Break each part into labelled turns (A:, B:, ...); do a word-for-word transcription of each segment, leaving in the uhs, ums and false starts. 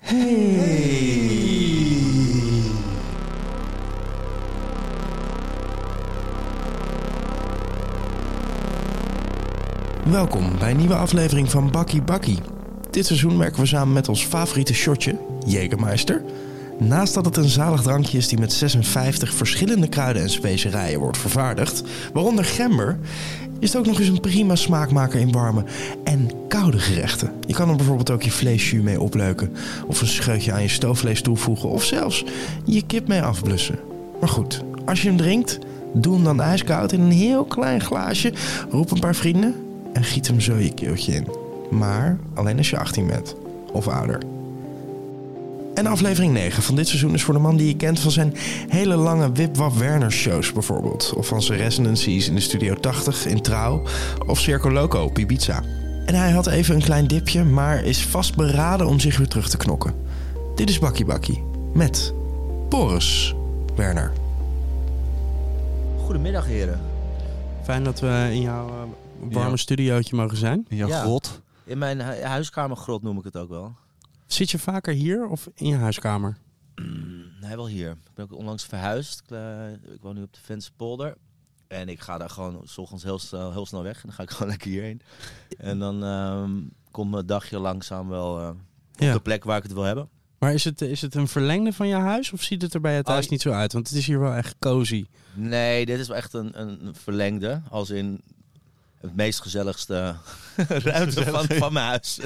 A: Hey. Welkom bij een nieuwe aflevering van Bakkie Bakkie. Dit seizoen werken we samen met ons favoriete shotje, Jägermeister. Naast dat het een zalig drankje is die met zesenvijftig verschillende kruiden en specerijen wordt vervaardigd, waaronder gember, is het ook nog eens een prima smaakmaker in warme en koude gerechten. Je kan er bijvoorbeeld ook je vleesjus mee opleuken, of een scheutje aan je stoofvlees toevoegen, of zelfs je kip mee afblussen. Maar goed, als je hem drinkt, doe hem dan ijskoud in een heel klein glaasje, roep een paar vrienden en giet hem zo je keeltje in. Maar alleen als je achttien bent, of ouder. En aflevering negen van dit seizoen is voor de man die je kent van zijn hele lange Wip Wap Werner shows bijvoorbeeld. Of van zijn residencies in de Studio tachtig in Trouw of Circo Loco op Ibiza. En hij had even een klein dipje, maar is vastberaden om zich weer terug te knokken. Dit is Bakkie Bakkie met Boris Werner.
B: Goedemiddag heren.
C: Fijn dat we in jouw uh, warme ja. studiootje mogen zijn.
B: In jouw ja. grot. In mijn hu- huiskamergrot noem ik het ook wel.
C: Zit je vaker hier of in je huiskamer?
B: Mm, nee, wel hier. Ik ben ook onlangs verhuisd. Ik, uh, ik woon nu op de Vensterpolder. En ik ga daar gewoon 's ochtends heel snel, heel snel weg. En dan ga ik gewoon lekker hierheen. En dan um, komt mijn dagje langzaam wel uh, op ja. de plek waar ik het wil hebben.
C: Maar is het, is het een verlengde van je huis of ziet het er bij je thuis oh, niet zo uit? Want het is hier wel echt cozy.
B: Nee, dit is wel echt een, een verlengde. Als in het meest gezelligste ruimte van, van mijn huis.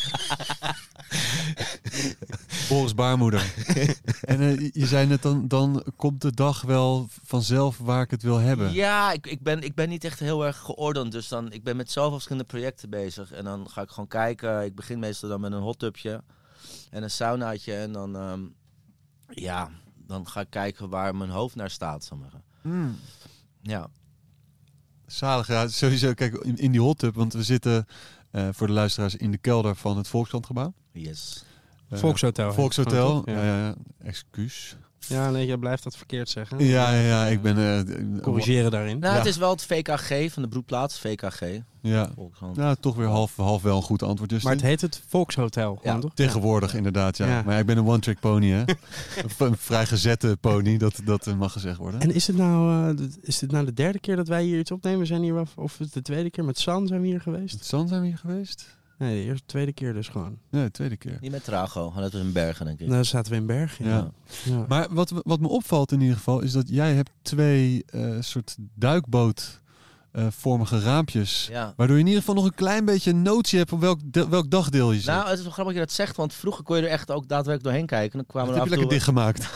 D: Boris baarmoeder. En uh, je zei net, dan, dan komt de dag wel vanzelf waar ik het wil hebben.
B: Ja, ik, ik, ben, ik ben niet echt heel erg geordend. Dus dan, ik ben met zoveel verschillende projecten bezig. En dan ga ik gewoon kijken. Ik begin meestal dan met een hot tubje en een saunaatje. En dan, um, ja, dan ga ik kijken waar mijn hoofd naar staat. Zal ik maar zeggen. Mm. Ja.
D: Zalig, ja. Sowieso, kijk, in, in die hot tub. Want we zitten uh, voor de luisteraars in de kelder van het Volkskrantgebouw.
B: Yes.
C: Uh, Volkshotel.
D: Volkshotel, ja. ja, ja. Excuus.
C: Ja, nee, je blijft dat verkeerd zeggen.
D: Ja, ja, ja ik ben... Uh,
C: corrigeren daarin.
B: Nou,
C: ja.
B: Het is wel het V K G van de broedplaats, V K G.
D: Ja, nou, toch weer half, half wel een goed antwoord. Justin.
C: Maar het heet het Volkshotel,
B: ja.
C: toch?
D: Tegenwoordig ja. inderdaad, ja. ja. Maar ja, ik ben een one-trick pony, hè. Een vrij gezette pony, dat, dat mag gezegd worden.
C: En is het nou uh, is dit nou de derde keer dat wij hier iets opnemen? We zijn hier wel, of de tweede keer met San zijn we hier geweest?
D: Met San zijn we hier geweest?
C: Nee, de eerste, tweede keer dus gewoon.
D: Nee, de tweede keer.
B: Niet met Trago, dat was in Bergen, denk ik.
C: Nou, zaten we in Bergen, ja.
D: ja. ja. Maar wat, wat me opvalt in ieder geval, is dat jij hebt twee uh, soort duikboot... Uh, vormige raampjes. Ja. Waardoor je in ieder geval nog een klein beetje een notie hebt op welk, de, welk dagdeel je zit.
B: Nou, het is wel grappig dat je dat zegt, want vroeger kon je er echt ook daadwerkelijk doorheen kijken. Dan kwamen
D: dat
B: er
D: heb je lekker dichtgemaakt.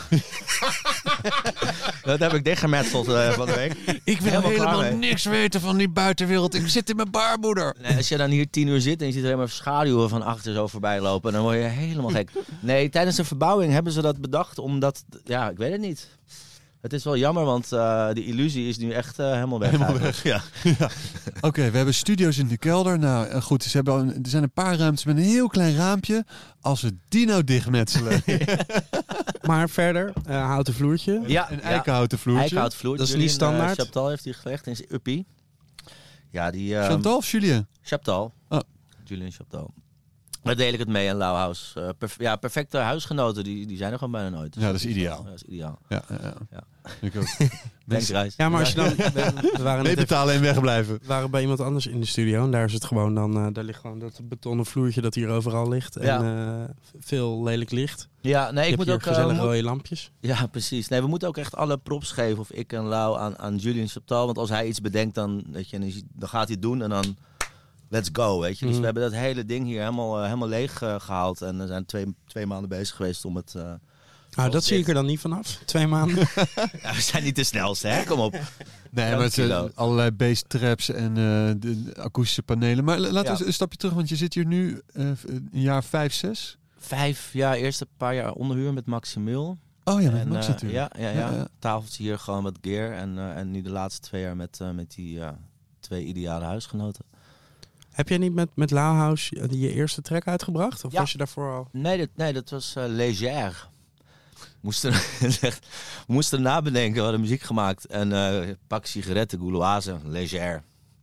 B: Dat heb ik dichtgemetseld uh, van de week.
D: Ik wil helemaal, helemaal niks weten van die buitenwereld. Ik zit in mijn baarmoeder.
B: Nee, als je dan hier tien uur zit en je ziet er helemaal schaduwen van achter zo voorbij lopen, dan word je helemaal gek. Nee, tijdens de verbouwing hebben ze dat bedacht omdat, ja, ik weet het niet. Het is wel jammer, want uh, die illusie is nu echt uh, helemaal weg.
D: Helemaal weg. Ja. ja. Oké, okay, we hebben studio's in de kelder. Nou uh, goed, ze hebben, er zijn een paar ruimtes met een heel klein raampje. Als we die nou dichtmetselen.
C: Maar verder, uh, houten vloertje.
B: Ja,
D: een eikenhouten vloertje.
B: Eikenhouten vloertje.
C: Dat is niet standaard.
B: Uh, Chaptal heeft die gelegd in zijn uppie. Ja, die... Uh,
D: Chantal of Julien?
B: Chaptal.
D: Oh.
B: Julien Chaptal. Daar deel ik het mee aan Lauwhaus. Uh, perf- ja, perfecte huisgenoten, die, die zijn er gewoon bijna nooit. Dus
D: ja, dat is ideaal.
B: Ja, dat is ideaal.
D: Ja, ja, ja.
B: ja.
D: Ik ook.
B: Thanks, Reis.
C: Ja, maar als je dan... We, we waren
D: nee, betalen en wegblijven.
C: We waren bij iemand anders in de studio en daar is het gewoon dan... Uh, daar ligt gewoon dat betonnen vloertje dat hier overal ligt. En ja. uh, veel lelijk licht.
B: Ja, nee, ik moet ook...
C: gezellige
B: uh,
C: rode
B: moet...
C: lampjes.
B: Ja, precies. Nee, we moeten ook echt alle props geven, of ik en Lau, aan, aan Julien Chaptal. Want als hij iets bedenkt, dan, weet je, dan gaat hij het doen en dan... Let's go, weet je. Dus mm. we hebben dat hele ding hier helemaal, uh, helemaal leeg uh, gehaald. En we zijn twee, twee maanden bezig geweest om het... Uh,
C: nou, dat zie ik er dan niet vanaf. Twee maanden.
B: Ja, we zijn niet de snelste, hè? Kom op.
D: Nee, maar het zijn allerlei base traps en uh, de akoestische panelen. Maar laten ja. we een stapje terug, want je zit hier nu uh, een jaar vijf, zes?
B: Vijf jaar, eerst een paar jaar onderhuur met Maximil.
D: Oh ja, met
B: en,
D: Max
B: uh,
D: natuurlijk.
B: Ja, ja, ja. ja. Tafeltje hier gewoon met gear. En, uh, en nu de laatste twee jaar met, uh, met die uh, twee ideale huisgenoten.
C: Heb jij niet met, met Lauwhaus je, je eerste track uitgebracht? Of
B: ja.
C: was je daarvoor al...
B: Nee, dat, nee, dat was uh, Léger. Moesten, we moesten nabedenken, we hadden muziek gemaakt. En uh, pak sigaretten, Gouloise, Léger.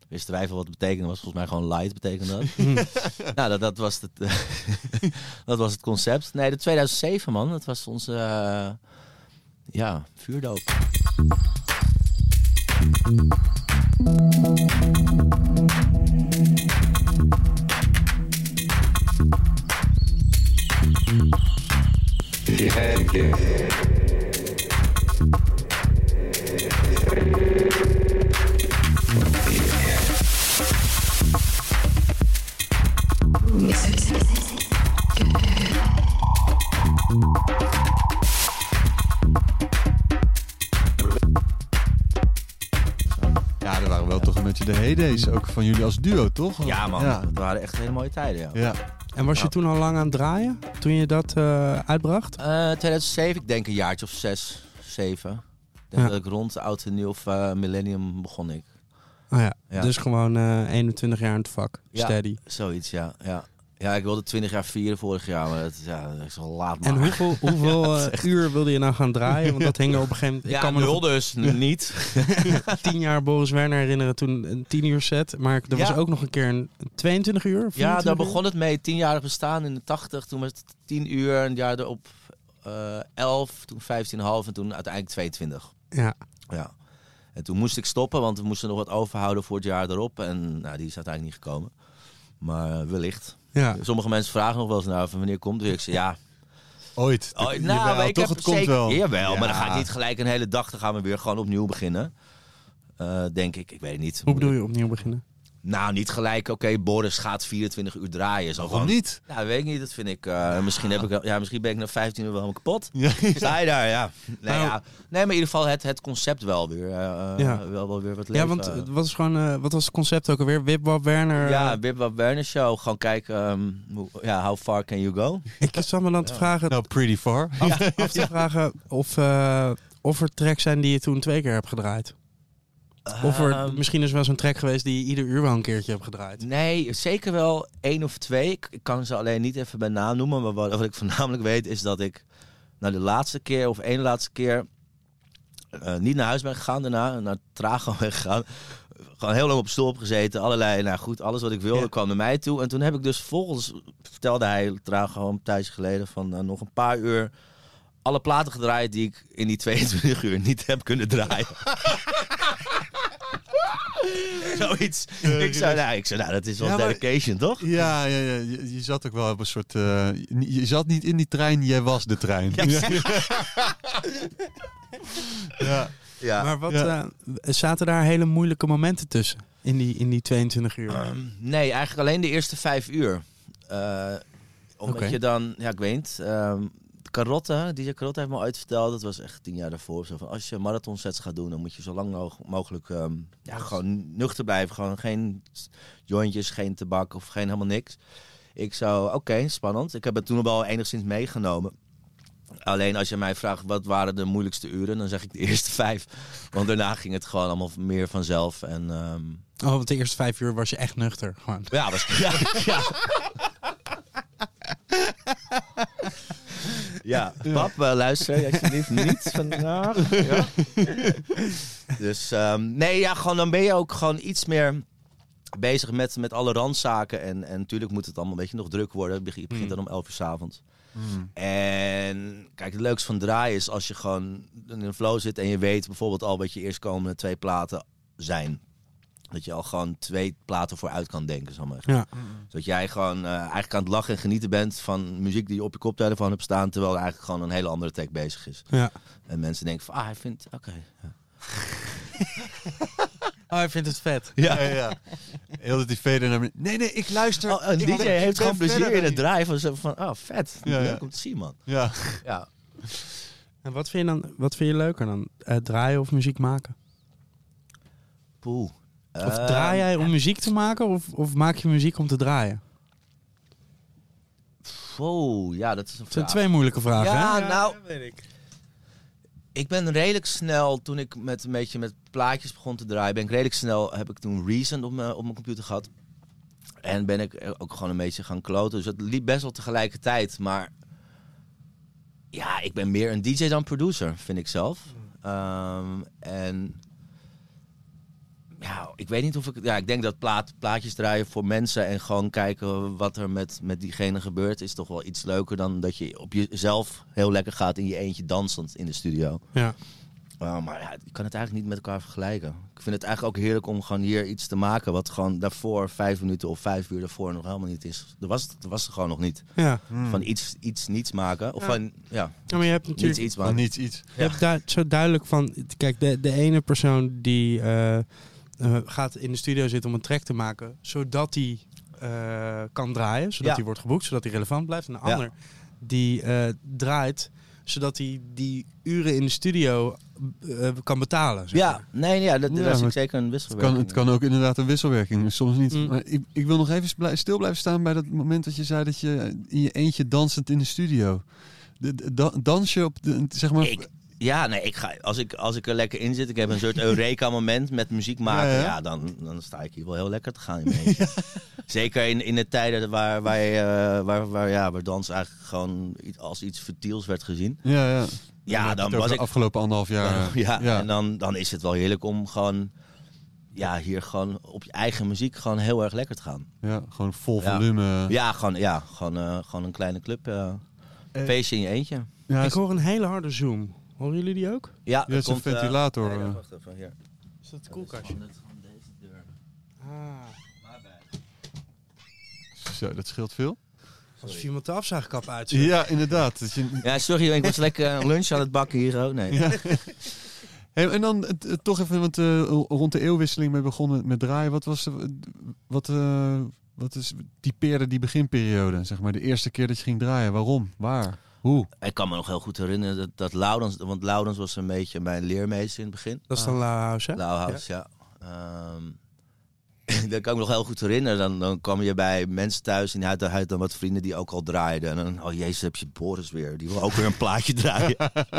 B: wisten wij veel wat het betekende. Was volgens mij gewoon light betekende dat. nou, dat, dat, was het, dat was het concept. Nee, de tweeduizend zeven, man. Dat was onze uh, ja, vuurdoop.
D: Ja, er waren wel toch een beetje de heydays ook van jullie als duo, toch?
B: Ja, man.
D: Ja.
B: Dat waren echt hele mooie tijden, ja.
D: Ja.
C: En was je
B: Ja.
C: toen al lang aan het draaien? Toen je dat uh, uitbracht?
B: Uh, tweeduizend zeven, ik denk een jaartje of zes, zeven. Ik denk
C: Ja.
B: dat ik rond oud en nieuw of uh, millennium begon ik.
C: Oh ja.
B: Ja.
C: Dus gewoon uh, eenentwintig jaar in het vak.
B: Ja.
C: Steady.
B: Zoiets, ja. ja. Ja, ik wilde twintig jaar vieren vorig jaar, maar dat, ja, dat is al laat maar.
C: En hoeveel, hoeveel
B: Ja,
C: uh,
B: dat is echt-
C: uur wilde je nou gaan draaien? Want dat hing er op een gegeven moment...
B: Ja,
C: ik kan me
B: nul
C: nog
B: dus, niet.
C: tien jaar Boris Werner herinneren, toen een tien uur set. Maar er was
B: Ja.
C: ook nog een keer een tweeëntwintig uur?
B: Ja, daar
C: vierentwintig uur?
B: begon het mee. Tienjarig bestaan in de tachtig. Toen was het tien uur. Een jaar erop uh, elf. Toen vijftien komma vijf. En toen uiteindelijk tweeëntwintig.
C: Ja.
B: Ja. En toen moest ik stoppen, want we moesten nog wat overhouden voor het jaar erop. En nou, die is uiteindelijk niet gekomen. Maar uh, wellicht.
C: Ja.
B: Sommige mensen vragen nog wel eens nou, van wanneer komt het weer? Ik zeg ja.
D: Ooit.
B: Oh,
D: Je-
B: nou,
D: jawel,
B: ik
D: toch,
B: heb
D: het komt
B: zeker,
D: wel.
B: Jawel,
D: Ja.
B: maar dan ga ik niet gelijk een hele dag. Dan gaan we weer gewoon opnieuw beginnen. Uh, denk ik. Ik weet het niet.
C: Hoe bedoel je opnieuw beginnen?
B: Nou, niet gelijk, oké, okay, Boris gaat vierentwintig uur draaien. Zo
D: Waarom
B: van,
D: niet?
B: Nou, weet ik niet. Dat vind ik... Uh, misschien, heb ik ja, misschien ben ik na vijftien uur wel helemaal kapot.
D: Ja,
B: Sta je daar, ja. Nee,
C: Nou,
B: ja. nee, maar in ieder geval het, het concept wel weer. Uh,
C: Ja.
B: wel, wel weer wat
C: Ja,
B: leven.
C: want het was gewoon, uh, wat was het concept ook alweer? Wip Wap Werner?
B: Ja,
C: uh,
B: Wip Wap Werner Show. Gewoon kijken, um, hoe, ja, how far can you go?
C: Ik zat me dan te
B: Ja.
C: vragen,
D: Nou, pretty far.
C: af, af te vragen of, uh, of er tracks zijn die je toen twee keer hebt gedraaid. Of er
B: Um,
C: misschien is wel zo'n track geweest die je ieder uur wel een keertje hebt gedraaid.
B: Nee, zeker wel één of twee. Ik, ik kan ze alleen niet even bij naam noemen. Maar wat, wat ik voornamelijk weet is dat ik nou, de laatste keer of één laatste keer uh, niet naar huis ben gegaan daarna. Naar Trago ben gegaan. Gewoon heel lang op stoel op gezeten. Allerlei, nou goed, alles wat ik wilde
C: Ja.
B: kwam naar mij toe. En toen heb ik dus volgens, vertelde hij Trago een tijdje geleden, van uh, nog een paar uur alle platen gedraaid die ik in die tweeëntwintig uur niet heb kunnen draaien. Zoiets. Ik zei, nou, ik zei, nou, dat is wel
D: Ja, maar-
B: dedication, toch?
D: Ja, ja, ja. Je, je zat ook wel op een soort... Uh, je zat niet in die trein, jij was de trein.
B: Ja.
D: Ja.
B: Ja.
C: Maar wat,
D: Ja.
C: uh, zaten daar hele moeilijke momenten tussen? In die, in die tweeëntwintig uur?
B: Um, nee, eigenlijk alleen de eerste vijf uur. Uh, omdat
C: Oké.
B: je dan, ja, ik weet niet. Um, Carotte, D J Carotte heeft me ooit verteld, dat was echt tien jaar daarvoor. Zo van, als je marathonsets gaat doen, dan moet je zo lang mo- mogelijk um, ja, gewoon nuchter blijven. Gewoon geen jointjes, geen tabak of geen helemaal niks. Ik zou, oké, okay, spannend. Ik heb het toen nog wel enigszins meegenomen. Alleen als je mij vraagt wat waren de moeilijkste uren, dan zeg ik de eerste vijf. Want daarna ging het gewoon allemaal meer vanzelf. En, um...
C: Oh, want de eerste vijf uur was je echt nuchter. Gewoon.
B: ja, was, ja, ja. Ja, pap, uh, luister alsjeblieft niet vandaag. Ja. Dus um, nee, ja, gewoon dan ben je ook gewoon iets meer bezig met, met alle randzaken. En, en natuurlijk moet het allemaal een beetje nog druk worden. Het begint, begint dan om elf uur 's avonds.
D: Mm.
B: En kijk, het leukste van draaien is als je gewoon in een flow zit en je weet bijvoorbeeld al wat je eerstkomende twee platen zijn. Dat je al gewoon twee platen vooruit kan denken, zal maar.
C: Ja.
B: Zodat jij gewoon uh, eigenlijk aan het lachen en genieten bent van muziek die je op je koptelefoon hebt staan, terwijl er eigenlijk gewoon een hele andere track bezig is.
C: Ja.
B: En mensen denken van, ah, hij vindt, oké. Okay, ja.
C: Oh, hij vindt het vet.
D: Ja, ja, ja. Heel dat die fader naar beneden. Nee, nee, ik luister.
B: Oh, een
D: Ik
B: D J
D: ben- ik
B: heeft
D: ben
B: gewoon plezier
D: verder
B: in het
D: dan
B: draaien van, zo van, oh, vet.
D: Ja, ja.
B: Leuk om te zien, man.
D: die- Ja.
B: Ja.
C: En wat vind je dan wat vind je leuker dan? Uh, draaien of muziek maken?
B: Poeh.
C: Of
B: Uh,
C: draai jij om muziek te maken of, of maak je muziek om te draaien?
B: Oh, ja, dat is een
C: Dat zijn
B: vraag.
C: twee moeilijke vragen,
B: Ja,
C: hè?
B: nou,
C: weet ik.
B: ik ben redelijk snel, toen ik met een beetje met plaatjes begon te draaien, ben ik redelijk snel, heb ik toen Reason op mijn, op mijn computer gehad. En ben ik ook gewoon een beetje gaan kloten. Dus het liep best wel tegelijkertijd. Maar ja, ik ben meer een D J dan producer, vind ik zelf. Um, en ja, ik weet niet of ik... Ja, ik denk dat plaat, plaatjes draaien voor mensen en gewoon kijken wat er met, met diegene gebeurt... is toch wel iets leuker dan dat je op jezelf heel lekker gaat in je eentje dansend in de studio.
A: Ja.
B: Uh, maar ja, je kan het eigenlijk niet met elkaar vergelijken. Ik vind het eigenlijk ook heerlijk om gewoon hier iets te maken... wat gewoon daarvoor, vijf minuten of vijf uur daarvoor nog helemaal niet is. Er was, er was er gewoon nog niet.
A: Ja.
B: Hmm. Van iets, iets niets maken. Of
A: ja.
B: van, ja,
A: ja, maar je hebt natuurlijk
B: niets iets maken.
D: Niets iets.
A: Je
B: Ja.
A: hebt daar zo duidelijk van... Kijk, de, de ene persoon die uh, uh, gaat in de studio zitten om een track te maken... zodat hij uh, kan draaien, zodat
B: Ja.
A: hij wordt geboekt, zodat hij relevant blijft. En de
B: Ja.
A: ander die uh, draait... zodat hij die uren in de studio uh, kan betalen. Zeg
B: Ja,
A: maar.
B: nee, ja, dat,
D: Ja,
B: dat is
D: maar
B: zeker een
D: Het
B: wisselwerking.
D: kan, het kan ook inderdaad een wisselwerking. Soms niet.
A: Mm.
D: Maar ik, ik wil nog even blij- stil blijven staan bij dat moment dat je zei dat je in je eentje dansend in de studio. De, de, da- dans je op de, zeg maar...
B: Ik, ja, nee, ik ga, als, ik, als ik er lekker in zit, ik heb een soort Eureka-moment met muziek maken,
D: Ja,
B: ja,
D: ja.
B: dan, dan sta ik hier wel heel lekker te gaan in mijn eentje. Zeker in, in de tijden waar, waar, uh, waar, waar, ja, waar dans eigenlijk gewoon als iets futiels werd gezien.
D: Ja, ja.
B: Ja, dan was
D: de
B: ik...
D: afgelopen anderhalf jaar.
B: ja,
D: ja.
B: en dan, dan is het wel heerlijk om gewoon... Ja, hier gewoon op je eigen muziek gewoon heel erg lekker te gaan.
D: Ja, gewoon vol
B: Ja.
D: volume.
B: Ja, gewoon, ja, gewoon, uh, gewoon een kleine club. Uh,
D: Eh,
B: feestje in je eentje.
D: Ja,
A: Ik hoor een hele harde zoom. Horen jullie die ook?
B: Ja,
D: Ja, het is een ventilator.
B: Uh, nee,
D: uh.
B: wacht even, hier.
A: Is dat het koelkastje?
B: Dat is gewoon deze deur.
A: Ah.
D: Zo, dat scheelt veel.
A: Als iemand de afzuigkap uitzet.
D: Ja, inderdaad. Dat je...
B: Ja, sorry, ik was lekker lunch aan het bakken hier ook. Nee.
D: Ja. Hey, en dan het, het, toch even, want uh, rond de eeuwwisseling mee begonnen met draaien. Wat was, uh, wat, uh, wat is typeerde die beginperiode? Zeg maar de eerste keer dat je ging draaien. Waarom? Waar? Hoe?
B: Ik kan me nog heel goed herinneren dat, dat Laurens, want Laurens was een beetje mijn leermeester in het begin.
A: Dat is dan Lauhaus, hè?
B: Lauhaus, ja. ja. Um, dat kan ik me nog heel goed herinneren. Dan, dan kwam je bij mensen thuis en hij had dan wat vrienden die ook al draaiden. En dan, oh jezus, heb je Boris weer. Die wil ook weer een plaatje draaien.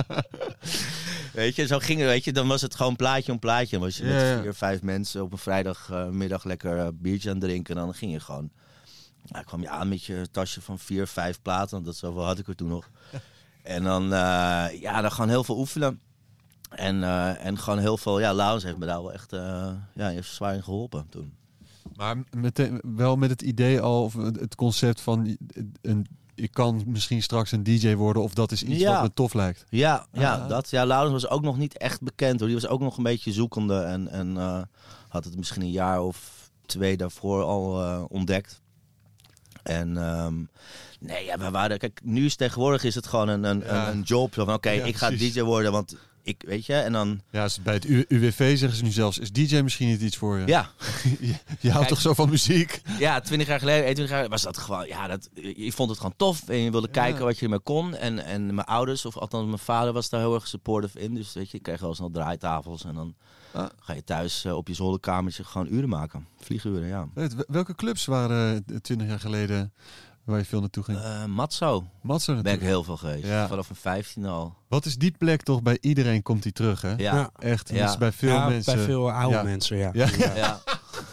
B: Weet je, zo ging het, weet je. Dan was het gewoon plaatje om plaatje. Dan was je
D: ja,
B: met
D: ja.
B: vier, vijf mensen op een vrijdagmiddag uh, lekker uh, biertje aan het drinken. En dan ging je gewoon... Nou, kwam je aan met je tasje van vier, vijf platen. Want dat zoveel had ik er toen nog. En dan, uh, ja, dan gewoon heel veel oefenen. En, uh, en gewoon heel veel... Ja, Laurens heeft me daar wel echt uh, ja, heeft zwaar in geholpen toen.
D: Maar meteen, wel met het idee al, of het concept van... Een, ik kan misschien straks een D J worden, of dat is iets
B: ja.
D: wat me tof lijkt.
B: Ja, ja,
D: ah.
B: dat. Ja, Laurens was ook nog niet echt bekend, hoor. Die was ook nog een beetje zoekende. En, en uh, had het misschien een jaar of twee daarvoor al uh, ontdekt. En um, nee, ja, we waren... Kijk, nu is tegenwoordig is het gewoon een, een,
D: ja.
B: een, een job. Van oké, okay,
D: ja,
B: ik ga
D: precies.
B: D J worden, want ik, weet je, en dan...
D: Ja, bij het U W V zeggen ze nu zelfs, is D J misschien niet iets voor je?
B: Ja.
D: je, je houdt
B: Kijk,
D: toch zo van muziek?
B: Ja, twintig jaar geleden, eenentwintig jaar was dat gewoon... Ja, dat, je vond het gewoon tof en je wilde
D: ja.
B: kijken wat je ermee kon. En, en mijn ouders, of althans mijn vader, was daar heel erg supportive in. Dus weet je, ik kreeg wel snel draaitafels en dan ah. ga je thuis uh, op je zolderkamertje gewoon uren maken. Vlieguren, ja.
D: Welke clubs waren twintig jaar geleden... waar je veel naartoe ging?
B: Uh, Matzo.
D: Matzo
B: ben ik heel veel geweest. Ja. Vanaf een vijftien al.
D: Wat is die plek toch? Bij iedereen komt die terug, hè?
B: Ja.
A: Ja.
D: Echt.
B: Ja.
D: Dus bij veel
A: ja,
D: mensen.
A: bij veel oude
D: ja.
A: mensen, ja.
D: Ja.
B: ja. ja.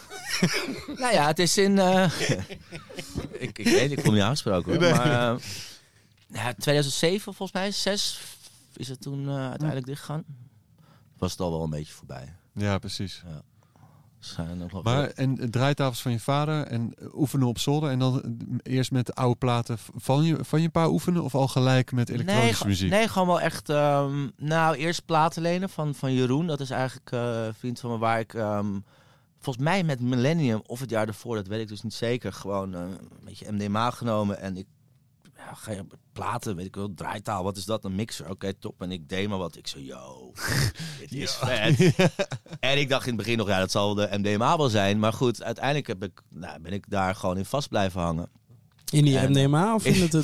B: Nou ja, het is in... Uh... ik, ik weet ik kom niet aangesproken hoor. Nee. Maar uh, ja, tweeduizend zeven volgens mij, zes is het toen uh, uiteindelijk hm. dichtgegaan. Was het al wel een beetje voorbij.
D: Ja, precies.
B: Ja. Zijn nog
D: maar en draaitafels van je vader en oefenen op zolder en dan eerst met de oude platen van je, van je pa oefenen of al gelijk met elektronische
B: nee,
D: muziek?
B: Nee, gewoon wel echt. Um, nou, eerst platen lenen van, van Jeroen. Dat is eigenlijk uh, een vriend van me waar ik um, volgens mij met Millennium of het jaar ervoor, dat weet ik dus niet zeker, gewoon uh, een beetje M D M A genomen en ik ja, ga je platen, weet ik wel, draaitaal, wat is dat? Een mixer, oké, okay, top. En ik deed maar wat. Ik zo, yo, dit is vet. Ja. En ik dacht in het begin nog, ja, dat zal de M D M A wel zijn. Maar goed, uiteindelijk heb ik, nou, ben ik daar gewoon in vast blijven hangen.
A: In die
B: en,
A: M D M A of in het...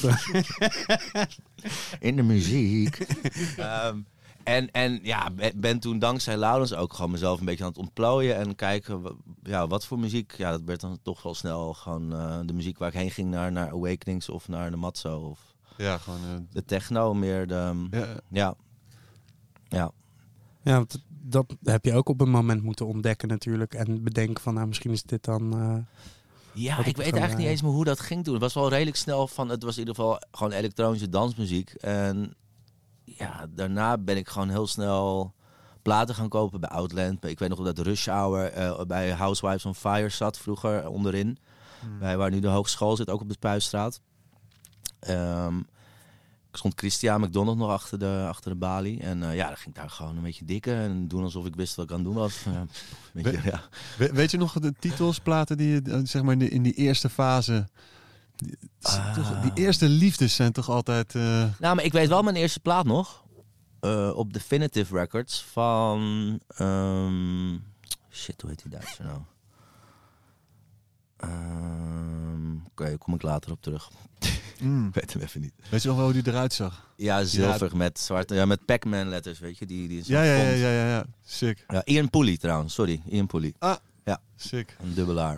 B: in de muziek. um, en, en ja, ben toen dankzij Laurens ook gewoon mezelf een beetje aan het ontplooien. En kijken, ja, wat voor muziek. Ja, dat werd dan toch wel snel gewoon uh, de muziek waar ik heen ging naar, naar Awakenings of naar de Matzo. Of
D: ja, gewoon uh,
B: de techno meer. De, ja. Ja.
A: Ja, ja want dat heb je ook op een moment moeten ontdekken natuurlijk. En bedenken van, nou, misschien is dit dan... Uh,
B: ja, ik weet eigenlijk uh, niet eens meer hoe dat ging toen. Het was wel redelijk snel van, het was in ieder geval gewoon elektronische dansmuziek. En ja, daarna ben ik gewoon heel snel platen gaan kopen bij Outland. Ik weet nog dat Rush Hour uh, bij Housewives on Fire zat vroeger onderin. Hmm. Bij waar nu de hogeschool zit, ook op de Spuistraat. Um, ik stond Christian McDonald nog achter de, achter de balie. En uh, ja, dan ging ik daar gewoon een beetje dikken. En doen alsof ik wist wat ik aan het doen was. Ja, beetje,
D: We,
B: ja.
D: we, weet je nog de titels, platen die je zeg maar in, de, in die eerste fase... Die, uh. toch, die eerste liefdes zijn toch altijd... Uh...
B: Nou, maar ik weet wel mijn eerste plaat nog. Uh, op Definitive Records van... Um, shit, hoe heet die Duitser nou? Um, Oké, okay, kom ik later op terug. Mm. Ik weet hem even niet.
D: Weet je nog wel hoe die eruit zag?
B: Ja, zilver ja. met zwarte, ja, met Pac-Man letters, weet je, die, die
D: ja, ja, ja, ja, ja, ja, sick.
B: Ja, Ian Pooley trouwens, sorry, Ian Pooley.
D: Ah,
B: ja,
D: sick.
B: Een dubbelaar.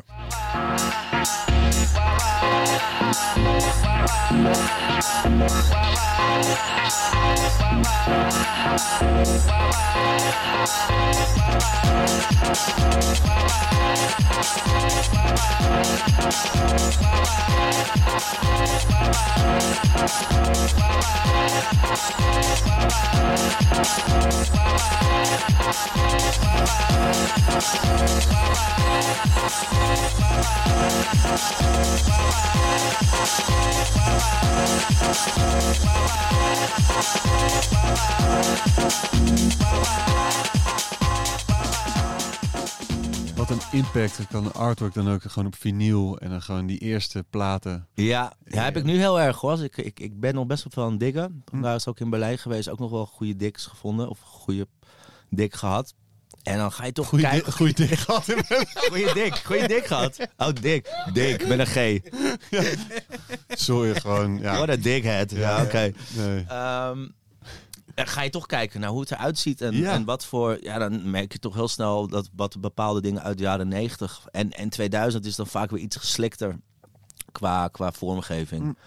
D: Wat een impact kan de artwork dan ook gewoon op vinyl en dan gewoon die eerste platen.
B: Ja, ja heb ik nu heel erg hoor. Ik, ik, ik ben nog best wel veel aan het diggen. Hm. Daar is ook in Berlijn geweest, ook nog wel goede diks gevonden of goede dik gehad. En dan ga je toch
D: goeie
B: kijken.
D: Di- goeie dik gehad.
B: Goeie dik, goeie dik gehad. Oh, dik. Dik, met een G.
D: Ja. Sorry, gewoon. Ja.
B: What a dickhead. Ja, ja oké. Okay.
D: Nee.
B: Um, dan ga je toch kijken naar hoe het eruit ziet. En,
D: ja.
B: en wat voor... Ja, dan merk je toch heel snel dat wat bepaalde dingen uit de jaren negentig en, en tweeduizend is dan vaak weer iets geslikter qua, qua vormgeving. Mm.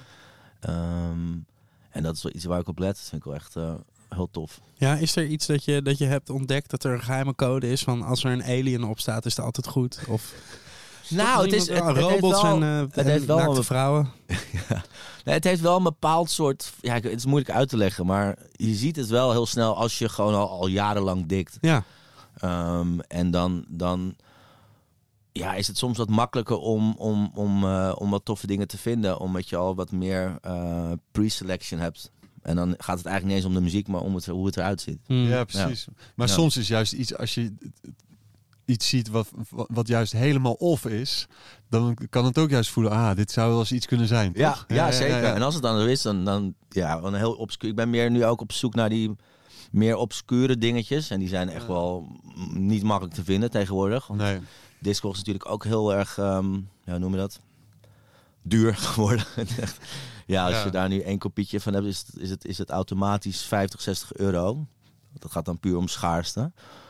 B: Um, en dat is wel iets waar ik op let. Dat vind ik wel echt... Uh, heel tof.
C: Ja, is er iets dat je, dat je hebt ontdekt dat er een geheime code is van als er een alien op staat, is het altijd goed? Of
B: nou, het is het, het
C: robots
B: wel,
C: en, uh,
B: het
C: en
B: heeft wel
C: naakte
B: een,
C: vrouwen.
B: Ja. Nee, het heeft wel een bepaald soort. Ja, het is moeilijk uit te leggen, maar je ziet het wel heel snel als je gewoon al, al jarenlang dikt.
C: Ja.
B: Um, en dan, dan ja, is het soms wat makkelijker om, om, om, uh, om wat toffe dingen te vinden, omdat je al wat meer uh, pre-selection hebt. En dan gaat het eigenlijk niet eens om de muziek, maar om het, hoe het eruit ziet.
D: Hmm. Ja, precies. Ja. Maar ja. soms is juist iets, als je iets ziet wat, wat juist helemaal off is, dan kan het ook juist voelen, ah, dit zou wel eens iets kunnen zijn.
B: Ja,
D: toch?
B: Ja, ja, ja, zeker. Ja, ja. En als het dan zo is, dan, dan ja, een heel obscuur. Ik ben meer nu ook op zoek naar die meer obscure dingetjes. En die zijn echt ja. wel niet makkelijk te vinden tegenwoordig. Want
D: nee.
B: Discog is natuurlijk ook heel erg, um, ja, hoe noem je dat? Duur geworden. Ja, als ja. je daar nu één kopietje van hebt, is het, is het, is het automatisch vijftig, zestig euro. Dat gaat dan puur om schaarste.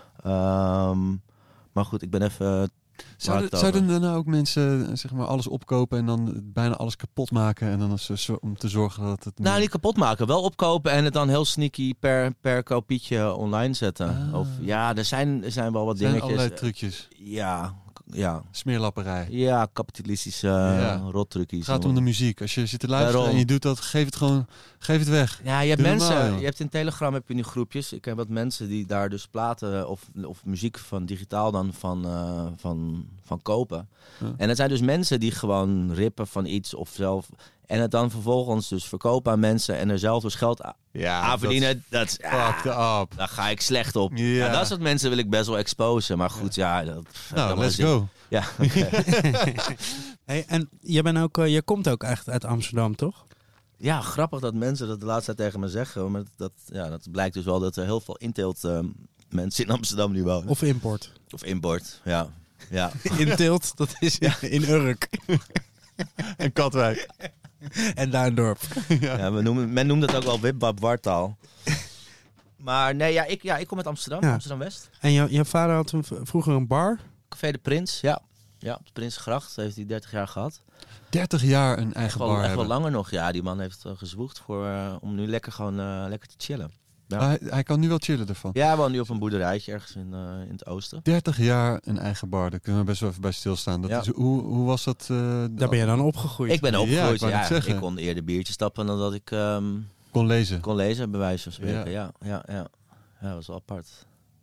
B: Um, maar goed, ik ben even...
D: Zouden, zouden er nou ook mensen zeg maar alles opkopen en dan bijna alles kapot maken en dan als, zo, om te zorgen dat het...
B: Nou, niet kapot maken. Wel opkopen en het dan heel sneaky per, per kopietje online zetten. Ah. Of, ja, er zijn, er zijn wel wat
D: zijn
B: dingetjes.
D: Allerlei trucjes.
B: Ja, ja.
D: Smeerlapperij.
B: Ja, kapitalistische ja. rottrucjes.
D: Het gaat om de muziek. Als je zit te luisteren Daarom. en je doet dat, geef het gewoon, geef het weg.
B: Ja, je hebt Doe mensen, normaal, je hebt in Telegram heb je nu groepjes. Ik heb wat mensen die daar dus platen of, of muziek van digitaal dan van, uh, van, van kopen. Ja. En het zijn dus mensen die gewoon rippen van iets of zelf... En het dan vervolgens dus verkopen aan mensen en er zelf dus geld aan
D: ja,
B: verdienen. Dat is
D: ja, up.
B: Daar ga ik slecht op.
D: Ja.
B: Ja, dat soort mensen wil ik best wel exposen. Maar goed, ja. ja dat,
D: nou, let's go.
B: Ja, okay.
C: Hey, en je, bent ook, je komt ook echt uit Amsterdam, toch?
B: Ja, grappig dat mensen dat de laatste tijd tegen me zeggen. Maar dat, ja, dat blijkt dus wel dat er heel veel inteelt uh, mensen in Amsterdam nu wonen.
C: Of import.
B: Of import, ja. ja.
C: Inteelt, dat is ja. in Urk.
D: En Katwijk.
C: En Duindorp.
B: Ja, ja we noemen, men noemt dat ook wel wipwap wartaal. Maar nee, ja, ik, ja, ik kom uit Amsterdam, ja. Amsterdam-West.
C: En je, je vader had een, vroeger een bar?
B: Café de Prins, ja. Ja, op de Prinsengracht heeft hij dertig jaar gehad.
D: dertig jaar een eigen
B: echt wel,
D: bar
B: echt
D: hebben.
B: wel langer nog. Ja, die man heeft uh, gezwoegd voor, uh, om nu lekker gewoon uh, lekker te chillen. Ja.
D: Hij, hij kan nu wel chillen ervan.
B: Ja, hij woont nu op een boerderijtje ergens in, uh, in het oosten.
D: dertig jaar een eigen bar, daar kunnen we best wel even bij stilstaan. Dat
B: ja.
D: is, hoe, hoe was dat? Uh,
C: daar ben je dan opgegroeid?
B: Ik ben opgegroeid,
D: ja. Ik,
B: ja, ik kon eerder biertjes stappen dan dat ik... Um,
D: kon lezen.
B: Kon lezen, bij wijze van spreken, ja. Ja, ja, ja. Ja, dat was wel apart.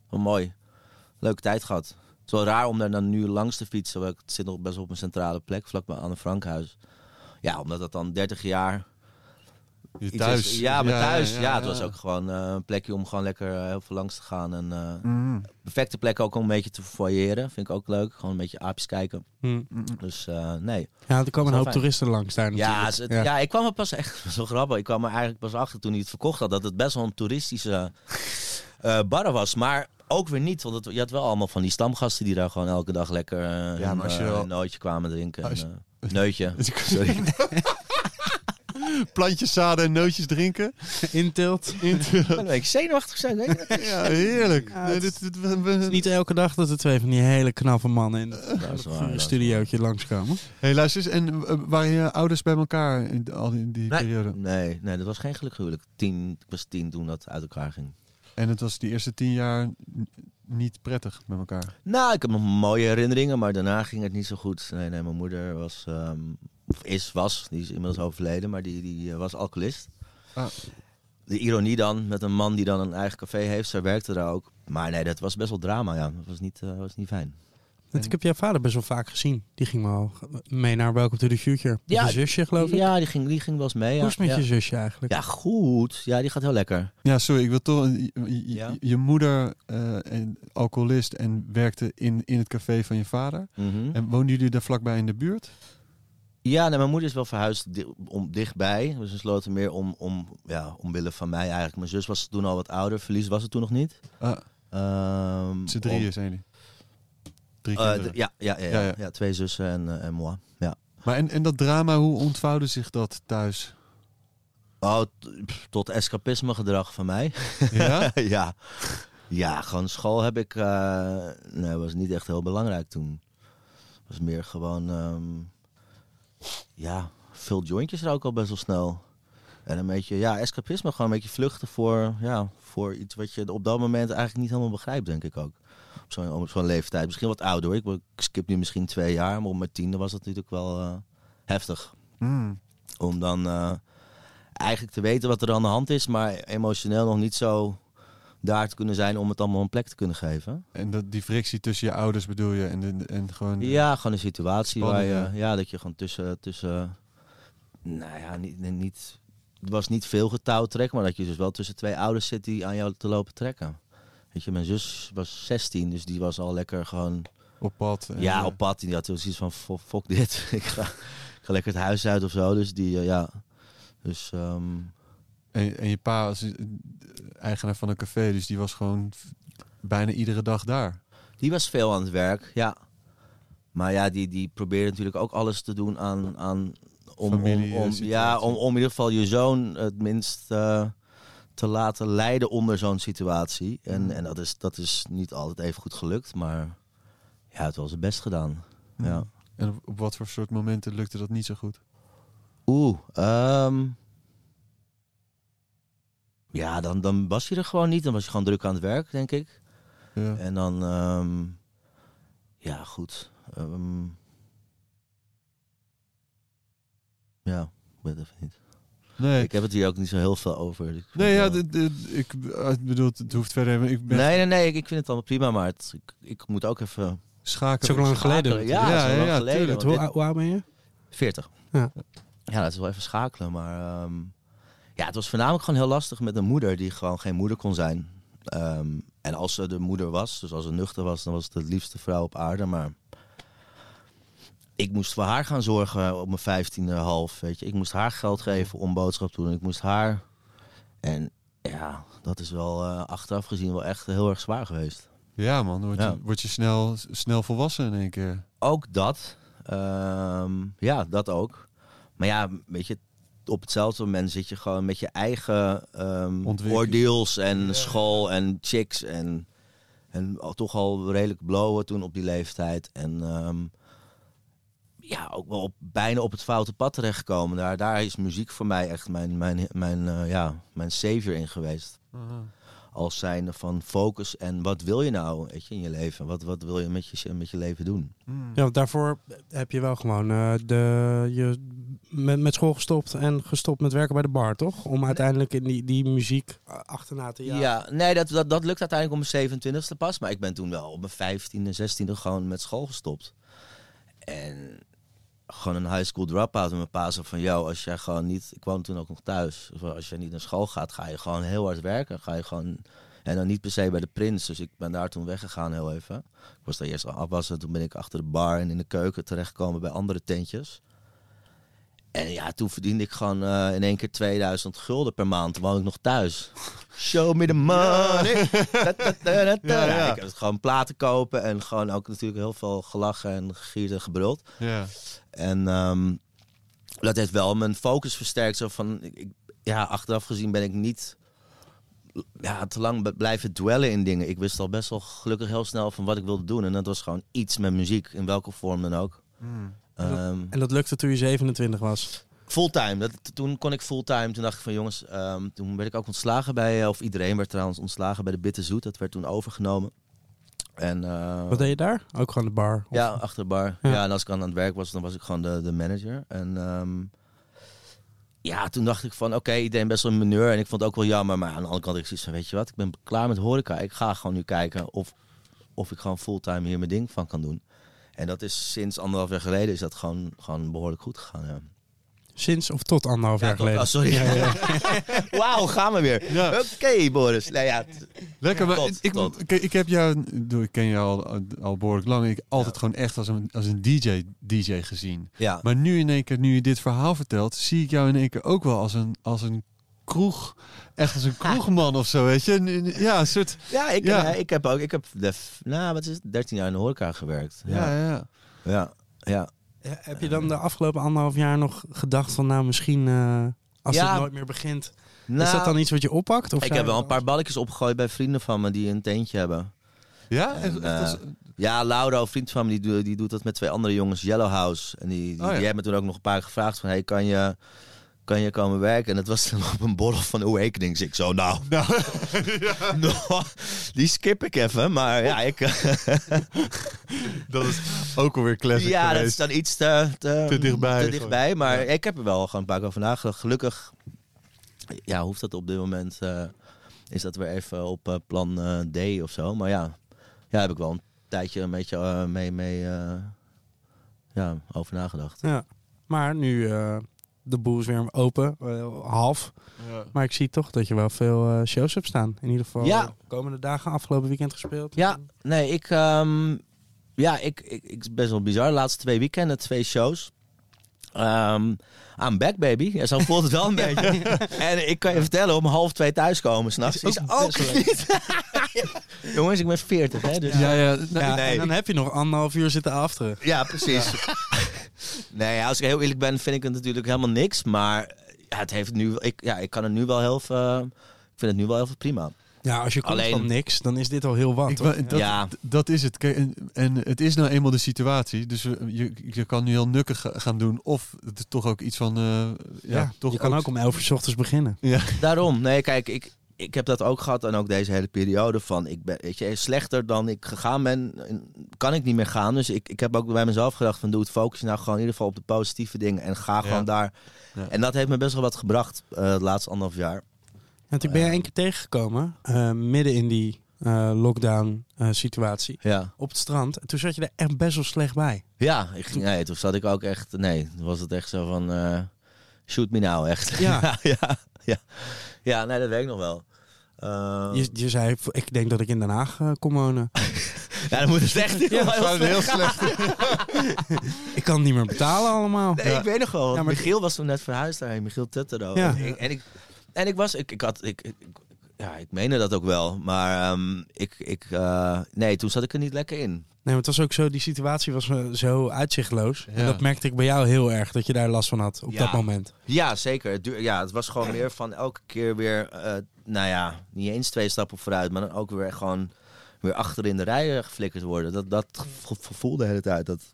B: Wel mooi. Leuke tijd gehad. Het is wel raar om daar dan nu langs te fietsen. Want het zit nog best wel op een centrale plek, vlakbij Anne Frankhuis. Ja, omdat dat dan dertig jaar...
D: Je thuis.
B: Is, ja, maar
D: ja,
B: thuis. Ja,
D: ja, ja,
B: ja, het
D: ja.
B: was ook gewoon uh, een plekje om gewoon lekker uh, heel veel langs te gaan. En uh,
D: Mm.
B: perfecte plek ook om een beetje te foyeren. Vind ik ook leuk. Gewoon een beetje aapjes kijken.
C: Mm.
B: Dus uh, nee.
C: Ja, er komen een hoop
B: fijn.
C: toeristen langs daar
B: Ja,
C: natuurlijk.
B: het, ja. ja, ik kwam er pas echt zo grappig. Ik kwam er eigenlijk pas achter toen hij het verkocht had. Dat het best wel een toeristische uh, bar was. Maar ook weer niet. Want het, je had wel allemaal van die stamgasten die daar gewoon elke dag lekker uh,
D: Ja, maar als je
B: een, uh,
D: wel-
B: een nootje kwamen drinken.
D: Als je-
B: En, uh, neutje. Sorry.
D: Plantjes, zaden en nootjes drinken.
C: Intilt.
B: Ik ben een beetje zenuwachtig zijn, weet je dat?
D: Ja, heerlijk.
C: Ja,
D: Nee,
C: het-
D: dit, dit, we- we-
C: Het is niet elke dag dat er twee van die hele knappe mannen in
B: Dat is
C: het
B: waar, dat
C: gure
B: is
C: studiootje langskomen.
D: Hey, luister eens. En uh, waren je ouders bij elkaar in, al in die
B: Nee.
D: periode?
B: Nee, nee, dat was geen gelukkig huwelijk. Tien, ik was tien toen dat uit elkaar ging.
D: En het was die eerste tien jaar n- niet prettig met elkaar?
B: Nou, ik heb nog mooie herinneringen, maar daarna ging het niet zo goed. Nee, nee, mijn moeder was, um, of is, was, die is inmiddels overleden, maar die, die uh, was alcoholist.
D: Ah.
B: De ironie dan, met een man die dan een eigen café heeft, zij werkte daar ook. Maar nee, dat was best wel drama, ja. Dat was niet, uh, was niet fijn.
C: Ik heb jouw vader best wel vaak gezien. Die ging wel mee naar Welcome to the Future. Met
B: Ja,
C: je zusje, geloof ik.
B: Ja, die ging, die ging wel eens mee.
C: Hoe
B: Ja.
C: is het met
B: ja.
C: je zusje eigenlijk?
B: Ja, goed. Ja, die gaat heel lekker.
D: Ja, sorry, ik wil toch... Je, je,
B: Ja?
D: je moeder uh, en alcoholist en werkte in, in het café van je vader.
B: Mm-hmm.
D: En woonden jullie daar vlakbij in de buurt?
B: Ja, nee, mijn moeder is wel verhuisd di- om dichtbij. Dus in Slotermeer om, om, ja, omwille van mij eigenlijk. Mijn zus was toen al wat ouder. Verlies was het toen nog niet.
D: Ah,
B: Um,
D: z'n drieën zijn die. Drie
B: Uh,
D: kinderen.
B: d- ja, ja, ja, ja.
D: Ja,
B: ja,
D: ja.
B: ja, twee zussen en, uh, en moi. Ja.
D: Maar en, en dat drama, hoe ontvouwde zich dat thuis?
B: Oh, t- pff, tot escapisme gedrag van mij.
D: Ja?
B: ja. Ja, gewoon school heb ik... Uh, nee, was niet echt heel belangrijk toen. Was meer gewoon... Um, ja, veel jointjes roken al best wel snel. En een beetje, ja, escapisme. Gewoon een beetje vluchten voor, ja, voor iets wat je op dat moment eigenlijk niet helemaal begrijpt, denk ik ook. Op zo'n, op zo'n leeftijd. Misschien wat ouder hoor. Ik, ben- ik skip nu misschien twee jaar. Maar op mijn tiende was dat natuurlijk wel uh, heftig.
D: Mm.
B: Om dan uh, eigenlijk te weten wat er aan de hand is. Maar emotioneel nog niet zo daar te kunnen zijn om het allemaal een plek te kunnen geven.
D: En dat, die frictie tussen je ouders bedoel je? En, de, en gewoon... de-
B: Ja, gewoon een situatie waar
D: Spanning,
B: je...
D: ja.
B: Ja, dat je gewoon tussen... tussen nou ja, niet... niet er was niet veel getouwtrek, maar dat je dus wel tussen twee ouders zit die aan jou te lopen trekken. Weet je, mijn zus was zestien, dus die was al lekker gewoon...
D: Op pad. En,
B: Ja,
D: eh,
B: op pad. Die had toen zoiets van, "Fo- fuck dit. ik, ga, ik ga lekker het huis uit of zo. Dus die, uh, ja... Dus... Um,
D: En, en je pa was eh, eigenaar van een café, dus die was gewoon v- bijna iedere dag daar.
B: die was veel aan het werk, ja. Maar ja, die, die probeerde natuurlijk ook alles te doen aan... aan om,
D: Familie,
B: om, om,
D: situatie.
B: ja, om, om in ieder geval je zoon het minst uh, te laten lijden onder zo'n situatie. En,
D: Mm.
B: en dat, is, dat is niet altijd even goed gelukt, maar ja, het was zijn best gedaan.
D: Mm.
B: Ja.
D: En op, op wat voor soort momenten lukte dat niet zo goed?
B: Oeh, um, ja, dan, dan was je er gewoon niet. Dan was je gewoon druk aan het werk, denk ik.
D: Ja.
B: En dan, um, ja, goed. Um, ja, ik weet het even niet.
D: Nee,
B: Ik heb het hier ook niet zo heel veel over. Ik vind
D: nee ja,
B: wel-
D: de, de, ik uh, bedoel, het hoeft verder. Ik ben
B: nee, nee, nee, ik, ik vind het allemaal prima, maar het, ik, ik moet ook even...
C: Het
D: schakelen.
C: is ook lang geleden.
B: schakelen. Ja,
D: Ja,
B: het is al
D: ja,
B: lang
D: ja,
B: geleden.
D: tuurlijk.
B: want
C: Hoe,
B: dit-
C: hoe oud ben je?
B: veertig.
C: Ja.
B: Ja, dat is wel even schakelen, maar... Um, ja, het was voornamelijk gewoon heel lastig met een moeder die gewoon geen moeder kon zijn. Um, en als ze de moeder was, dus als ze nuchter was, dan was het de liefste vrouw op aarde, maar... Ik moest voor haar gaan zorgen op mijn vijftiende half, weet je. Ik moest haar geld geven om boodschap te doen. Ik moest haar... En ja, dat is wel uh, achteraf gezien wel echt heel erg zwaar geweest.
D: Ja, man, dan word je,
B: Ja.
D: word je snel, snel volwassen in één keer.
B: Ook dat. Um, ja, dat ook. Maar ja, weet je, op hetzelfde moment zit je gewoon met je eigen um,
D: Ontwikkeling.
B: ordeals en
D: Ja.
B: school en chicks. En, en al- toch al redelijk blowen toen op die leeftijd. En um, ja, ook wel op, bijna op het foute pad terechtgekomen. Daar, daar is muziek voor mij echt mijn, mijn, mijn, uh, ja, mijn savior in geweest. als zijn van focus en wat wil je nou, weet je, in je leven? Wat, wat wil je met je met je leven doen?
C: Mm. Ja, want daarvoor heb je wel gewoon uh, de, je met, met school gestopt en gestopt met werken bij de bar, toch? Om uiteindelijk in die, die muziek achterna te jagen.
B: Ja, nee, dat, dat, dat lukt uiteindelijk om mijn zevenentwintigste pas. Maar ik ben toen wel op mijn vijftiende, zestiende gewoon met school gestopt. En gewoon een high school drop-out. En mijn pa zei van, jou, als jij gewoon niet... Ik woonde toen ook nog thuis. Als jij niet naar school gaat, ga je gewoon heel hard werken. Ga je gewoon... En dan niet per se bij de Prins. Dus ik ben daar toen weggegaan heel even. Ik was daar eerst al afwassen. Toen ben ik achter de bar en in de keuken terechtgekomen bij andere tentjes. En ja, toen verdiende ik gewoon uh, in één keer tweeduizend gulden per maand. Toen woon ik nog thuis. Show me the money. da, da, da, da, da. Ja, ja. Ik heb het gewoon platen kopen. En gewoon ook natuurlijk heel veel gelachen en gegierd en gebruld.
D: Ja.
B: En um, dat heeft wel mijn focus versterkt. Zo van, ik, ja, achteraf gezien ben ik niet... Ja, te lang blijven dwellen in dingen. Ik wist al best wel gelukkig heel snel van wat ik wilde doen. En dat was gewoon iets met muziek. In welke vorm dan ook.
C: Mm. Um, en dat lukte toen je zevenentwintig was?
B: Fulltime. Dat, toen kon ik fulltime. Toen dacht ik van jongens, um, toen werd ik ook ontslagen bij... Of iedereen werd trouwens ontslagen bij de Bitterzoet. Dat werd toen overgenomen. En, uh,
C: wat deed je daar? Ook gewoon de bar? Of?
B: Ja, achter de bar. Ja. Ja, en als ik aan het werk was, dan was ik gewoon de, de manager. En... Um, ja, toen dacht ik van, oké, okay, iedereen best wel een mineur. En ik vond het ook wel jammer. Maar aan de andere kant, ik zoiets van, weet je wat? Ik ben klaar met horeca. Ik ga gewoon nu kijken of, of ik gewoon fulltime hier mijn ding van kan doen. En dat is sinds anderhalf jaar geleden is dat gewoon, gewoon behoorlijk goed gegaan, ja.
C: Sinds of tot anderhalf
B: ja,
C: jaar
B: tot,
C: geleden?
B: Oh, sorry. Ja, ja. Wauw, gaan we weer. Ja. Oké, okay, Boris. Nee, ja, t-
D: Lekker, maar
B: tot,
D: ik,
B: tot.
D: Ik, ik heb jou, ik ken jou al, al behoorlijk lang. Ik altijd ja. gewoon echt als een, als een D J, D J gezien.
B: Ja.
D: Maar nu in één keer, nu je dit verhaal vertelt, zie ik jou in één keer ook wel als een, als een kroeg, echt als een kroegman of zo, weet je? Ja, een soort.
B: Ja, ik, ja. Uh, ik heb ook, ik heb, de, nou, wat is het, dertien jaar in de horeca gewerkt.
D: Ja, ja, ja.
B: ja, ja.
C: Ja, heb je dan de afgelopen anderhalf jaar nog gedacht van, nou, misschien uh, als ja. het nooit meer begint, nou, is dat dan iets wat je oppakt? Of
B: ik heb wel een paar balletjes opgegooid bij vrienden van me die een tentje hebben.
D: Ja?
B: En, uh, als... Ja, Laura, een vriend van me, die, die doet dat met twee andere jongens, Yellow House. En die, die, oh, ja. die hebben me toen ook nog een paar gevraagd van, hey, kan je... Kan je komen werken? En dat was dan op een borrel van Awakenings. Ik zo, nou, nou, ja. nou die skip ik even. Maar ja, ik...
D: dat is ook alweer classic
B: Ja,
D: geweest.
B: Dat is dan iets te, te,
D: te dichtbij.
B: Te dichtbij maar ja. Ik heb er wel gewoon een paar keer over nagedacht. Gelukkig ja, hoeft dat op dit moment... Uh, is dat weer even op uh, plan uh, D of zo. Maar ja, ja, heb ik wel een tijdje een beetje uh, mee, mee uh, ja, over nagedacht.
C: Ja, maar nu... Uh... De boel is weer open, uh, half. Ja. Maar ik zie toch dat je wel veel uh, shows hebt staan. In ieder geval
B: ja.
C: de komende dagen, afgelopen weekend gespeeld.
B: Ja, nee, ik... Um, ja, ik, ik, ik... Best wel bizar. De laatste twee weekenden, twee shows. Um, I'm back, baby. Ja, zo voelt het wel een beetje. En ik kan je vertellen, om half twee thuiskomen s'nachts is ook, ook niet... Jongens, ik ben veertig, hè. Dus
C: ja, ja, nou, ja, nee. En dan heb je nog anderhalf uur zitten afteren.
B: Ja, precies. Ja. Nee, als ik heel eerlijk ben, vind ik het natuurlijk helemaal niks. Maar ja, het heeft nu, ik, ja, ik kan het nu wel heel veel... Ik vind het nu wel heel veel prima.
C: Ja, als je komt Alleen, van niks, dan is dit al heel wat.
D: Ik, dat, ja. dat is het. Kijk, en, en het is nou eenmaal de situatie. Dus je, je kan nu heel nukkig gaan doen. Of het is toch ook iets van... Uh, ja,
C: ja,
D: toch
C: je kan ook, ook om elf uur 's ochtends beginnen.
B: Ja. Daarom. Nee, kijk, ik... Ik heb dat ook gehad en ook deze hele periode van, ik ben, weet je, slechter dan ik gegaan ben, kan ik niet meer gaan. Dus ik, ik heb ook bij mezelf gedacht van, doe het focus nou gewoon in ieder geval op de positieve dingen en ga ja. gewoon daar. Ja. En dat heeft me best wel wat gebracht uh, de laatste anderhalf jaar.
C: Ja, toen ben je uh, één keer tegengekomen, uh, midden in die uh, lockdown uh, situatie,
B: ja.
C: op het strand. En toen zat je er echt best wel slecht bij.
B: Ja, ik ging, nee, toen zat ik ook echt, nee, toen was het echt zo van, uh, shoot me now, echt.
C: Ja,
B: ja, ja. ja. Ja, nee, dat weet ik nog wel. Uh...
C: Je, je zei, ik denk dat ik in Den Haag uh, kom wonen.
B: Ja, dan moet het echt heel,
D: ja,
B: heel,
D: heel slecht.
C: Ik kan het niet meer betalen allemaal.
B: Nee, ja. Ik weet nog wel. Ja, maar Michiel was toen net verhuisd daarheen. Michiel Tuttero.
C: Ja.
B: En, ik, en, ik, en ik was, ik, ik had, ik, ik, ja, ik meende dat ook wel. Maar um, ik, ik, uh, nee, toen zat ik er niet lekker in.
C: Nee, maar het was ook zo, die situatie was zo uitzichtloos. Ja. En dat merkte ik bij jou heel erg, dat je daar last van had op
B: ja.
C: dat moment.
B: Ja, zeker. Het, duur, ja, het was gewoon meer van elke keer weer, uh, nou ja, niet eens twee stappen vooruit, maar dan ook weer gewoon weer achter in de rij geflikkerd worden. Dat, dat voelde de hele tijd. Dat,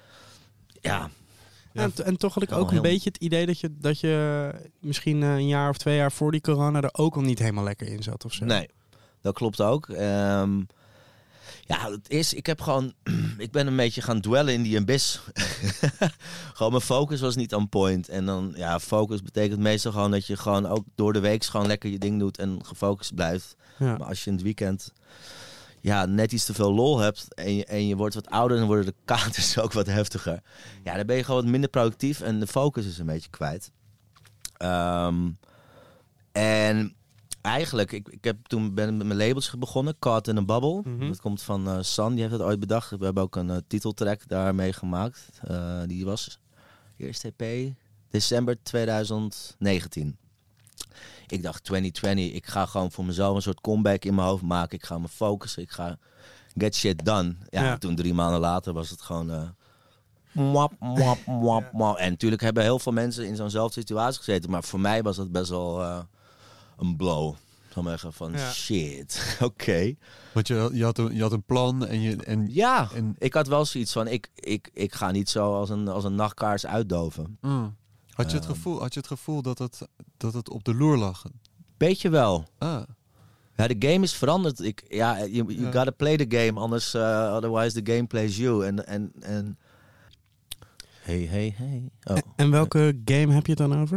B: ja.
C: Ja, en, en toch had ik ook een heel... beetje het idee dat je, dat je misschien een jaar of twee jaar voor die corona er ook al niet helemaal lekker in zat of zo.
B: Nee. Dat klopt ook. Um, ja, het is, ik heb gewoon, ik ben een beetje gaan dwellen in die abyss. Gewoon mijn focus was niet on point. En dan, ja, focus betekent meestal gewoon dat je gewoon ook door de week gewoon lekker je ding doet en gefocust blijft. Ja. Maar als je in het weekend ja, net iets te veel lol hebt en je, en je wordt wat ouder, dan worden de katers ook wat heftiger. Ja, dan ben je gewoon wat minder productief en de focus is een beetje kwijt. Um, en eigenlijk, ik, ik heb toen ben met mijn labels begonnen, Caught in a Bubble. Mm-hmm. Dat komt van uh, San, die heeft het ooit bedacht. We hebben ook een uh, titeltrack daarmee gemaakt. Uh, die was eerste E P december twintig negentien. Ik dacht twintig twintig, ik ga gewoon voor mezelf een soort comeback in mijn hoofd maken. Ik ga me focussen, ik ga get shit done. Ja, ja. Toen drie maanden later was het gewoon Uh, Mwap, mwap, mwap, mwap. En natuurlijk hebben heel veel mensen in zo'nzelfde situatie gezeten. Maar voor mij was het best wel uh, een blow. Van zeggen van ja. shit, oké. Okay.
D: Want je, je, had een, je had een plan en je... En,
B: ja,
D: en...
B: ik had wel zoiets van, ik, ik, ik ga niet zo als een, als een nachtkaars uitdoven.
D: Mm. Had, je het gevoel, had je het gevoel dat het, dat het op de loer lag?
B: Beetje wel.
D: Ah.
B: Ja, de game is veranderd. Ik, ja, you, you ja. gotta play the game, anders, uh, otherwise the game plays you. En... en, en Hey, hey, hey. Oh.
C: En, en welke game heb je het dan over?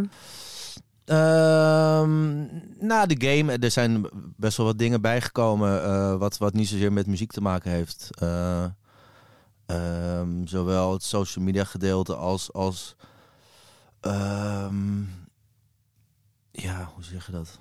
B: Um, nou, de game. Er zijn best wel wat dingen bijgekomen. Uh, wat, wat niet zozeer met muziek te maken heeft. Uh, um, zowel het social media gedeelte als... als um, ja, hoe zeg je dat?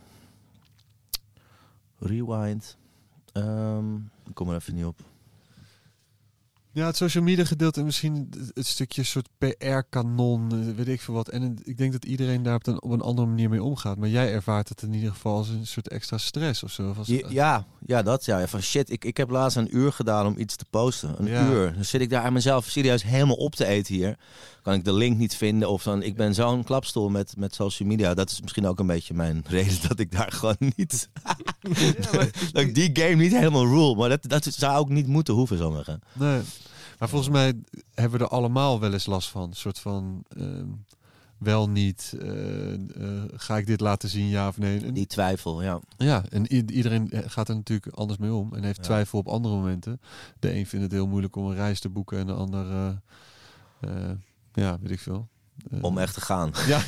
B: Rewind. Um, ik kom er even niet op.
D: Ja, het social media gedeelte en misschien het stukje soort P R-kanon, weet ik veel wat. En ik denk dat iedereen daar op een, op een andere manier mee omgaat. Maar jij ervaart het in ieder geval als een soort extra stress of zo. Of als,
B: ja, ja, dat ja. Van shit, ik, ik heb laatst een uur gedaan om iets te posten. Een ja. uur. Dan zit ik daar aan mezelf serieus helemaal op te eten hier. Kan ik de link niet vinden of dan. Ik ben zo'n klapstoel met, met social media. Dat is misschien ook een beetje mijn reden dat ik daar gewoon niet... ja, maar... dat ik die game niet helemaal rule. Maar dat, dat zou ook niet moeten hoeven, zo maar zeggen.
D: Nee. Maar volgens mij hebben we er allemaal wel eens last van. Een soort van, uh, wel niet, uh, uh, ga ik dit laten zien, ja of nee?
B: Die twijfel, ja.
D: Ja, en i- iedereen gaat er natuurlijk anders mee om. En heeft ja. twijfel op andere momenten. De een vindt het heel moeilijk om een reis te boeken. En de ander, uh, uh, ja, weet ik veel.
B: Uh, om echt te gaan.
D: Ja.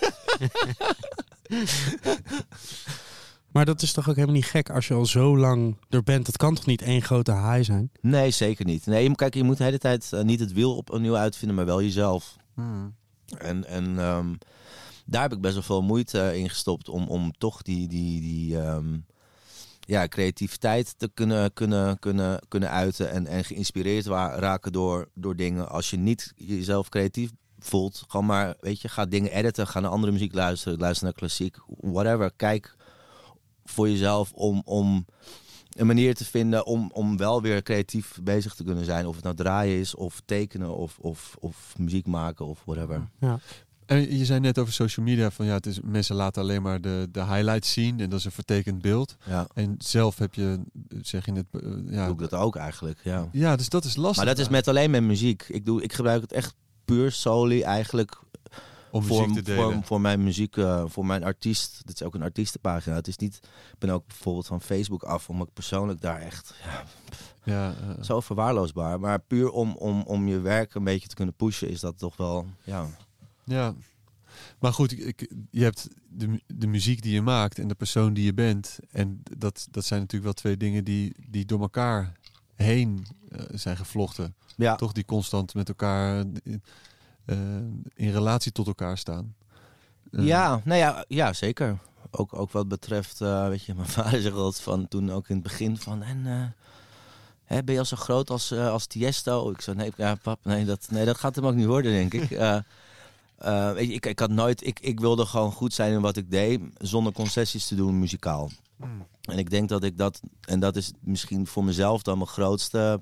C: Maar dat is toch ook helemaal niet gek als je al zo lang er bent. Dat kan toch niet één grote high zijn?
B: Nee, zeker niet. Nee, kijk, je moet de hele tijd uh, niet het wiel opnieuw uitvinden, maar wel jezelf. Hmm. En, en um, daar heb ik best wel veel moeite in gestopt om, om toch die, die, die um, ja, creativiteit te kunnen, kunnen, kunnen, kunnen uiten. En, en geïnspireerd wa- raken door, door dingen. Als je niet jezelf creatief voelt, gewoon maar, weet je, ga dingen editen. Ga naar andere muziek luisteren. Luister naar klassiek. Whatever. Kijk voor jezelf om, om een manier te vinden om, om wel weer creatief bezig te kunnen zijn. Of het nou draaien is, of tekenen, of, of, of muziek maken, of whatever.
C: Ja.
D: En je zei net over social media, van ja, het is, mensen laten alleen maar de, de highlights zien en dat is een vertekend beeld.
B: Ja.
D: En zelf heb je, zeg je het... Uh, ja,
B: doe ik dat ook eigenlijk, ja.
D: Ja, dus dat is lastig.
B: Maar dat is met alleen met muziek. Ik, doe, ik gebruik het echt puur solely eigenlijk...
D: Om
B: voor,
D: muziek te delen.
B: Voor, voor mijn muziek, uh, voor mijn artiest. Dit is ook een artiestenpagina. Het is niet, ik ben ook bijvoorbeeld van Facebook af, omdat ik persoonlijk daar echt ja,
D: ja, uh,
B: zo verwaarloosbaar. Maar puur om, om, om je werk een beetje te kunnen pushen, is dat toch wel, ja.
D: Ja, maar goed, ik, je hebt de, de muziek die je maakt en de persoon die je bent. En dat, dat zijn natuurlijk wel twee dingen die, die door elkaar heen uh, zijn gevlochten.
B: Ja.
D: Toch die constant met elkaar... Uh, in relatie tot elkaar staan.
B: Uh. Ja, nou ja, ja, zeker. Ook, ook wat betreft, uh, weet je, mijn vader zegt altijd van toen ook in het begin van en uh, hè, ben je al zo groot als, uh, als Tiesto? Ik zei nee, ja, pap, nee, dat, nee, dat gaat hem ook niet worden, denk ik. Uh, uh, weet je, ik, ik had nooit, ik, ik wilde gewoon goed zijn in wat ik deed, zonder concessies te doen muzikaal. Hmm. En ik denk dat ik dat, en dat is misschien voor mezelf dan mijn grootste.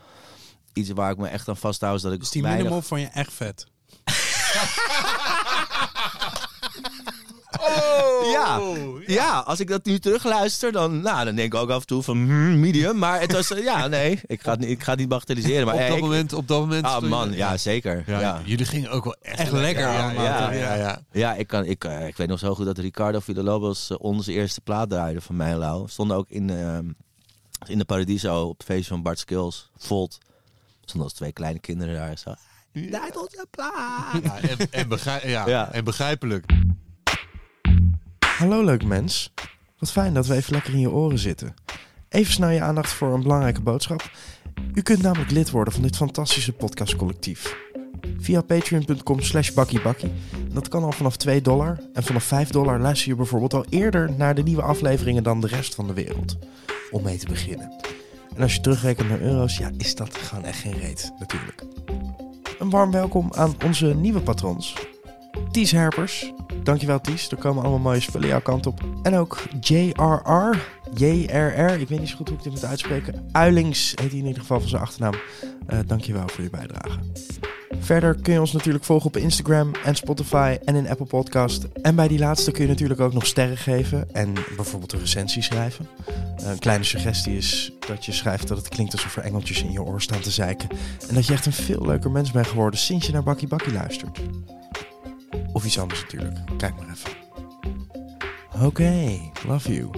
B: Iets waar ik me echt aan vasthoud is dat ik.
C: Dus die
B: weinig...
C: minimal vond je echt vet?
B: oh! Ja, Ja, ja, als ik dat nu terugluister, dan, nou, dan denk ik ook af en toe van hmm, medium. Maar het was, uh, ja, nee, ik ga het niet, ik ga het niet bagatelliseren. Maar
D: op,
B: hey,
D: dat
B: ik,
D: moment, op dat moment...
B: Ah, man,
D: je,
B: ja, zeker.
D: Ja,
B: ja.
D: Jullie gingen ook wel echt,
C: echt lekker allemaal.
B: Ja, ja,
D: ja, ja.
B: ja ik, kan, ik, uh, ik weet nog zo goed dat Ricardo Villalobos uh, onze eerste plaat draaide van mij en Lau. Stonden ook in, uh, in de Paradiso op het feestje van Bart Skills, Volt. Stonden als twee kleine kinderen daar zo... Draait onze plaat!
D: Ja, en, en, begrijp, ja,
B: ja.
D: en begrijpelijk.
A: Hallo leuk mens. Wat fijn dat we even lekker in je oren zitten. Even snel je aandacht voor een belangrijke boodschap. U kunt namelijk lid worden van dit fantastische podcastcollectief. Via patreon.com slash bakkiebakkie. Dat kan al vanaf twee dollar. En vanaf vijf dollar luister je bijvoorbeeld al eerder naar de nieuwe afleveringen dan de rest van de wereld. Om mee te beginnen. En als je terugrekent naar euro's, ja, is dat gewoon echt geen reet, natuurlijk. Een warm welkom aan onze nieuwe patrons. Ties Herpers. Dankjewel Ties, er komen allemaal mooie spullen jouw kant op. En ook J R R. J R R, ik weet niet zo goed hoe ik dit moet uitspreken. Uilings heet hij in ieder geval van zijn achternaam. Uh, dankjewel voor je bijdrage. Verder kun je ons natuurlijk volgen op Instagram en Spotify en in Apple Podcast. En bij die laatste kun je natuurlijk ook nog sterren geven en bijvoorbeeld een recensie schrijven. Een kleine suggestie is dat je schrijft dat het klinkt alsof er engeltjes in je oor staan te zeiken. En dat je echt een veel leuker mens bent geworden sinds je naar Bakkie Bakkie luistert. Of iets anders natuurlijk. Kijk maar even. Oké, okay, love you.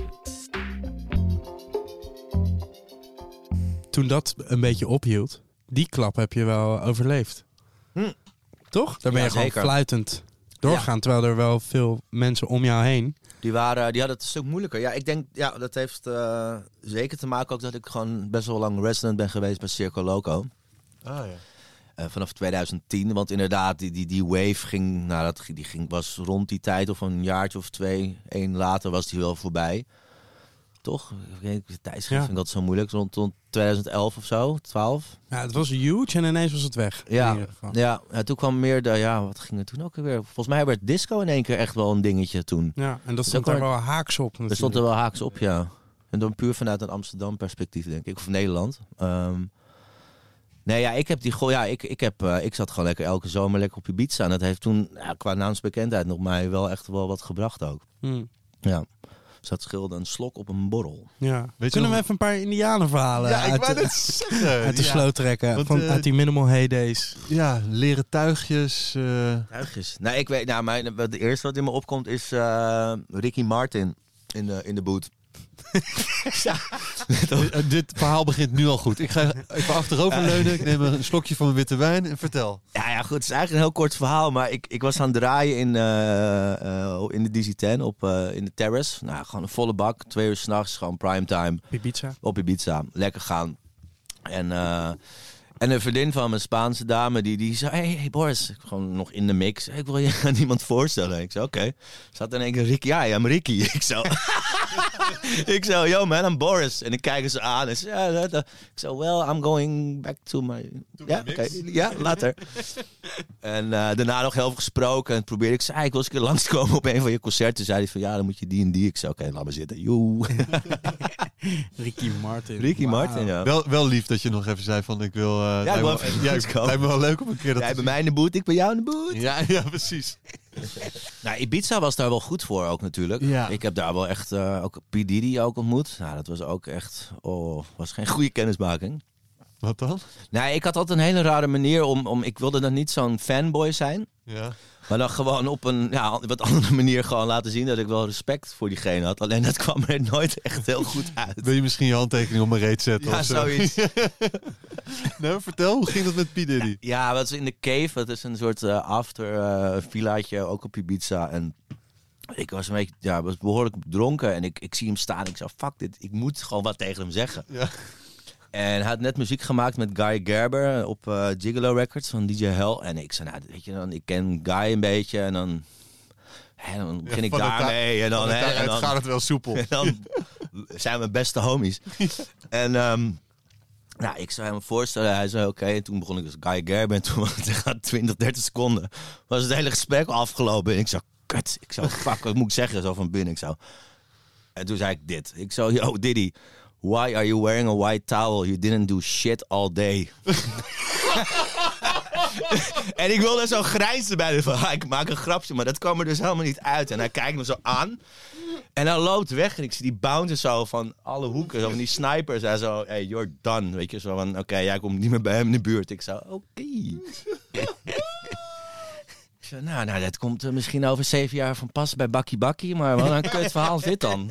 C: Toen dat een beetje ophield, die klap heb je wel overleefd.
B: Hm.
C: Toch? Daar ben
B: ja,
C: je gewoon
B: zeker.
C: fluitend doorgaan, ja. Terwijl er wel veel mensen om jou heen...
B: Die, waren, die hadden het een stuk moeilijker. Ja, ik denk, ja, dat heeft uh, zeker te maken ook dat ik gewoon best wel lang resident ben geweest bij Circo Loco.
D: Ah ja.
B: Uh, vanaf twintig tien, want inderdaad, die, die, die wave ging, nou, dat, die ging, was rond die tijd of een jaartje of twee, één later was die wel voorbij. Toch? De tijdsgeest ja. vind ik dat zo moeilijk. Rond, rond twintig elf of zo, twaalf.
C: Ja, het was huge en ineens was het weg.
B: Ja,
C: in ieder geval.
B: ja, ja, toen kwam meer de, ja, wat ging er toen ook weer? Volgens mij werd disco in één keer echt wel een dingetje toen.
C: Ja, en dat stond er wel haaks op natuurlijk.
B: Er stond er wel haaks op, ja. En dan puur vanuit een Amsterdam perspectief, denk ik. Of Nederland. Um, nee, ja, ik heb die goh, ja, ik, ik, heb, uh, ik zat gewoon lekker elke zomer lekker op Ibiza. En dat heeft toen, ja, qua naamsbekendheid nog mij wel echt wel wat gebracht ook.
C: Hmm.
B: Ja. Dus dat scheelde een slok op een borrel.
C: Ja. Weet Kunnen we even een paar indianenverhalen
D: ja, ik
C: uit,
D: wou net zeggen.
C: uit de
D: ja.
C: sloot trekken?
D: Want,
C: van,
D: uh,
C: uit die minimal heydays.
D: Ja, leren tuigjes. Uh...
B: Tuigjes. Nou, ik weet, nou, mijn, het eerste wat in me opkomt is uh, Ricky Martin in de, in de boot.
D: Ja. Dit verhaal begint nu al goed. Ik ga even achteroverleunen. Ik neem een slokje van mijn witte wijn en vertel.
B: Ja, ja, goed. Het is eigenlijk een heel kort verhaal. Maar ik, ik was aan het draaien in, uh, uh, in de D C tien op uh, in de Terrace. Nou, gewoon een volle bak. Twee uur 's nachts, gewoon primetime.
C: Ibiza.
B: Op Ibiza. Lekker gaan. En... Uh, En een vriendin van mijn Spaanse dame, die, die zei... Hey, hey Boris, gewoon nog in de mix. Ik wil je aan iemand voorstellen. Ik zei, oké. Okay. Zat in één keer Ricky. Ja, I'm Ricky. Ik zo... ik zo, yo man, I'm Boris. En ik kijk ze aan. En ze, ja, dat, dat. Ik zo, well, I'm going back to my... Ja, oké. Okay. Ja, later. En uh, daarna nog heel veel gesproken. En probeerde ik... Zei, ik wil eens een keer langskomen op een van je concerten. Zei hij van, ja, dan moet je die en die. Ik zei, oké, okay, laat maar zitten. Joe.
C: Ricky Martin.
B: Ricky
C: wow.
B: Martin, ja.
D: Wel, wel lief dat je nog even zei van, ik wil... Uh,
B: ja, ik wil even
D: ja, het lijkt me wel leuk om een keer dat
B: Jij bij mij in de boot, ik bij jou in de boot.
D: Ja, ja, precies.
B: Nou, Ibiza was daar wel goed voor ook natuurlijk.
D: Ja.
B: Ik heb daar wel echt uh, ook P. Diddy ook ontmoet. Nou, dat was ook echt... Oh, was geen goede kennismaking.
D: Wat dan?
B: Nee, ik had altijd een hele rare manier om... om ik wilde dan niet zo'n fanboy zijn.
D: Ja.
B: Maar dan gewoon op een ja, wat andere manier gewoon laten zien dat ik wel respect voor diegene had. Alleen dat kwam er nooit echt heel goed uit.
D: Wil je misschien je handtekening op mijn reet zetten?
B: Ja,
D: of zo?
B: zoiets.
D: Nou, vertel, hoe ging dat met P. Diddy?
B: Ja, dat is in de Cave. Dat is een soort uh, after uh, villaatje, ook op Ibiza. En ik was een beetje, ja, was behoorlijk dronken. En ik, ik zie hem staan. Ik zei, fuck dit, ik moet gewoon wat tegen hem zeggen.
D: Ja.
B: En hij had net muziek gemaakt met Guy Gerber op uh, Gigolo Records van D J Hell. En ik zei, nou, weet je, dan, ik ken Guy een beetje en dan, hè, dan begin ja, ik daarmee. En dan, hè, en dan
D: gaat het wel soepel.
B: En dan zijn we beste homies. En um, nou, ik zou hem voorstellen, hij zei oké. Okay. En toen begon ik dus Guy Gerber en toen was het twintig, dertig seconden. Was het hele gesprek afgelopen. En ik zei, kut. Ik zou, fuck, wat moet ik zeggen? Zo van binnen. Ik zou. En toen zei ik dit. Ik zou, yo, Diddy. Why are you wearing a white towel? You didn't do shit all day. en ik wilde zo grijnzen bij de van, ik maak een grapje, maar dat kwam er dus helemaal niet uit. En hij kijkt me zo aan. En hij loopt weg en ik zie die bouncers zo van alle hoeken, zo van die snipers. Hij zo, hey, you're done. Weet je, zo van, oké, okay, jij komt niet meer bij hem in de buurt. Ik zo, oké. Okay. Nou, nou, dat komt uh, misschien over zeven jaar van pas bij Bakkie Bakkie, maar wat een kut verhaal is dit dan?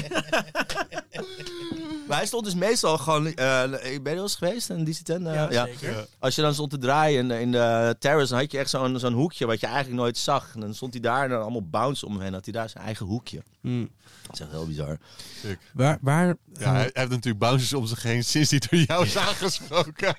B: Maar hij stond dus meestal gewoon... Uh, ben je er eens geweest in die tent? Uh,
C: ja,
B: ja,
C: zeker.
B: Als je dan stond te draaien in de, in de terrace, dan had je echt zo'n zo'n hoekje wat je eigenlijk nooit zag. En dan stond hij daar en dan allemaal bounce om hem heen. Had hij daar zijn eigen hoekje. Mm. Dat is echt heel bizar.
D: Sick.
C: Waar... waar
D: ja, hij heeft natuurlijk bouncers om zich heen sinds hij door jou is aangesproken.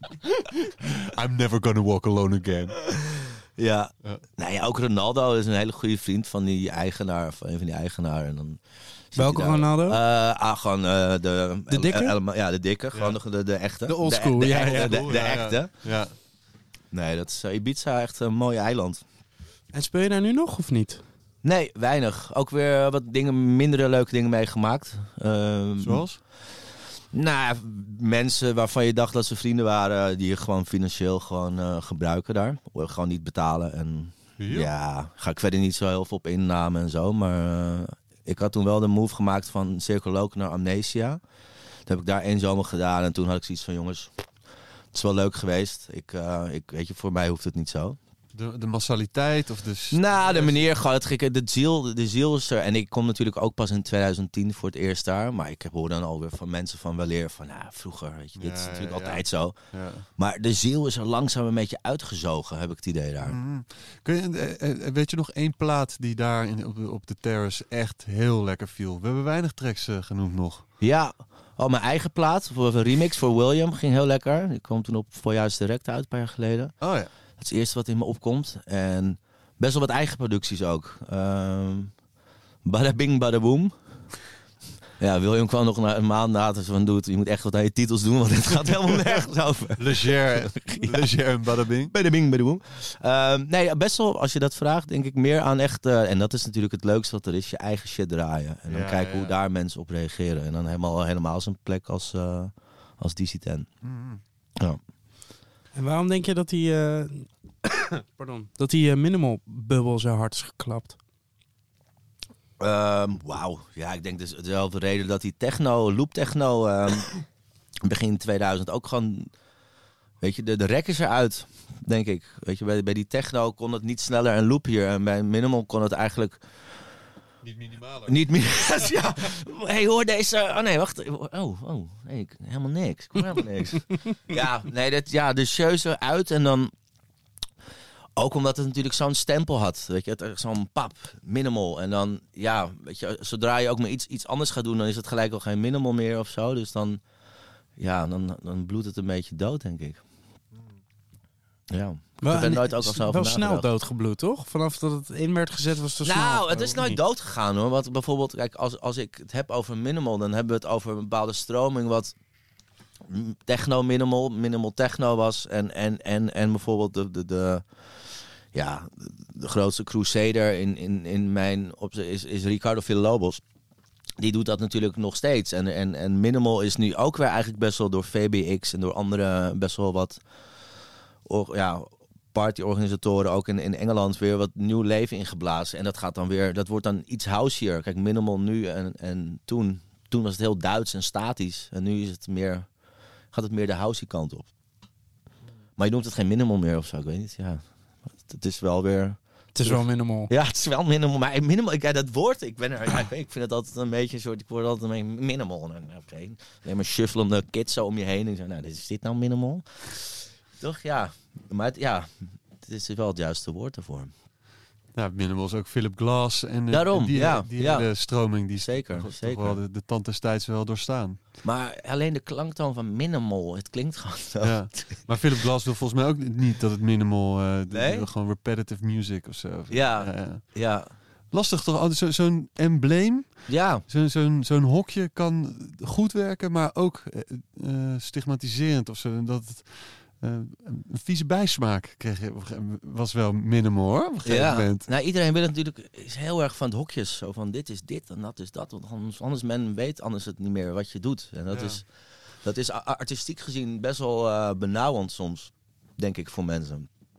D: I'm never gonna walk alone again.
B: Ja. ja. Nou ja, ook Ronaldo is een hele goede vriend van die eigenaar, van een van die eigenaren. En dan
C: welke Ronaldo?
B: Uh, ah, gewoon uh, de...
C: De dikke?
B: El, El, ja, de dikke. Ja. Gewoon de, de, de echte.
C: De oldschool,
B: de, de,
C: ja.
B: de,
C: ja.
B: De, de, de
D: ja,
B: echte.
D: Ja. ja.
B: Nee, dat is uh, Ibiza echt een mooi eiland.
C: En speel je daar nu nog of niet?
B: Nee, weinig. Ook weer wat dingen, mindere leuke dingen meegemaakt. Uh,
D: Zoals?
B: Nou, mensen waarvan je dacht dat ze vrienden waren, die je gewoon financieel gewoon uh, gebruiken daar. Gewoon niet betalen. En ja. ja, ga ik verder niet zo heel veel op innamen en zo. Maar uh, ik had toen wel de move gemaakt van Circle Loco naar Amnesia. Dat heb ik daar één zomer gedaan. En toen had ik zoiets van, jongens, het is wel leuk geweest. Ik, uh, ik, weet je, voor mij hoeft het niet zo.
D: De, de massaliteit of de...
B: Nou, de manier gewoon, het, de, ziel, de ziel is er. En ik kom natuurlijk ook pas in twintig tien voor het eerst daar. Maar ik heb hoor dan alweer van mensen van weleer van, nou, vroeger, weet je, dit ja, is natuurlijk ja, altijd ja. zo. Ja. Maar de ziel is er langzaam een beetje uitgezogen, heb ik het idee daar.
D: Mm-hmm. Kun je, weet je nog één plaat die daar in, op, de, op de terrace echt heel lekker viel? We hebben weinig tracks uh, genoemd nog.
B: Ja, oh, mijn eigen plaat, voor een remix voor William, ging heel lekker. Die kwam toen op Voorjuist Direct uit, een paar jaar geleden.
D: Oh ja.
B: Dat is het eerste wat in me opkomt. En best wel wat eigen producties ook. Um, bada bing, bada boom. Ja, William kwam nog na, een maand later van doet. Je moet echt wat aan je titels doen, want het gaat helemaal nergens over.
D: Leger, ja. Leger en bada bing.
B: Bada bing, bada boom. Um, nee, best wel, als je dat vraagt, denk ik meer aan echt... Uh, en dat is natuurlijk het leukste wat er is, je eigen shit draaien. En dan ja, kijken ja. hoe daar mensen op reageren. En dan helemaal, helemaal zijn plek als, uh, als D C tien. Mm-hmm. Ja.
C: En waarom denk je dat die, uh, pardon, dat die uh, minimal bubbel zo hard is geklapt?
B: Um, Wauw, ja, ik denk dus dezelfde reden dat die techno, loop techno, um, begin tweeduizend ook gewoon, weet je, de, de rek is eruit, denk ik. Weet je, bij, bij die techno kon het niet sneller en loopier en bij minimal kon het eigenlijk...
D: Niet minimaler.
B: Niet minimaler, ja. Hey, hoor deze... Oh nee, wacht. Oh, oh. Nee, ik, helemaal niks. Ik hoor helemaal niks. Ja, nee, dat, ja, de shows eruit en dan... Ook omdat het natuurlijk zo'n stempel had. Weet je, zo'n pap, minimal. En dan, ja, weet je, zodra je ook maar iets, iets anders gaat doen, dan is het gelijk al geen minimal meer of zo. Dus dan, ja, dan, dan bloedt het een beetje dood, denk ik. Ja. Ik ben nooit ook al zo
C: wel snel doodgebloed, toch? Vanaf dat het in werd gezet was het
B: nou,
C: snel.
B: Nou, het is nooit dood gegaan, hoor. Want bijvoorbeeld, kijk, als, als ik het heb over minimal, dan hebben we het over een bepaalde stroming wat techno minimal, minimal techno was. En, en, en, en bijvoorbeeld de, de, de, ja, de grootste crusader in, in, in mijn opzet is, is Ricardo Villalobos. Die doet dat natuurlijk nog steeds. En, en, en minimal is nu ook weer eigenlijk best wel door V B X en door andere best wel wat... Or, ja, partyorganisatoren ook in, in Engeland weer wat nieuw leven ingeblazen. En dat gaat dan weer, dat wordt dan iets houseier. Kijk, minimal nu en, en toen. Toen was het heel Duits en statisch. En nu is het meer, gaat het meer de housey kant op. Maar je noemt het geen minimal meer of zo, ik weet niet. Ja, het, het is wel weer...
C: Het is wel minimal.
B: Ja, het is wel minimal. Maar minimal, ja, dat woord, ik ben er, ja, ik, weet, ik vind het altijd een beetje een soort, ik word altijd een minimal. Oké, okay. Alleen maar shufflende kids zo om je heen. En zo, nou, is dit nou minimal? Toch? Ja. Maar het, ja, het is wel het juiste woord ervoor.
D: Ja, minimal is ook Philip Glass en
B: Daarom,
D: die,
B: ja,
D: die
B: ja.
D: hele stroming die
B: zeker,
D: toch,
B: zeker.
D: toch wel de, de tand destijds wel doorstaan.
B: Maar alleen de klanktoon van minimal, het klinkt gewoon zo.
D: Ja. Maar Philip Glass wil volgens mij ook niet dat het minimal, uh,
B: nee?
D: wil gewoon repetitive music of zo.
B: Ja,
D: ja. ja.
B: ja.
D: Lastig toch altijd zo, zo'n embleem.
B: Ja.
D: Zo'n zo'n zo'n hokje kan goed werken, maar ook uh, stigmatiserend of zo. Dat het, Uh, een vieze bijsmaak kreeg je, was wel minimal, hoor. Op een gegeven
B: ja.
D: moment.
B: Nou, iedereen wil het natuurlijk, is heel erg van het hokjes. Zo van dit is dit en dat is dat. Want anders, anders men weet anders het niet meer wat je doet. En dat, ja. is, dat is artistiek gezien best wel uh, benauwend soms, denk ik, voor mensen.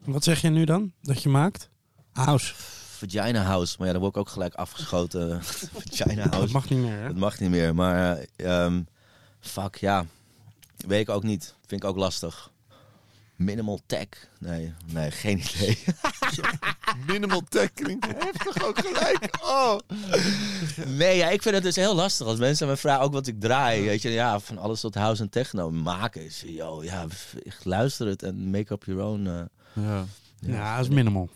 C: Wat zeg je nu dan, dat je maakt? House.
B: Vagina House. Maar ja, dan word ik ook gelijk afgeschoten. Vagina House.
C: Dat mag niet meer, hè?
B: Dat mag niet meer. Maar uh, um, fuck, ja. Weet ik ook niet. Vind ik ook lastig. Minimal tech. Nee, nee, geen idee.
D: Minimal tech klinkt heftig ook gelijk. Oh.
B: Nee, ja, ik vind het dus heel lastig. Als mensen me vragen ook wat ik draai. Weet je, ja, van alles tot house en techno maken. Is, yo, ja, echt luister het en make up your own. Uh,
C: ja. Ja, ja, dat is minimal.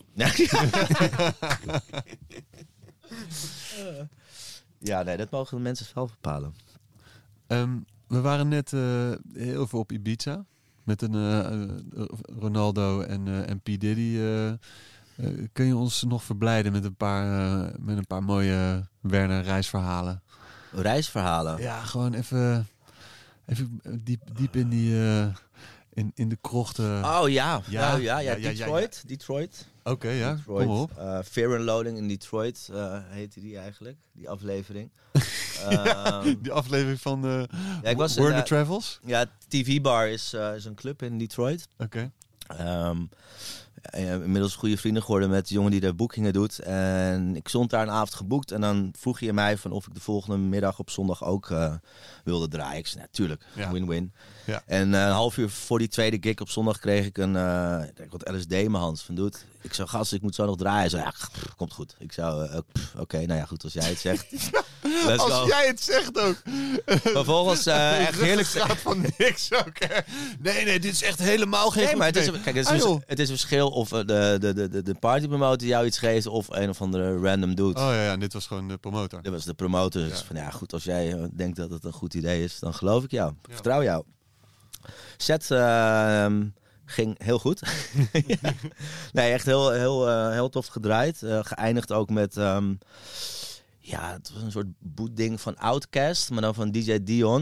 B: Ja, nee, dat mogen de mensen zelf bepalen.
D: Um, we waren net uh, heel veel op Ibiza. Met een uh, Ronaldo en, uh, en P. Diddy. Uh, uh, kun je ons nog verblijden met een paar, uh, met een paar mooie Werner reisverhalen?
B: Reisverhalen?
D: Ja, gewoon even, even diep, diep in die... Uh, in, in de krochten.
B: Oh ja, ja, ja, ja, ja, ja Detroit. Ja, ja. Detroit.
D: Oké, okay, ja,
B: Detroit.
D: Kom op.
B: Uh, Fear and Loading in Detroit uh, heette die eigenlijk, die aflevering. um,
D: die aflevering van uh,
B: ja, ik was
D: Werner
B: uh,
D: Travels?
B: Ja, T V Bar is, uh, is een club in Detroit.
D: Oké.
B: Okay. Um, inmiddels goede vrienden geworden met de jongen die de boekingen doet. En ik stond daar een avond geboekt. En dan vroeg je mij van of ik de volgende middag op zondag ook uh, wilde draaien. Ik zei, natuurlijk, ja. Win-win. Ja. En uh, een half uur voor die tweede gig op zondag kreeg ik een uh, ik wat L S D in mijn hand. Van, doe het. Ik zou gast, ik moet zo nog draaien. Zo, ja, pff, komt goed. Ik zou, uh, oké, okay, nou ja, goed, als jij het zegt.
D: Let's als go. Jij het zegt ook.
B: Vervolgens, uh, echt heerlijk.
D: Het gaat van niks ook, hè. Nee, nee, dit is echt helemaal geen
B: nee, maar het is,
D: nee.
B: kijk, het is, ah, het is een verschil of de, de, de, de partypromotor jou iets geeft of een of andere random dude.
D: Oh ja, ja, dit was gewoon de promotor.
B: Dit was de promotor. Dus ja. Van ja, goed, als jij uh, denkt dat het een goed idee is, dan geloof ik jou. Ik ja. vertrouw jou. Set uh, ging heel goed. ja. Nee, echt heel, heel, uh, heel tof gedraaid. Uh, geëindigd ook met... Um, ja, het was een soort boetding van Outkast, maar dan van D J Dion.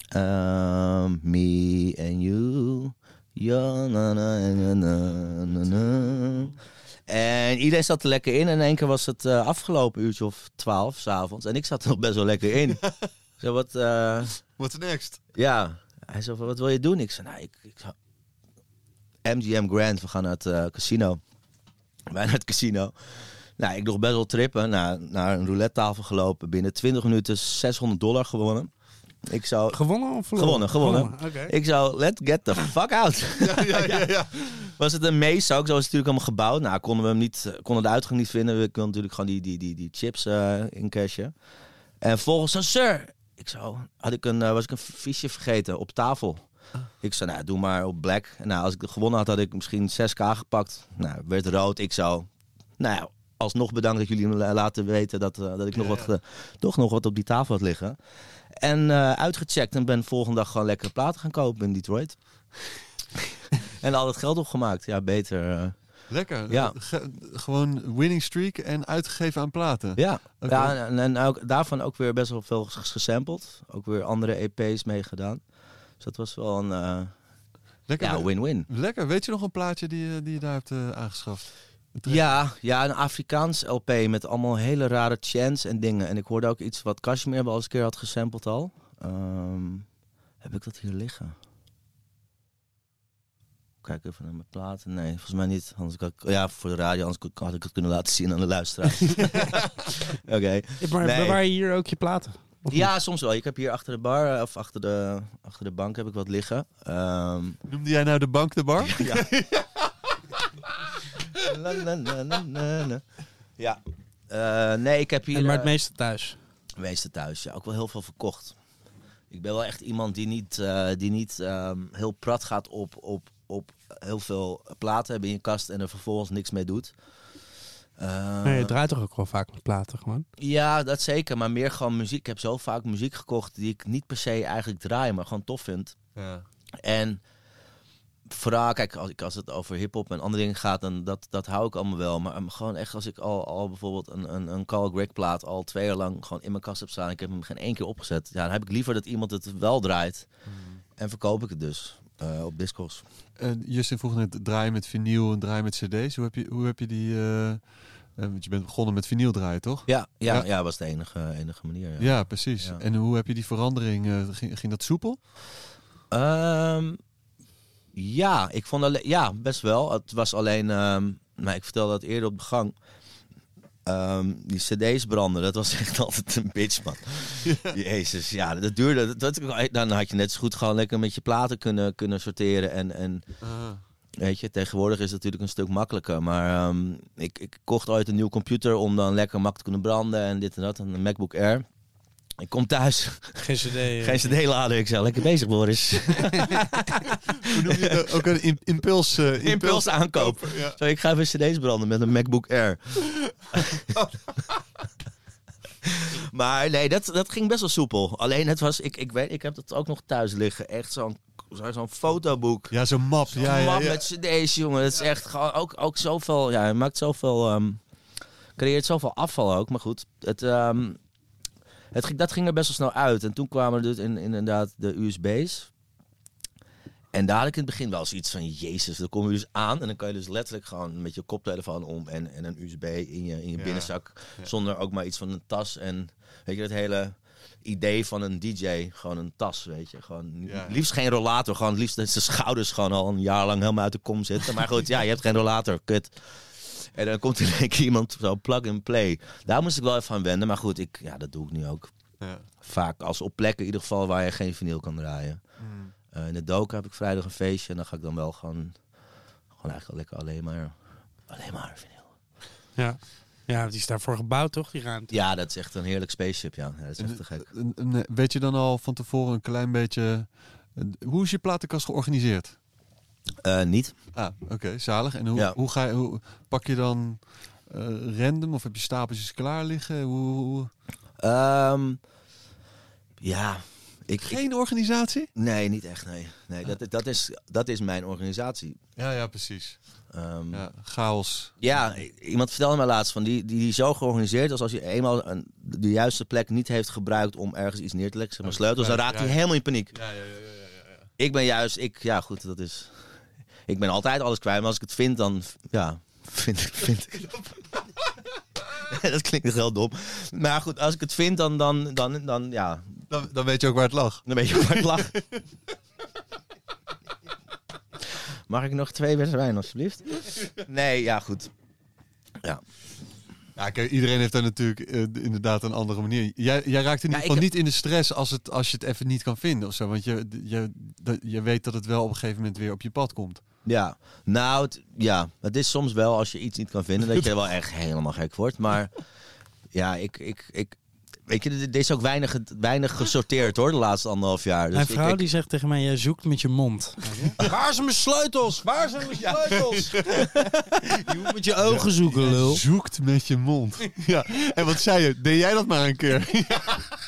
B: Um, me and you... Ja, na, na, na, na, na, na. En iedereen zat er lekker in. En in één keer was het uh, afgelopen uurtje of twaalf 's avonds. En ik zat er nog best wel lekker in. Zo, wat... Uh,
D: What's next?
B: Ja. Hij zei van, wat wil je doen? Ik zei, nou, ik... ik M G M Grand, we gaan naar het uh, casino. Wij naar het casino. Nou, ik nog best wel trippen. Naar, naar een roulette tafel gelopen. Binnen twintig minuten zeshonderd dollar gewonnen. Ik zou...
C: Gewonnen of verloren?
B: Gewonnen, gewonnen. gewonnen. Okay. Ik zou, let's get the fuck out.
D: Ja, ja, ja, ja.
B: Was het een mees ook? Zo was het natuurlijk allemaal gebouwd. Nou, konden we hem niet, konden de uitgang niet vinden. We konden natuurlijk gewoon die, die, die, die chips uh, incashen. En vervolgens zo, sir. Ik zou, had ik een, uh, was ik een fiche vergeten op tafel. Oh. Ik zei, nou, doe maar op black. Nou, als ik gewonnen had, had ik misschien zes k gepakt. Nou, werd rood. Ik zou, nou ja, alsnog bedankt dat jullie me laten weten dat, uh, dat ik nog ja, wat, ja. Uh, toch nog wat op die tafel had liggen. En uh, uitgecheckt en ben volgende dag gewoon lekkere platen gaan kopen in Detroit. En al het geld opgemaakt. Ja, beter. Uh,
D: Lekker. Ja. Ge- gewoon winning streak en uitgegeven aan platen.
B: Ja, okay. ja en, en ook, daarvan ook weer best wel veel gesampled. Ook weer andere E P's meegedaan. Dus dat was wel een uh, Lekker, ja, win-win.
D: Lekker. Weet je nog een plaatje die, die je daar hebt uh, aangeschaft?
B: Ja, ja, een Afrikaans L P met allemaal hele rare chants en dingen. En ik hoorde ook iets wat Kashmir al eens een keer had gesampled al. Um, heb ik dat hier liggen? Kijk even naar mijn platen. Nee, volgens mij niet. Anders kan ik, ja, voor de radio, anders had ik het kunnen laten zien aan de luisteraars. Oké. Okay.
C: Maar nee. Bewaar je hier ook je platen?
B: Ja, soms wel. Ik heb hier achter de bar, of achter de, achter de bank heb ik wat liggen. Um,
D: Noemde jij nou de bank de bar?
B: Ja. na, na, na, na, na. Ja. Uh, nee, ik heb hier...
C: En maar het meeste thuis?
B: Het meeste thuis, ja. Ook wel heel veel verkocht. Ik ben wel echt iemand die niet, uh, die niet um, heel prat gaat op, op, op heel veel platen hebben in je kast en er vervolgens niks mee doet. Uh,
C: nee, je draait toch ook wel vaak met platen gewoon?
B: Ja, dat zeker. Maar meer gewoon muziek. Ik heb zo vaak muziek gekocht die ik niet per se eigenlijk draai, maar gewoon tof vind. Ja. En vooral, kijk, als, ik, als het over hiphop en andere dingen gaat, dan dat, dat hou ik allemaal wel. Maar um, gewoon echt als ik al, al bijvoorbeeld een, een, een Carl Gregg plaat al twee jaar lang gewoon in mijn kast heb staan. Ik heb hem geen één keer opgezet. Ja, dan heb ik liever dat iemand het wel draait. Mm. En verkoop ik het dus uh, op Discogs.
D: Uh, Justin vroeg net draaien met vinyl en draaien met cd's. Hoe heb je, hoe heb je die... Uh... Uh, want je bent begonnen met vinyl draaien, toch?
B: Ja, ja, ja. ja was de enige, enige manier. Ja,
D: ja precies. Ja. En hoe heb je die verandering... Uh, ging, ging dat soepel?
B: Um, Ja, ik vond alleen, ja, best wel. Het was alleen, um, nou, ik vertelde dat eerder op de gang. Um, die cd's branden, dat was echt altijd een bitch, man. Ja. Jezus, ja, dat duurde. Dat, dat, dan had je net zo goed gewoon lekker met je platen kunnen, kunnen sorteren. En, en uh. weet je, tegenwoordig is het natuurlijk een stuk makkelijker. Maar um, ik, ik kocht ooit een nieuwe computer om dan lekker makkelijk te kunnen branden en dit en dat. Een MacBook Air. Ik kom thuis.
C: Geen cd.
B: Geen cd-lader. Ik zei, lekker bezig, Boris.
D: Hoe noem je dat? Ook een impuls, uh, impuls,
B: impuls aankoop. Ja. Zo, ik ga even cd's branden met een MacBook Air. Maar nee, dat, dat ging best wel soepel. Alleen het was, ik, ik weet, ik heb dat ook nog thuis liggen. Echt zo'n, zo'n fotoboek.
D: Ja, zo'n map.
B: Zo'n
D: ja,
B: map
D: ja, ja.
B: met cd's, jongen. Dat is echt gewoon ook, ook zoveel, ja, je maakt zoveel, um, creëert zoveel afval ook. Maar goed, het... Um, Het, dat ging er best wel snel uit. En toen kwamen er dus in, inderdaad de U S B's. En daar had ik in het begin wel zoiets van... Jezus, dan kom je dus aan. En dan kan je dus letterlijk gewoon met je koptelefoon om... en, en een U S B in je, in je ja. binnenzak. Ja. Zonder ook maar iets van een tas. En weet je, het hele idee van een D J. Gewoon een tas, weet je. Gewoon, ja. Liefst geen rollator. Gewoon het liefst dat zijn schouders gewoon al een jaar lang helemaal uit de kom zitten. Maar goed, ja, je hebt geen rollator. Kut. En dan komt er in één keer iemand zo plug and play. Daar moest ik wel even aan wennen. Maar goed, ik, ja, dat doe ik nu ook. Ja. Vaak als op plekken in ieder geval waar je geen vinyl kan draaien. Mm. Uh, in de Doka heb ik vrijdag een feestje. En dan ga ik dan wel gewoon... Gewoon eigenlijk lekker alleen maar... Alleen maar vinyl.
C: Ja. Ja, die is daarvoor gebouwd, toch? Die ruimte.
B: Ja, dat is echt een heerlijk spaceship, ja. ja dat is echt te gek.
D: En, en, weet je dan al van tevoren een klein beetje... Hoe is je platenkast georganiseerd?
B: Uh, niet.
D: Ah, oké, okay, zalig. En hoe, ja. hoe ga je, hoe, pak je dan uh, random of heb je stapeltjes klaar liggen? Hoe, hoe...
B: Um, ja, ik,
D: geen
B: ik,
D: organisatie?
B: Nee, niet echt. Nee, nee ah. dat, dat, is, dat is mijn organisatie.
D: Ja, ja, precies.
B: Um,
D: ja, chaos.
B: Ja, iemand vertelde mij laatst van die, die, die zo georganiseerd als als je eenmaal een, de juiste plek niet heeft gebruikt om ergens iets neer te leggen, zeg maar sleutels, dan raakt hij ja, ja. helemaal in paniek.
D: Ja, ja, ja, ja, ja, ja.
B: Ik ben juist, ik, ja goed, dat is. Ik ben altijd alles kwijt, maar als ik het vind, dan ja, vind, vind ik. Dat klinkt heel dom. Maar goed, als ik het vind, dan, dan, dan, dan ja.
D: Dan, dan weet je ook waar het lag.
B: Dan weet je ook waar het lag. Mag ik nog twee bessen wijn, alsjeblieft? Nee, ja, goed. Ja.
D: Ja, kijk, iedereen heeft daar natuurlijk uh, inderdaad een andere manier. Jij, jij raakt in ieder geval ja, niet in de stress als, het, als je het even niet kan vinden of zo. Want je, je, je weet dat het wel op een gegeven moment weer op je pad komt.
B: Ja, nou, het, ja, het is soms wel als je iets niet kan vinden, dat je er wel echt helemaal gek wordt. Maar ja, ik, ik, ik weet je, er is ook weinig, weinig gesorteerd hoor, de laatste anderhalf jaar. Dus
C: mijn vrouw
B: ik, ik...
C: die zegt tegen mij, jij zoekt met je mond. Waar zijn mijn sleutels? Waar zijn mijn sleutels? Je moet met je ogen zoeken, lul.
D: Je zoekt met je mond. Ja. En wat zei je? Deed jij dat maar een keer? Ja.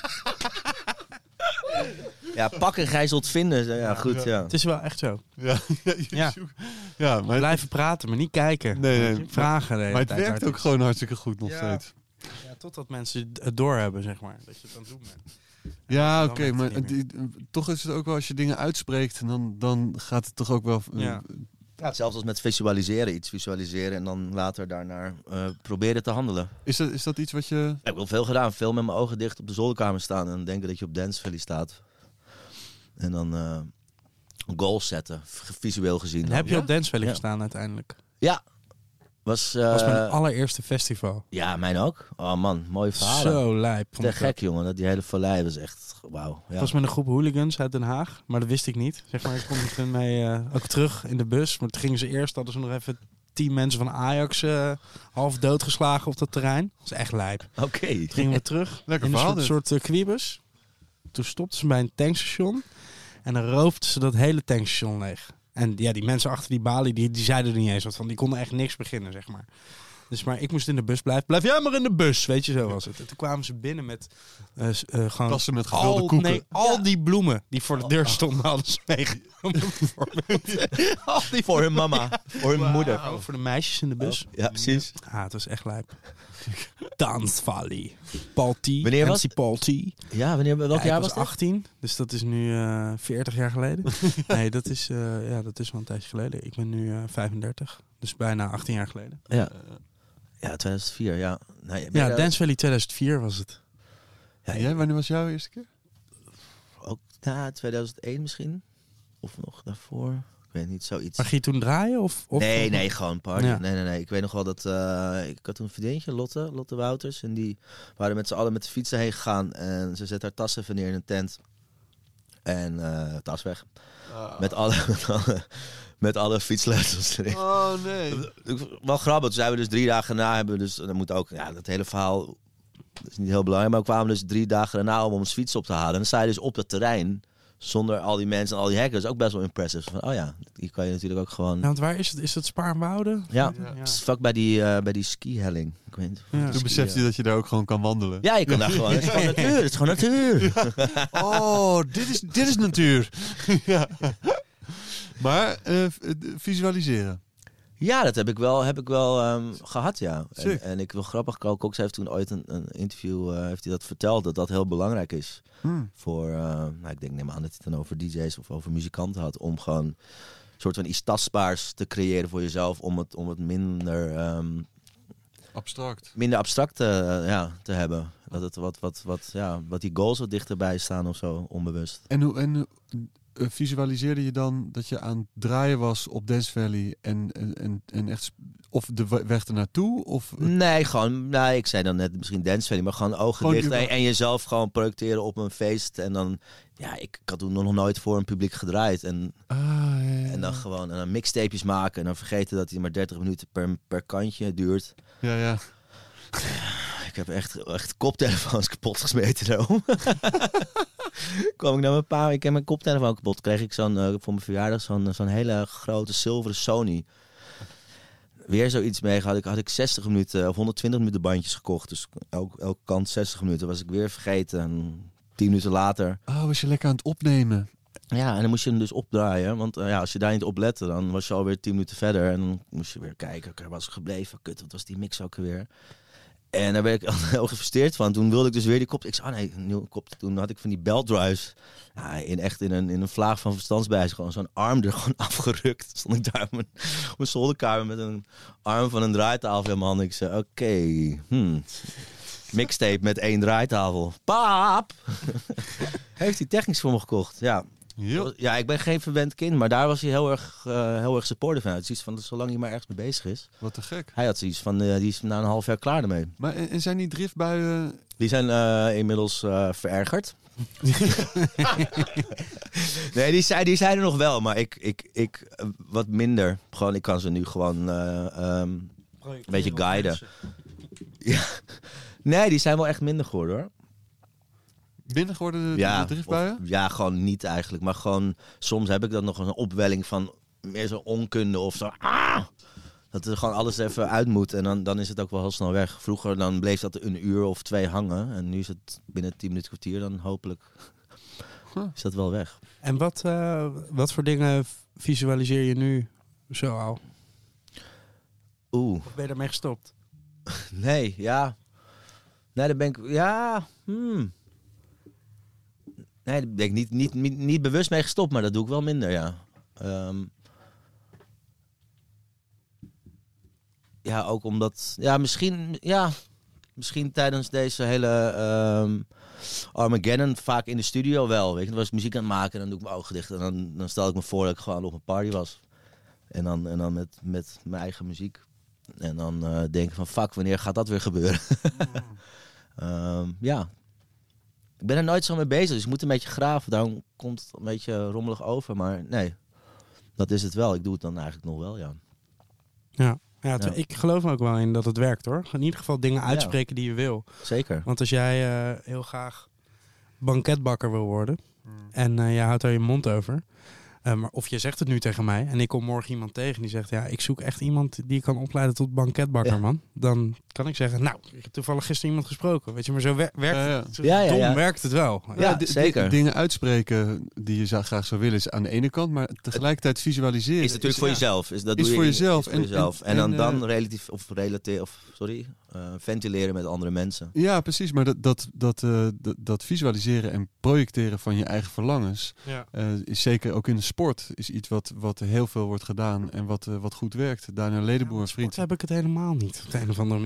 B: Ja, pakken, gij zult vinden. Ja, goed, ja. ja.
C: Het is wel echt zo.
D: Ja, ja,
C: ja.
D: ja maar
C: blijven praten, maar niet kijken.
D: Nee, nee.
C: Vragen.
D: Maar, maar het werkt ook gewoon hartstikke goed nog
C: ja.
D: steeds.
C: Ja, totdat mensen het doorhebben, zeg maar. Dat je het aan het doen bent.
D: Ja, oké, okay, maar die, toch is het ook wel als je dingen uitspreekt, en dan, dan gaat het toch ook wel... Uh,
B: ja. Ja, hetzelfde als met visualiseren. Iets visualiseren en dan later daarnaar uh, proberen te handelen.
D: Is dat, is dat iets wat je...
B: Ja, ik heb wel veel gedaan. Veel met mijn ogen dicht op de zolderkamer staan en denken dat je op Dance Valley staat. En dan uh, goals zetten, visueel gezien.
C: En heb je
B: ja?
C: op Dance Valley
B: ja.
C: gestaan uiteindelijk?
B: Ja. Was, uh,
C: was mijn allereerste festival.
B: Ja, mijn ook. Oh man, mooie verhalen.
C: Zo lijp.
B: Te gek, jongen. Dat die hele vallei was echt wauw. Ja.
C: Ik was met een groep hooligans uit Den Haag, maar dat wist ik niet. Zeg maar, ik kom toen mee uh, ook terug in de bus. Maar toen gingen ze eerst, hadden ze nog even tien mensen van Ajax uh, half doodgeslagen op dat terrein. Dat is echt lijp.
B: Oké. Okay.
C: Toen gingen we terug
D: Lekker
C: in een
D: verhaal,
C: soort, soort uh, kwiebus. Toen stopten ze bij een tankstation en dan roofden ze dat hele tankstation leeg. En ja, die mensen achter die balie, die, die zeiden er niet eens wat van. Die konden echt niks beginnen, zeg maar. Dus maar ik moest in de bus blijven. Blijf jij maar in de bus, weet je, zo was het. En toen kwamen ze binnen met uh, uh, gewoon...
D: Tassen met gevulde al, koeken.
C: Nee, al ja. die bloemen die voor de deur stonden, hadden ze meegenomen.
B: al die voor hun mama, ja. voor hun wow. moeder.
C: Oh, voor de meisjes in de bus.
B: Oh, ja, precies.
C: Ah, het was echt lijp. Dance Valley. Paul T.
B: Wanneer was
C: het? Paul T.
B: Ja, wanneer, welk
C: ja,
B: jaar
C: was
B: was dat?
C: achttien, dus dat is nu uh, veertig jaar geleden. nee, dat is, uh, ja, dat is wel een tijdje geleden. Ik ben nu uh, vijfendertig, dus bijna achttien jaar geleden.
B: Ja, ja tweeduizend vier, ja. Nee,
C: ja, uh, Dance Valley tweeduizend vier was het.
D: Ja, jij, wanneer was jouw eerste keer?
B: Ook na ja, tweeduizend één misschien. Of nog daarvoor. weet niet, zoiets.
C: Maar ging je toen draaien? Of, of
B: nee,
C: of?
B: nee, gewoon party.
C: Ja.
B: Nee, nee, nee. Ik weet nog wel dat... Uh, ik had toen een vriendinnetje, Lotte, Lotte Wouters. En die waren met z'n allen met de fietsen heen gegaan. En ze zet haar tas even neer in een tent. En uh, tas weg. Oh. Met, alle, met alle... Met alle fietssleutels erin.
D: Oh, nee.
B: Wel grappig. Toen zijn we dus drie dagen na hebben. Dus dan moet ook... Ja, dat hele verhaal... Dat is niet heel belangrijk. Maar we kwamen dus drie dagen daarna om ons fiets op te halen. En dan sta je dus op dat terrein... Zonder al die mensen en al die hekken. Dat is ook best wel impressive. Van, oh ja, hier kan je natuurlijk ook gewoon...
C: Ja, want waar is het? Is het Spaarnwoude?
B: Ja,
C: ja.
B: Het is vlak bij die, uh, bij die skihelling. Ik weet niet.
C: Ja.
D: Toen besefte je dat je daar ook gewoon kan wandelen.
B: Ja, je kan daar gewoon. Het is gewoon natuur. Het is gewoon natuur.
D: Ja. Oh, dit is, dit is natuur. Ja. Maar uh, visualiseren.
B: Ja, dat heb ik wel, heb ik wel um, gehad, ja. En, en ik wil grappig, Carl Cox heeft toen ooit een, een interview, uh, heeft hij dat verteld, dat dat heel belangrijk is. Hmm. Voor, uh, nou, ik denk, neem aan dat hij het dan over D J's of over muzikanten had, om gewoon een soort van iets tastbaars te creëren voor jezelf, om het, om het minder... Um,
D: abstract.
B: Minder abstract uh, ja, te hebben. Dat het wat, wat, wat, ja, wat die goals wat dichterbij staan of zo, onbewust.
D: En hoe... En, Uh, visualiseerde je dan dat je aan het draaien was op Dance Valley en, en, en echt of de weg ernaartoe? Of...
B: Nee, gewoon, nee, ik zei dan net misschien Dance Valley, maar gewoon ogen gewoon dicht en, en jezelf gewoon projecteren op een feest. En dan, ja, ik, ik had toen nog nooit voor een publiek gedraaid. En,
C: ah, ja, ja.
B: en dan gewoon en dan mixtapejes maken en dan vergeten dat hij maar dertig minuten per, per kantje duurt.
D: Ja, ja.
B: Ik heb echt, echt koptelefoons kapot gesmeten daarom. Kwam ik naar mijn pa, ik heb mijn koptelefoon kapot. Kreeg ik zo'n, uh, voor mijn verjaardag zo'n, zo'n hele grote zilveren Sony. Weer zoiets mee. Had ik, had ik zestig minuten of honderdtwintig minuten bandjes gekocht. Dus elke, elke kant zestig minuten. Was ik weer vergeten. En tien minuten later.
D: Oh, was je lekker aan het opnemen?
B: Ja, en dan moest je hem dus opdraaien. Want uh, ja, als je daar niet op lette, dan was je alweer tien minuten verder. En dan moest je weer kijken. Waar was ik gebleven? Kut, wat was die mix ook weer? En daar werd ik heel gefrustreerd van. Toen wilde ik dus weer die kop... Ik zei, oh nee, een nieuwe kop. Toen had ik van die belt drives. Ja, in echt in een, in een vlaag van verstandsbijs. Gewoon zo'n arm er gewoon afgerukt. Stond ik daar op mijn, op mijn zolderkamer met een arm van een draaitafel in mijn hand. Ik zei, oké, okay, hmm. Mixtape met één draaitafel. Paap! Heeft hij technisch voor me gekocht, ja.
D: Yo.
B: Ja, ik ben geen verwend kind, maar daar was hij heel erg, uh, heel erg supportive van. Het is iets van, zolang hij maar ergens mee bezig is.
D: Wat te gek.
B: Hij had zoiets van, uh, die is na een half jaar klaar ermee.
D: Maar en zijn die driftbuien...
B: Die zijn uh, inmiddels uh, verergerd. Nee, die zijn, die zijn er nog wel, maar ik, ik, ik uh, wat minder. Gewoon, ik kan ze nu gewoon uh, um, een beetje guiden. Ja. Nee, die zijn wel echt minder geworden, hoor.
D: Minder geworden de,
B: ja,
D: de driftbuien?
B: Of, ja, gewoon niet eigenlijk. Maar gewoon, soms heb ik dan nog een opwelling van meer zo'n onkunde of zo. Ah! Dat er gewoon alles even uit moet en dan, dan is het ook wel heel snel weg. Vroeger dan bleef dat een uur of twee hangen. En nu is het binnen tien minuten kwartier dan hopelijk huh. is dat wel weg.
C: En wat, uh, wat voor dingen visualiseer je nu zo al?
B: Oeh.
C: Of ben je daarmee gestopt?
B: Nee, ja. Nee, daar ben ik... Ja, hmm. Nee, daar ben ik niet, niet, niet, niet bewust mee gestopt, maar dat doe ik wel minder, ja. Um, ja, ook omdat... Ja, misschien... Ja, misschien tijdens deze hele um, Armageddon vaak in de studio wel. Weet je, dan was ik muziek aan het maken en dan doe ik mijn ogen dicht. En dan, dan stel ik me voor dat ik gewoon op een party was. En dan, en dan met, met mijn eigen muziek. En dan uh, denken van, fuck, wanneer gaat dat weer gebeuren? um, ja. Ik ben er nooit zo mee bezig, dus ik moet een beetje graven. Daarom komt het een beetje rommelig over. Maar nee, dat is het wel. Ik doe het dan eigenlijk nog wel, ja.
C: Ja, ja, het,
B: ja.
C: Ik geloof er ook wel in dat het werkt, hoor. In ieder geval dingen uitspreken ja. die je wil.
B: Zeker.
C: Want als jij uh, heel graag banketbakker wil worden... Hmm. en uh, je houdt daar je mond over... Uh, maar of je zegt het nu tegen mij en ik kom morgen iemand tegen die zegt... ja, ik zoek echt iemand die ik kan opleiden tot banketbakker, ja. man. Dan kan ik zeggen, nou, ik heb toevallig gisteren iemand gesproken. Weet je, maar zo wer- werkt
D: ja, ja.
C: het. Zo
B: ja, ja,
C: dom
B: ja.
C: werkt het wel.
B: Ja, ja d- zeker.
D: D- dingen uitspreken die je zou, graag zou willen is aan de ene kant... maar tegelijkertijd visualiseren...
B: Is natuurlijk is, voor
D: ja,
B: jezelf. Is, dat
D: is
B: doe je
D: voor
B: in,
D: jezelf.
B: Is voor
D: en,
B: jezelf. En, en, en dan,
D: en
B: dan uh, relatief, of relatief, of sorry, uh, ventileren met andere mensen.
D: Ja, precies. Maar dat, dat, dat, uh, dat, dat visualiseren en projecteren van je eigen verlangens...
C: Ja.
D: Uh, is zeker ook in de sport is iets wat, wat heel veel wordt gedaan en wat, uh, wat goed werkt. Daniel Ledenboer,
C: ja,
D: vriend.
C: heb ik het helemaal niet op de een of andere manier.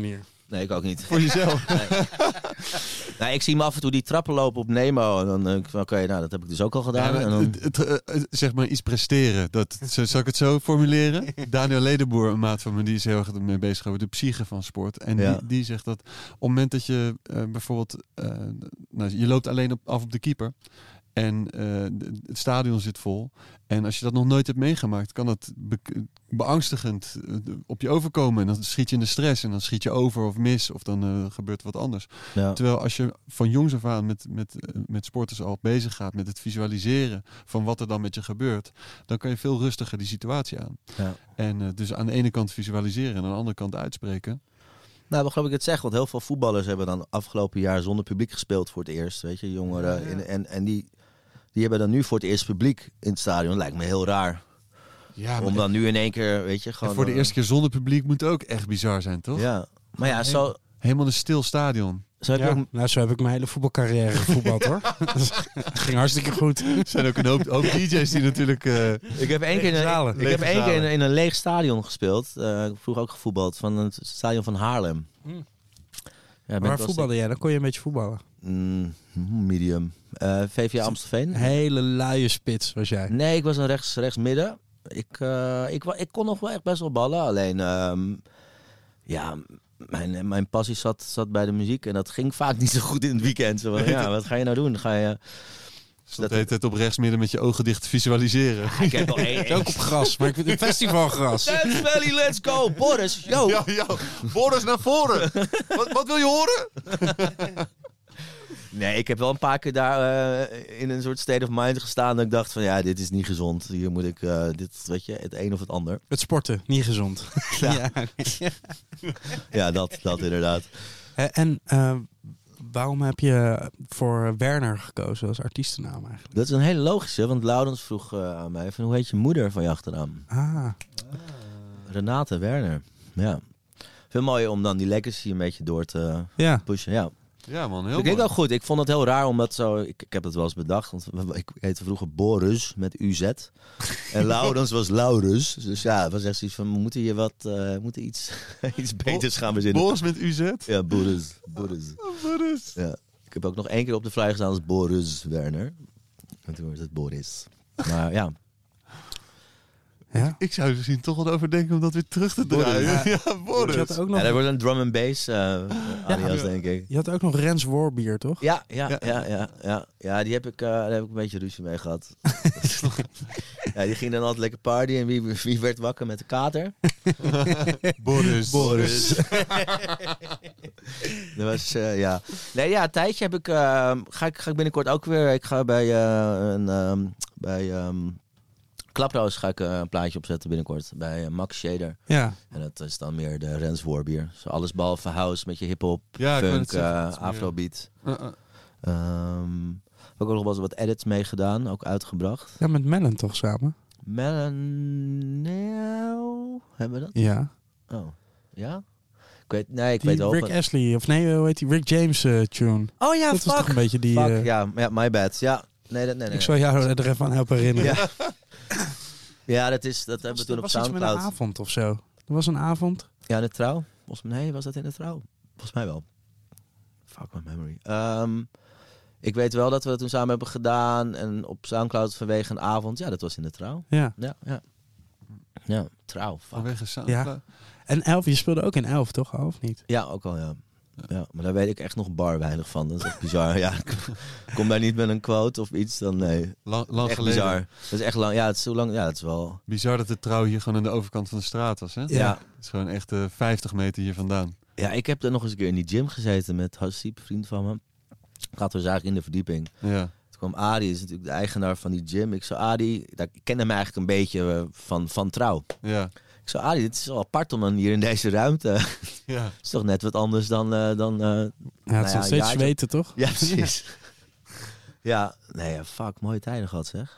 B: Nee, ik ook niet.
D: Voor jezelf?
B: Nee. Nou, ik zie me af en toe die trappen lopen op Nemo. En dan denk ik van, oké, okay, nou, dat heb ik dus ook al gedaan.
D: Ja,
B: en dan...
D: het, het, het, het, zeg maar iets presteren. Dat, zal ik het zo formuleren? Daniel Ledenboer, een maat van me, die is heel erg mee bezig over de psyche van sport. En ja. die, die zegt dat op het moment dat je uh, bijvoorbeeld... Uh, nou, je loopt alleen op, af op de keeper. En uh, het stadion zit vol. En als je dat nog nooit hebt meegemaakt, kan dat be- beangstigend uh, op je overkomen. En dan schiet je in de stress en dan schiet je over of mis of dan uh, gebeurt wat anders. Ja. Terwijl als je van jongs af aan met, met, uh, met sporters al bezig gaat, met het visualiseren van wat er dan met je gebeurt, dan kan je veel rustiger die situatie aan. Ja. En uh, dus aan de ene kant visualiseren en aan de andere kant uitspreken.
B: Nou, wat geloof ik het zeg, want heel veel voetballers hebben dan afgelopen jaar zonder publiek gespeeld voor het eerst, weet je, jongeren. Ja, ja. En, en, en die... Die hebben dan nu voor het eerst publiek in het stadion. Lijkt me heel raar. Ja, om dan nu in één keer, weet je, gewoon...
D: En voor de eerste keer zonder publiek moet ook echt bizar zijn, toch?
B: Ja, maar ja, zo...
D: Helemaal een stil stadion.
C: Zo heb, ja, ook... nou, zo heb ik mijn hele voetbalcarrière gevoetbald, hoor. Dat ging hartstikke goed.
D: Er zijn ook een hoop, hoop D J's die natuurlijk... Uh,
B: ik heb één keer, in, ik, ik heb één keer in, in een leeg stadion gespeeld. Uh, ik heb vroeger ook gevoetbald. Van het stadion van Haarlem. Hmm.
C: Ja, waar voetbalde jij? Dan kon je een beetje voetballen.
B: Mm, medium. Uh, V V A Amstelveen.
C: Een hele luie spits was jij.
B: Nee, ik was een rechts, rechts midden. Ik, uh, ik, ik kon nog wel echt best wel ballen. Alleen, um, ja, mijn, mijn passie zat, zat bij de muziek. En dat ging vaak niet zo goed in het weekend. Zo van, ja, wat ga je nou doen? Ga je...
D: Dus dat heet het op rechts midden met je ogen dicht visualiseren.
B: Ja, ik heb al één,
C: ook op gras, maar ik vind het festivalgras.
B: Dance Valley, let's go. Boris, yo.
D: Ja, ja. Boris naar voren. wat, wat wil je horen?
B: Nee, ik heb wel een paar keer daar uh, in een soort state of mind gestaan. Dat ik dacht van, ja, dit is niet gezond. Hier moet ik, uh, dit, weet je, het een of het ander.
C: Het sporten, niet gezond.
B: Ja, ja, ja dat, dat inderdaad.
C: En... Uh, waarom heb je voor Werner gekozen als artiestennaam eigenlijk?
B: Dat is een hele logische, want Laurens vroeg uh, aan mij van hoe heet je moeder van je achternaam?
C: Ah.
B: Renate Werner. Ja. Veel mooier om dan die legacy een beetje door te
C: ja.
B: pushen. Ja.
D: Ja man, heel
B: ik mooi. Ook goed. Ik vond het heel raar omdat zo... Ik, ik heb het wel eens bedacht. Want ik heette vroeger Boris met U Z. En Laurens was Laurens. Dus ja, het was echt zoiets van... We moeten hier wat... Uh, we moeten iets, iets beters gaan verzinnen.
D: Boris met U Z?
B: Ja, Boris. Boris.
D: Boris.
B: Ja. Ik heb ook nog één keer op de flyer gestaan als Boris Werner. En toen was het Boris. Maar ja...
C: Ja?
D: Ik, ik zou er misschien toch wel over denken om dat weer terug te draaien. Ja, ja Boris.
C: Had ook nog...
B: Ja, dat wordt een drum and bass uh, alias, ja, denk ik.
C: Je had ook nog Rens Warbier, toch?
B: Ja, ja, ja, ja, ja, ja. ja die heb ik, uh, daar heb ik een beetje ruzie mee gehad. Ja, die ging dan altijd lekker party en wie, wie werd wakker met de kater?
D: Boris.
B: Boris. Dat was, uh, ja. Nee, ja, een tijdje heb ik, uh, ga ik, ga ik binnenkort ook weer, ik ga bij, uh, een, um, bij, um, Klaproos ga ik uh, een plaatje opzetten binnenkort bij uh, Max Shader.
C: Ja.
B: En dat is dan meer de Rens Warbier. Zo alles behalve house met je hip-hop,
D: ja,
B: funk, uh, afrobeat.
D: Uh-uh.
B: Um, heb ik ook nog wel eens wat edits mee gedaan, ook uitgebracht.
C: Ja, met Melon toch samen?
B: Melon, nou, hebben we dat?
C: Ja.
B: Oh, ja? Ik weet, nee, ik
C: die
B: weet wel.
C: Rick Astley, of nee, hoe heet die? Rick James uh, tune.
B: Oh ja,
C: dat
B: fuck.
C: is toch een beetje die...
B: Fuck,
C: uh...
B: ja, ja, my bad. Ja, nee, dat, nee, nee.
C: Ik zal jou er even aan helpen herinneren.
B: Ja, ja dat, is, dat hebben we toen op Soundcloud.
C: Was iets met een avond of zo? Er was een avond.
B: Ja, in de Trouw. Volgens mij, nee, was dat in de Trouw? Volgens mij wel. Fuck my memory. Um, ik weet wel dat we het toen samen hebben gedaan. En op Soundcloud vanwege een avond. Ja, dat was in de Trouw.
C: Ja.
B: Ja, ja. Ja, Trouw. Fuck.
D: Vanwege Soundcloud.
C: Ja. En Elf, je speelde ook in Elf, toch? Of niet?
B: Ja, ook al, ja. Ja, maar daar weet ik echt nog bar weinig van. Dat is echt bizar. Ja, ik kom daar niet met een quote of iets, dan nee.
D: Lang, lang
B: echt
D: geleden.
B: Bizar. Dat is echt lang. Ja, het is zo lang. Ja, het is wel...
D: Bizar dat de Trouw hier gewoon aan de overkant van de straat was, hè?
B: Ja. ja.
D: Het is gewoon echt uh, vijftig meter hier vandaan.
B: Ja, ik heb er nog eens een keer in die gym gezeten met Hassib, vriend van me. Gaat we zagen in de verdieping.
D: Ja.
B: Toen kwam Adi, is natuurlijk de eigenaar van die gym. Ik zei, Adi, ik kende hem eigenlijk een beetje uh, van, van Trouw.
D: Ja.
B: Ik zei, Adi, dit is wel apart om dan hier in deze ruimte.
D: Ja.
B: Het is toch net wat anders dan... Uh, dan uh,
C: ja, het
B: nou
C: is
B: ja,
C: nog steeds
B: jaartje...
C: zweten, toch?
B: Ja, precies. Ja, nee, fuck, mooie tijden gehad, zeg.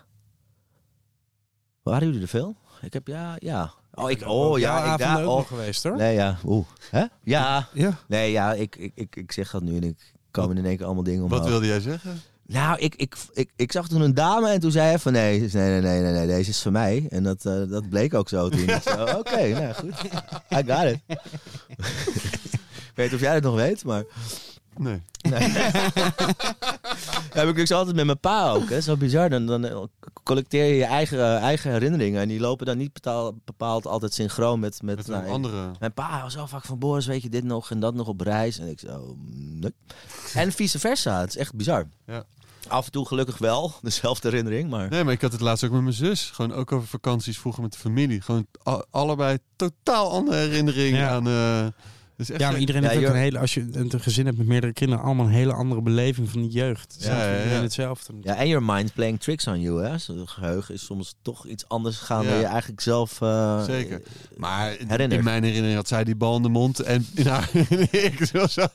B: Waren jullie er veel? Ik heb, ja, ja. Oh, ik, oh ja, ik daar
C: ook nog geweest, hoor.
B: Nee, ja, oeh. Hè? Ja.
C: Ja.
B: Nee, ja, ik, ik, ik, ik zeg dat nu en ik komen in één keer allemaal dingen omhoog.
D: Wat wilde jij zeggen?
B: Nou, ik, ik, ik, ik zag toen een dame en toen zei hij van nee, nee, nee, nee, nee, nee, deze is voor mij. En dat, uh, dat bleek ook zo toen. Oké, okay, nou goed. I got it. weet of jij het nog weet, maar...
D: Nee.
B: nee. Ja, heb ik dus altijd met mijn pa ook. Hè. Zo bizar. Dan, dan collecteer je je eigen, eigen herinneringen. En die lopen dan niet betaal, bepaald altijd synchroon met... Met,
D: met
B: nou,
D: andere...
B: Mijn pa was zo vaak van... Boris, weet je dit nog en dat nog op reis? En ik zo... Nee. En vice versa. Het is echt bizar.
D: Ja.
B: Af en toe gelukkig wel. Dezelfde herinnering, maar...
D: Nee, maar ik had het laatst ook met mijn zus. Gewoon ook over vakanties vroeger met de familie. Gewoon a- allebei totaal andere herinneringen
C: Ja.
D: aan... Uh, dus echt
C: Ja, maar iedereen
B: Ja,
C: heeft ook
B: joh.
C: een hele... Als je een gezin hebt met meerdere kinderen... allemaal een hele andere beleving van die jeugd. Het is
D: Ja,
C: echt
D: ja, ja.
C: iedereen hetzelfde.
B: Ja, en your mind playing tricks on you, hè. Zo'n geheugen is soms toch iets anders gegaan
D: Ja.
B: dan je eigenlijk zelf... Uh,
D: Zeker. Maar
B: herinnert.
D: in mijn herinnering had zij die bal in de mond en in haar ik zo zo.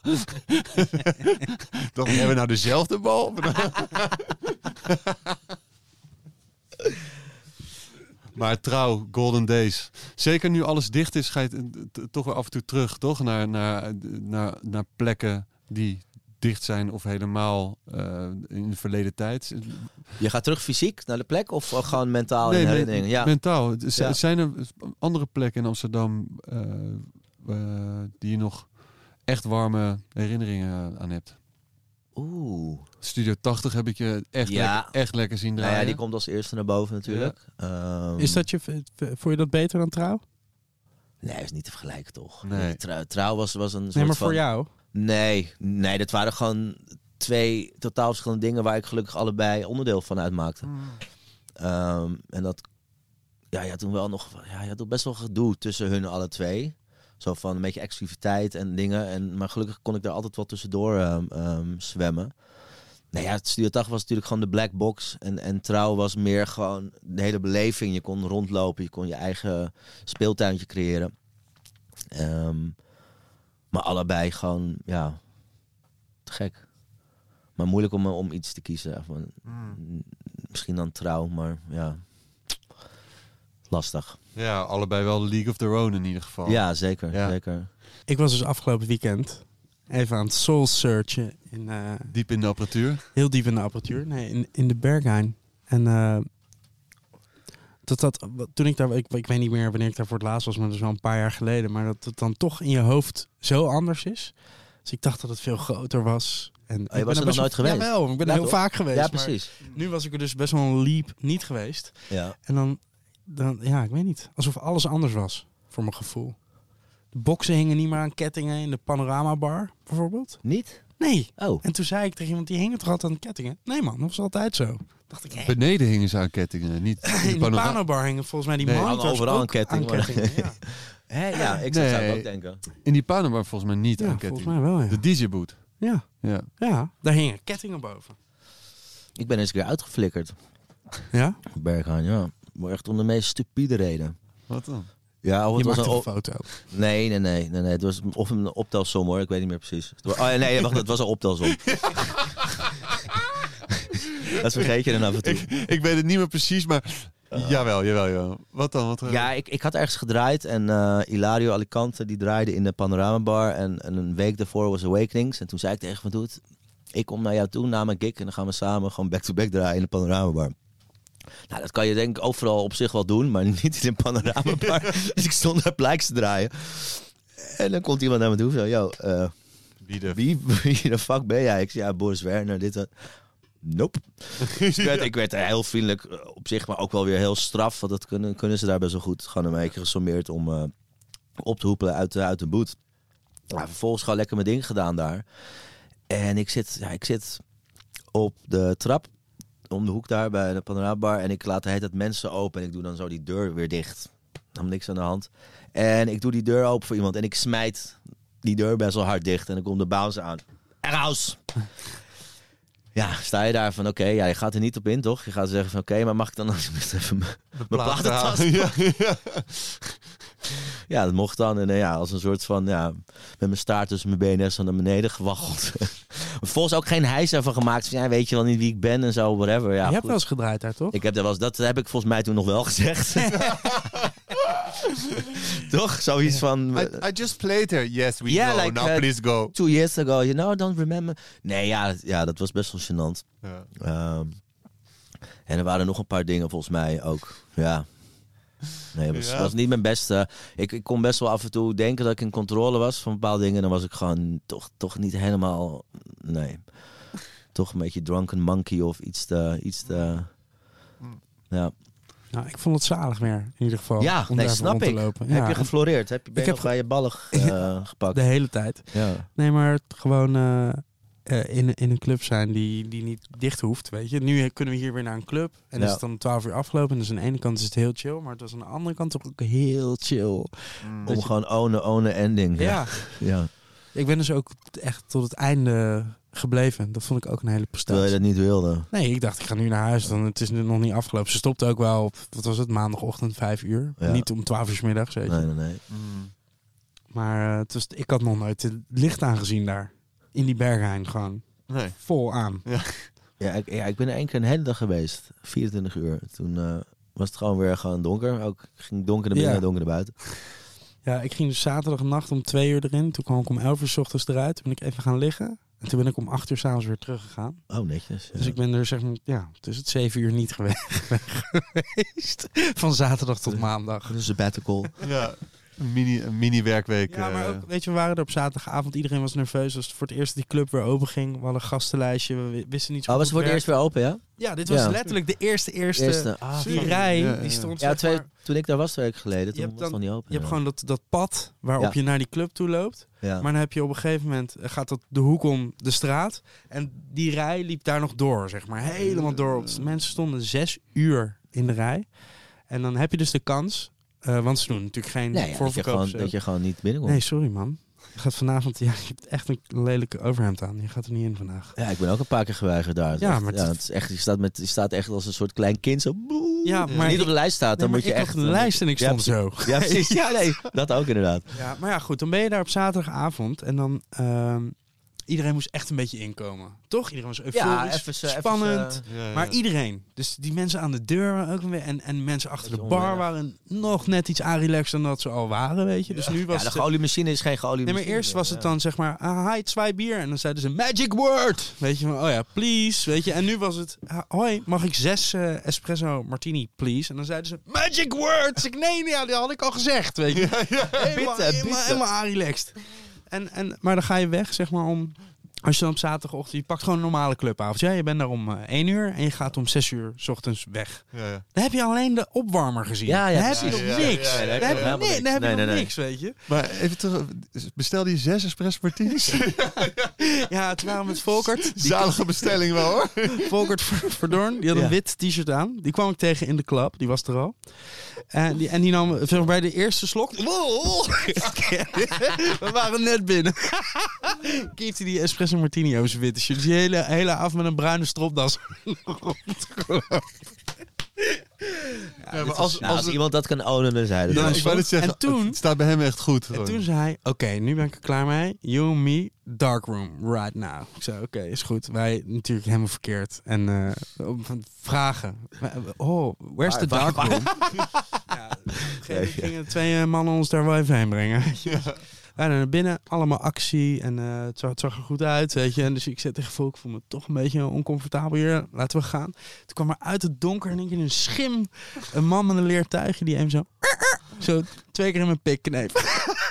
D: Toch hebben we nou dezelfde bal? Maar trouw, Golden Days. Zeker nu alles dicht is, ga je t- t- toch weer af en toe terug, toch? Naar, naar, naar, naar plekken die dicht zijn of helemaal uh, in de verleden tijd.
B: Je gaat terug fysiek naar de plek of gewoon mentaal
D: Nee,
B: in
D: men-
B: herinneringen? Ja.
D: Mentaal. Z-
B: Ja.
D: Zijn er andere plekken in Amsterdam uh, uh, die je nog echt warme herinneringen aan hebt?
B: Oeh.
D: Studio tachtig heb ik je echt,
B: Ja.
D: lekker, echt lekker zien
B: Nou
D: draaien.
B: ja, die komt als eerste naar boven natuurlijk. Ehm,
C: Is dat je... v- v- Vond je dat beter dan Trouw?
B: Nee, is niet te vergelijken toch?
D: Nee.
B: Trouw, trouw was, was een soort
C: Nee, maar
B: van...
C: voor jou?
B: Nee, nee, dat waren gewoon twee totaal verschillende dingen waar ik gelukkig allebei onderdeel van uitmaakte. Ehm, en dat, ja, je had toen wel nog, ja, je had ook best wel gedoe tussen hun alle twee. Zo van een beetje exclusiviteit en dingen. En, maar gelukkig kon ik daar altijd wel tussendoor um, um, zwemmen. Nou ja, het Studio tachtig was natuurlijk gewoon de black box. En, en Trouw was meer gewoon de hele beleving. Je kon rondlopen, je kon je eigen speeltuintje creëren. Um, maar allebei gewoon, ja, te gek. Maar moeilijk om, om iets te kiezen. Van,
D: Mm.
B: Misschien dan Trouw, maar ja, lastig.
D: Ja, allebei wel de League of Their Own in ieder geval.
B: Ja, zeker,
D: Ja.
B: zeker.
C: Ik was dus afgelopen weekend even aan het soul searchen. In, uh,
D: Diep in de apparatuur.
C: heel diep in de apparatuur. Nee, in, in de Berghain. En uh, dat dat, wat- toen ik daar, ik, ik weet niet meer wanneer ik daar voor het laatst was, maar dat is wel een paar jaar geleden. Maar dat het dan toch in je hoofd zo anders is. Dus ik dacht dat het veel groter was. En ik
B: was er
C: ben
B: nog
C: best
B: nooit
C: wel-
B: geweest?
C: Jawel, ik ben
B: Ja,
C: er heel
B: toch?
C: vaak geweest.
B: Ja,
C: maar
B: precies.
C: nu was ik er dus best wel een leap niet geweest.
B: Ja.
C: En dan, dan, ja, ik weet niet. Alsof alles anders was, voor mijn gevoel. De boksen hingen niet meer aan kettingen in de panoramabar, bijvoorbeeld.
B: Niet?
C: Nee.
B: Oh.
C: En toen zei ik tegen iemand, die hingen toch altijd aan kettingen? Nee man, dat was altijd zo. Dacht ik, hé.
D: Beneden hingen ze aan kettingen. Niet in de
C: In die
D: panorama-
C: panobar hingen volgens mij die
D: Nee.
C: monitors
B: Hangen overal
C: ook
B: een ketting,
C: aan
B: maar-
C: kettingen. Ja,
B: Hé, ja, ik zou
D: Nee.
B: het ook denken.
D: In die panorama volgens mij niet
C: ja
D: aan
C: volgens
D: kettingen.
C: mij wel, ja.
D: De D J-boot.
C: Ja,
D: Ja.
C: ja, daar hingen kettingen boven.
B: Ik ben eens een keer uitgeflikkerd.
C: Ja?
B: Berghain, ja. Maar echt om de meest stupide reden.
D: Wat dan?
B: Ja, of
C: Je
B: het was
C: maakte
B: een...
C: een
B: op-
C: foto.
B: Nee, nee, nee, nee, nee. Het was of een optelsom hoor. Ik weet niet meer precies. Het wa- Oh ja, nee, wacht, het was een optelsom. Dat vergeet je dan af en toe.
D: Ik, ik weet het niet meer precies, maar... Jawel, jawel, jawel. Wat dan? Wat, uh,
B: Ja, ik, ik had ergens gedraaid en uh, Ilario Alicante die draaide in de Panoramabar en, en een week daarvoor was Awakenings. En toen zei ik tegen hem, doet, ik kom naar jou toe na mijn gig en dan gaan we samen gewoon back-to-back draaien in de Panoramabar. Nou, dat kan je denk ik overal op zich wel doen, maar niet in een Panoramabar. Dus ik stond daar blijks te draaien. En dan komt iemand naar me toe zo, yo, uh,
D: Wie de...
B: wie, wie de fuck ben jij? Ik zei, ja, Boris Werner, dit en... Nope. Dus ik, werd, ik werd heel vriendelijk uh, op zich, maar ook wel weer heel straf. Want dat kunnen, kunnen ze daar best wel goed. Gewoon een beetje gesommeerd om uh, op te hoepelen uit, uh, uit de boot. Ja, vervolgens gewoon lekker mijn ding gedaan daar. En ik zit, ja, ik zit op de trap om de hoek daar bij de Panoramabar. En ik laat de hele tijd mensen open. En ik doe dan zo die deur weer dicht. Dan niks aan de hand. En ik doe die deur open voor iemand. En ik smijt die deur best wel hard dicht. En dan komt de bouncer aan. Eruit! Ja, sta je daar van, oké, okay, ja, je gaat er niet op in, toch? Je gaat zeggen van, oké, okay, maar mag ik dan alsjeblieft even mijn platentas?
D: Ja, ja.
B: Ja, dat mocht dan. En uh, ja, als een soort van, ja, met mijn staart tussen mijn benen zo naar beneden gewaggeld. Volgens ook geen hijs ervan gemaakt. Van, ja, weet je wel niet wie ik ben en zo, whatever. Ja,
C: je hebt
B: goed.
C: wel eens gedraaid daar, toch?
B: Ik heb dat, wel eens, dat heb ik volgens mij toen nog wel gezegd. Toch? Zoiets van...
D: I, I just played there. Yes, we
B: Yeah,
D: know.
B: like,
D: Now
B: uh,
D: please go.
B: Two years ago, you know, don't remember. Nee, ja, ja dat was best wel gênant.
D: Ja.
B: Um, en er waren nog een paar dingen volgens mij ook. Ja. Nee, het was,
D: Ja.
B: was niet mijn beste. Ik, ik kon best wel af en toe denken dat ik in controle was van bepaalde dingen. Dan was ik gewoon toch, toch niet helemaal... Nee. Toch een beetje drunken monkey of iets te... Iets te ja.
C: Nou, ik vond het zalig meer, in ieder geval.
B: Ja,
C: om
B: nee,
C: daar even
B: snap
C: rond
B: ik.
C: te lopen.
B: Heb
C: Ja,
B: je gefloreerd? Heb je, ben
C: Ik
B: je
C: heb
B: nog bij je ballen uh, gepakt?
C: de hele tijd.
B: Ja.
C: Nee, maar het gewoon uh, uh, in, in een club zijn die, die niet dicht hoeft, weet je. Nu kunnen we hier weer naar een club. En
B: Ja.
C: is het dan twaalf uur afgelopen. En dus aan de ene kant is het heel chill. Maar het was aan de andere kant toch ook heel chill.
D: Mm.
B: Om gewoon ownen, ownen ending.
C: Ja.
B: Ja. ja.
C: Ik ben dus ook echt tot het einde gebleven. Dat vond ik ook een hele
B: Terwijl
C: prestatie.
B: je dat niet wilde.
C: Nee, ik dacht ik ga nu naar huis. Dan, het is nu nog niet afgelopen. Ze stopte ook wel op, wat was het, maandagochtend vijf uur.
B: Ja.
C: Niet om twaalf uur 's middags, weet je.
B: Nee, nee, nee.
D: Mm.
C: Maar uh, het was, ik had nog nooit het licht aangezien daar. In die Berghain gewoon.
D: Nee.
C: Vol aan.
B: Ja ik, ja, ik ben er één keer een hele dag geweest. vierentwintig uur. Toen uh, was het gewoon weer gewoon donker. Ook ging donker naar binnen,
C: Ja.
B: donker naar buiten.
C: Ja, ik ging dus zaterdagnacht om twee uur erin. Toen kwam ik om elf uur 's ochtends eruit. Toen ben ik even gaan liggen. En toen ben ik om acht uur 's avonds weer teruggegaan.
B: Oh, netjes. Ja.
C: Dus ik ben er zeg maar, ja, dus het zeven uur niet geweest. geweest. Van zaterdag tot maandag.
B: Dat is een sabbatical.
D: Ja, een mini, een mini werkweek.
C: Ja, maar
D: eh.
C: ook, weet je, we waren er op zaterdagavond. Iedereen was nerveus. Het was voor het eerst dat die club weer open ging. We hadden een gastenlijstje. We wisten niet zo
B: Oh, was
C: goed
B: het voor het
C: werk.
B: eerst weer open, ja?
C: Ja, dit was
B: Ja.
C: letterlijk de eerste, eerste.
B: Eerste. Ah,
C: die
B: fuck.
C: rij,
D: Ja, ja.
C: die stond
B: Ja,
C: zeg
B: twee,
C: maar-
B: toen ik daar was twee weken geleden, toen
C: hebt
B: was het
C: dan-
B: nog niet open.
C: Je hebt
B: ja.
C: gewoon dat, dat pad waarop
B: Ja.
C: je naar die club toe loopt.
B: Ja.
C: Maar dan heb je op een gegeven moment, eh, gaat dat de hoek om de straat. En die rij liep daar nog door, zeg maar. Helemaal door. Mensen stonden zes uur in de rij. En dan heb je dus de kans, uh, want ze doen natuurlijk geen
B: Nee, ja, dat, je
C: voorverkoop.
B: gewoon,
C: zo.
B: dat je gewoon niet binnenkomt.
C: Nee, sorry man. Je gaat vanavond, ja, je hebt echt een lelijke overhemd aan. Je gaat er niet in vandaag.
B: Ja, ik ben ook een paar keer geweigerd daar. Het is
C: Ja,
B: echt-
C: maar
B: ja,
C: het-
B: het is echt, je, staat met, je staat echt als een soort klein kind zo. boe.
C: Ja, maar
B: niet
C: ik-
B: op de lijst staat,
C: Nee,
B: dan
C: maar
B: moet je
C: ik
B: echt...
C: had een lijst en ik
B: Ja,
C: stond zo.
B: Ja, precies. Ja, nee, dat ook inderdaad.
C: Ja, maar ja, goed. Dan ben je daar op zaterdagavond. En dan... ehm, iedereen moest echt een beetje inkomen. Toch? Iedereen was euforisch,
B: even zo- even
C: spannend.
B: zo-
D: Ja, ja.
C: Maar iedereen. Dus die mensen aan de deur waren ook weer. En, en mensen achter de
B: Beetje
C: bar
B: onwennig.
C: waren nog net iets aanrelaxed dan dat ze al waren, weet je. Dus nu was
B: Ja, de
C: het...
B: geoliemachine is geen
C: Nee,
B: geoliemachine.
C: maar eerst was het
B: Ja.
C: dan zeg maar, ah, hi, twee bier. En dan zeiden ze, magic word. Weet je, van, oh ja, please. Weet je, en nu was het, ah, hoi, mag ik zes eh, espresso martini, please? En dan zeiden ze, magic words. Ik, nee, nee, ja, dat had ik al gezegd, weet je. Helemaal,
B: Bitter,
C: helemaal,
B: bitter.
C: helemaal aanrelaxed. En, en, maar dan ga je weg, zeg maar, om... Als je dan op zaterdagochtend, je pakt gewoon een normale clubavond. Ja, je bent daar om uh, één uur en je gaat om zes uur 's ochtends weg.
D: Ja, ja.
C: Dan heb je alleen de opwarmer gezien.
B: Ja, ja,
C: dan heb je
B: precies.
C: nog
D: Ja, ja,
C: niks.
D: ja, ja,
C: Dan
B: ja,
C: heb je,
B: ja,
C: nee,
B: helemaal
C: dan heb je
B: niks.
C: nog
B: Nee, nee,
C: niks, weet je.
D: Maar even terug, bestelde je zes espresso martinis?
C: Ja, toen waren we met Volkert. Die
D: Zalige bestelling wel hoor.
C: Volkert Verdorn, die had een
B: Ja.
C: wit t-shirt aan. Die kwam ik tegen in de club, die was er al. En die, en die nam zeg maar, bij de eerste slok... We waren net binnen. Kiepte hij die espresso martini over zijn witte shirt. Dus die hele, hele af met een bruine stropdas.
D: Ja, maar als,
B: Nou,
D: als
B: als iemand dat kan ownen, dan zei hij
D: ja,
B: dat.
D: ik wou net zeggen,
C: En toen-
D: het staat bij hem echt goed.
C: En
D: gewoon.
C: toen zei hij, oké, nu ben ik er klaar mee. You and me, dark room, right now. Ik zei, oké, is goed. Wij natuurlijk helemaal verkeerd. En eh, van vragen. Oh, where's the
B: Waar-
C: dark
B: waar-
C: room? Ja, op een gegeven moment gingen twee eh, mannen ons daar wel even heen brengen. Wij naar binnen, allemaal actie en eh, het, zag, het zag er goed uit, weet je. En dus ik zei tegen Volk, ik voel me toch een beetje oncomfortabel hier. Laten we gaan. Toen kwam er uit het donker en ik in een schim een man met een leertuigje die hem zo, zo twee keer in mijn pik kneep.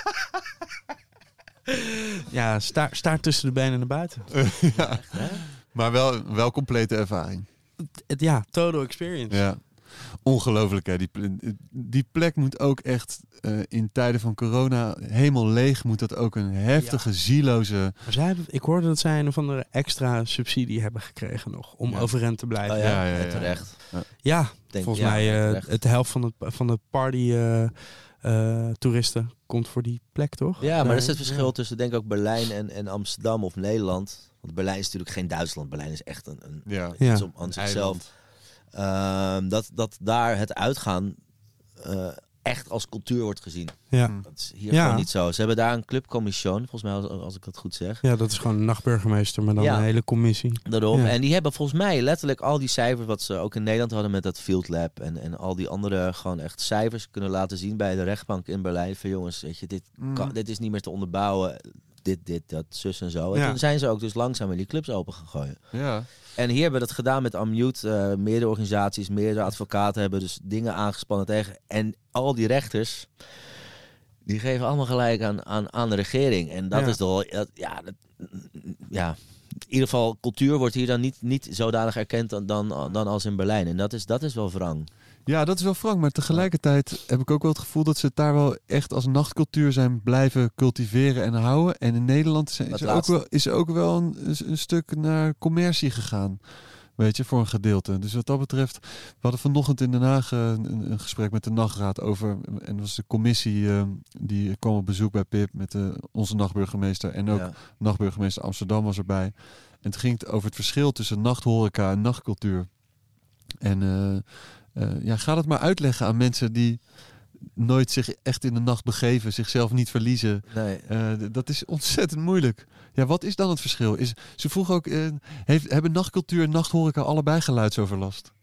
C: Ja, staart staar tussen de benen naar buiten.
D: Ja. Maar wel, wel complete ervaring.
C: Het, ja, total experience.
D: Ja. Ongelooflijk hè. Die, ple- die plek moet ook echt uh, in tijden van corona helemaal leeg. Moet dat ook een heftige,
C: Ja.
D: zieloze...
C: Maar zij hebben, ik hoorde dat zij een of andere extra subsidie hebben gekregen nog. Om
D: Ja.
C: overeind te blijven.
B: Oh,
C: ja,
B: ja,
D: Ja, ja, ja.
B: terecht. Denk-
C: volgens
B: ja,
C: mij
B: ja,
C: eh
B: terecht.
C: het helft van, het, van de party eh, eh, toeristen komt voor die plek, toch?
B: Ja, maar
C: Daar-
B: er is het verschil
C: ja.
B: tussen denk ik ook Berlijn en, en Amsterdam of Nederland. Want Berlijn is natuurlijk geen Duitsland. Berlijn is echt een, een
D: Ja.
C: Ja.
B: iets op aan zichzelf.
D: Eiland.
B: Ehm, dat, dat daar het uitgaan eh, echt als cultuur wordt gezien.
C: Ja.
D: Hm.
B: Dat is hier
C: Ja.
B: gewoon niet zo. Ze hebben daar een clubcommission, volgens mij als, als ik dat goed zeg.
C: ja, dat is gewoon een nachtburgemeester, maar dan
B: Ja.
C: een hele commissie.
B: Daarom.
C: Ja.
B: En die hebben volgens mij letterlijk al die cijfers wat ze ook in Nederland hadden met dat Field Lab en, en al die andere gewoon echt cijfers kunnen laten zien bij de rechtbank in Berlijn. Van jongens, weet je, dit,
D: Mm.
B: kan, dit is niet meer te onderbouwen. dit, dit, dat, zus en zo. En
C: Ja.
B: toen zijn ze ook dus langzaam in die clubs open gegooid.
D: Ja.
B: En hier hebben we dat gedaan met Unmute. Uh, meerdere organisaties, meerdere advocaten hebben dus dingen aangespannen tegen. En al die rechters, die geven allemaal gelijk aan, aan, aan de regering. En dat
C: Ja.
B: is toch, dat, ja, dat, ja, in ieder geval cultuur wordt hier dan niet, niet zodanig erkend dan, dan, dan als in Berlijn. En dat is, dat is wel wrang.
D: Ja, dat is wel frank. Maar tegelijkertijd heb ik ook wel het gevoel dat ze het daar wel echt als nachtcultuur zijn blijven cultiveren en houden. En in Nederland is, is, er, ook wel, is er ook wel een, een stuk naar commercie gegaan. Weet je, voor een gedeelte. Dus wat dat betreft, we hadden vanochtend in Den Haag een, een gesprek met de nachtraad over, en dat was de commissie, uh, die kwam op bezoek bij Pip met uh, onze nachtburgemeester en ook
B: Ja.
D: nachtburgemeester Amsterdam was erbij. En het ging over het verschil tussen nachthoreca en nachtcultuur. En uh, uh, ja, ga dat maar uitleggen aan mensen die nooit zich echt in de nacht begeven, zichzelf niet verliezen.
B: Nee.
D: Uh, d- dat is ontzettend moeilijk. Ja, wat is dan het verschil? Is, ze vroeg ook, uh, heeft, hebben nachtcultuur en nachthoreca allebei geluidsoverlast?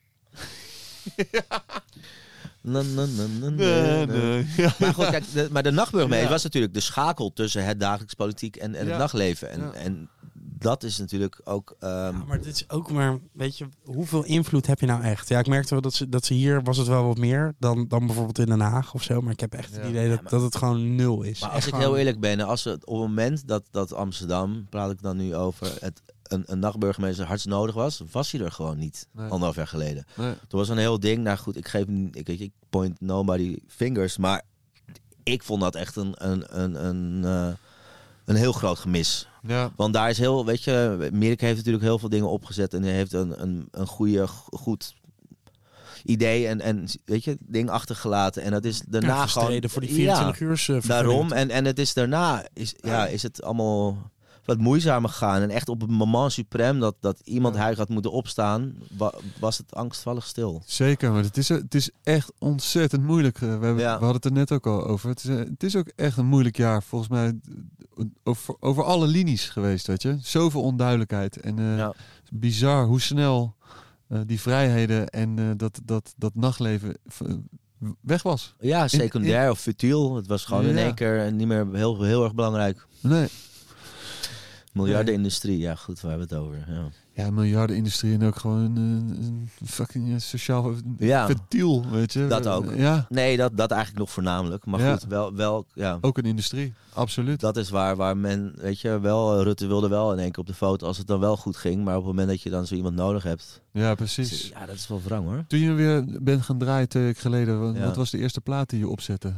B: Na, na, na, na, na, na.
D: Ja.
B: Maar goed, kijk, de, maar de nachtburgemeester
D: Ja.
B: was natuurlijk de schakel tussen het dagelijks politiek en, en
D: Ja.
B: het nachtleven. En,
D: Ja.
B: en dat is natuurlijk ook... Um,
C: Ja, maar dit is ook maar, weet je, hoeveel invloed heb je nou echt? Ja, ik merkte wel dat ze, dat ze hier was het wel wat meer dan, dan bijvoorbeeld in Den Haag of zo. Maar ik heb echt het
D: Ja.
C: idee dat,
B: Ja, maar-
C: dat het gewoon nul is.
B: Maar
C: Echt
B: als ik
C: gewoon-
B: heel eerlijk ben, als het op het moment dat, dat Amsterdam, praat ik dan nu over, het, een, een nachtburgemeester hard nodig was, was hij er gewoon niet.
D: Nee.
B: Anderhalf jaar geleden.
D: Nee.
B: Toen was een heel ding. Nou goed, ik geef niet- ik, ik, ik point nobody fingers, maar ik vond dat echt een, een, een, een, uh, een heel groot gemis.
D: Ja.
B: Want daar is heel, weet je, Mirke heeft natuurlijk heel veel dingen opgezet en hij heeft een, een, een goede, goed idee en, en weet je, ding achtergelaten. En dat is daarna
C: ja,
B: gewoon...
C: gestreden voor die vierentwintig
B: Ja,
C: uur. Uh,
B: daarom. En, en het is daarna, is, ja, is het allemaal wat moeizamer gegaan. En echt op het moment suprem dat, dat iemand
D: Ja.
B: huig had moeten opstaan, wa- was het angstvallig stil.
D: Zeker, maar het is, het is echt ontzettend moeilijk. Uh, We, hebben,
B: Ja.
D: we hadden het er net ook al over. Het is, uh, het is ook echt een moeilijk jaar, volgens mij, uh, over, over alle linies geweest, weet je. Zoveel onduidelijkheid. En uh,
B: Ja.
D: bizar hoe snel uh, die vrijheden en uh, dat, dat, dat nachtleven uh, weg was.
B: Ja, secundair
D: in-
B: of futiel. Het was gewoon in
D: Ja.
B: één keer niet meer heel, heel erg belangrijk.
D: Nee.
B: Miljardenindustrie, ja goed, waar hebben we het over. Ja.
D: Ja, miljardenindustrie en ook gewoon een, een fucking uh, sociaal
B: Ja.
D: ventiel, weet je.
B: Dat ook.
D: Ja,
B: Nee, dat, dat eigenlijk nog voornamelijk. Maar
D: Ja.
B: goed, wel, wel ja.
D: ook een industrie, absoluut.
B: Dat is waar, waar men, weet je, wel, Rutte wilde wel in één keer op de foto als het dan wel goed ging. Maar op het moment dat je dan zo iemand nodig hebt.
D: Ja, precies.
B: Ja, dat is wel wrang hoor.
D: Toen je weer bent gaan draaien twee weken geleden, wat,
B: Ja.
D: wat was de eerste plaat die je opzette?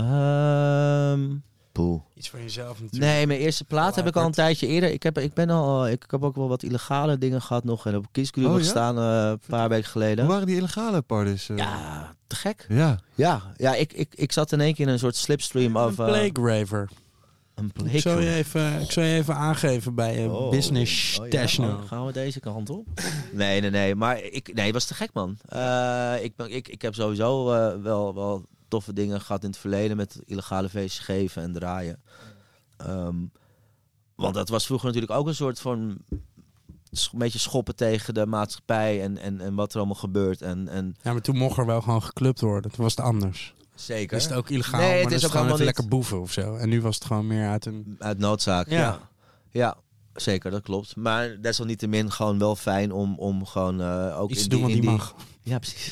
B: Um, poeh.
C: Iets van jezelf natuurlijk.
B: Nee, mijn eerste plaat heb ik al een
C: Apart.
B: tijdje eerder. Ik heb, ik ben al, ik heb ook wel wat illegale dingen gehad nog. En op Kiesgruber
D: Oh, ja?
B: gestaan uh, een paar weken geleden.
D: Hoe waren die illegale parties? uh?
B: Ja, te gek.
D: Ja.
B: Ja, ja ik, ik, ik zat in één keer in een soort slipstream
C: Een
B: of... uh,
C: Plague Raver.
B: Een
C: Ik zal, je
B: Plague
C: even, ik zal je even aangeven bij uh,
B: Oh.
C: Business
B: Oh, ja?
C: Dash
B: Oh,
C: now.
B: gaan we deze kant op? Nee, nee, nee. Maar ik, nee, het was te gek, man. Uh, ik, ben- ik, ik heb sowieso uh, wel, wel toffe dingen gehad in het verleden met illegale feestjes geven en draaien. Um, want dat was vroeger natuurlijk ook een soort van sch- een beetje schoppen tegen de maatschappij en, en, en wat er allemaal gebeurt. En, en
C: Ja, maar toen mocht er wel gewoon geclubt worden. Toen was het anders.
B: zeker.
C: Is het ook illegaal,
B: Nee,
C: maar
B: het
C: dan
B: is
C: is het
B: ook
C: gewoon
B: allemaal
C: even
B: niet-
C: lekker boeven of zo. En nu was het gewoon meer uit een...
B: Uit noodzaak,
C: Ja.
B: ja. Ja, zeker, dat klopt. Maar desalniettemin gewoon wel fijn om, om gewoon uh, ook
C: Iets
B: in
C: te doen wat
B: in
C: niet mag.
B: Ja, precies.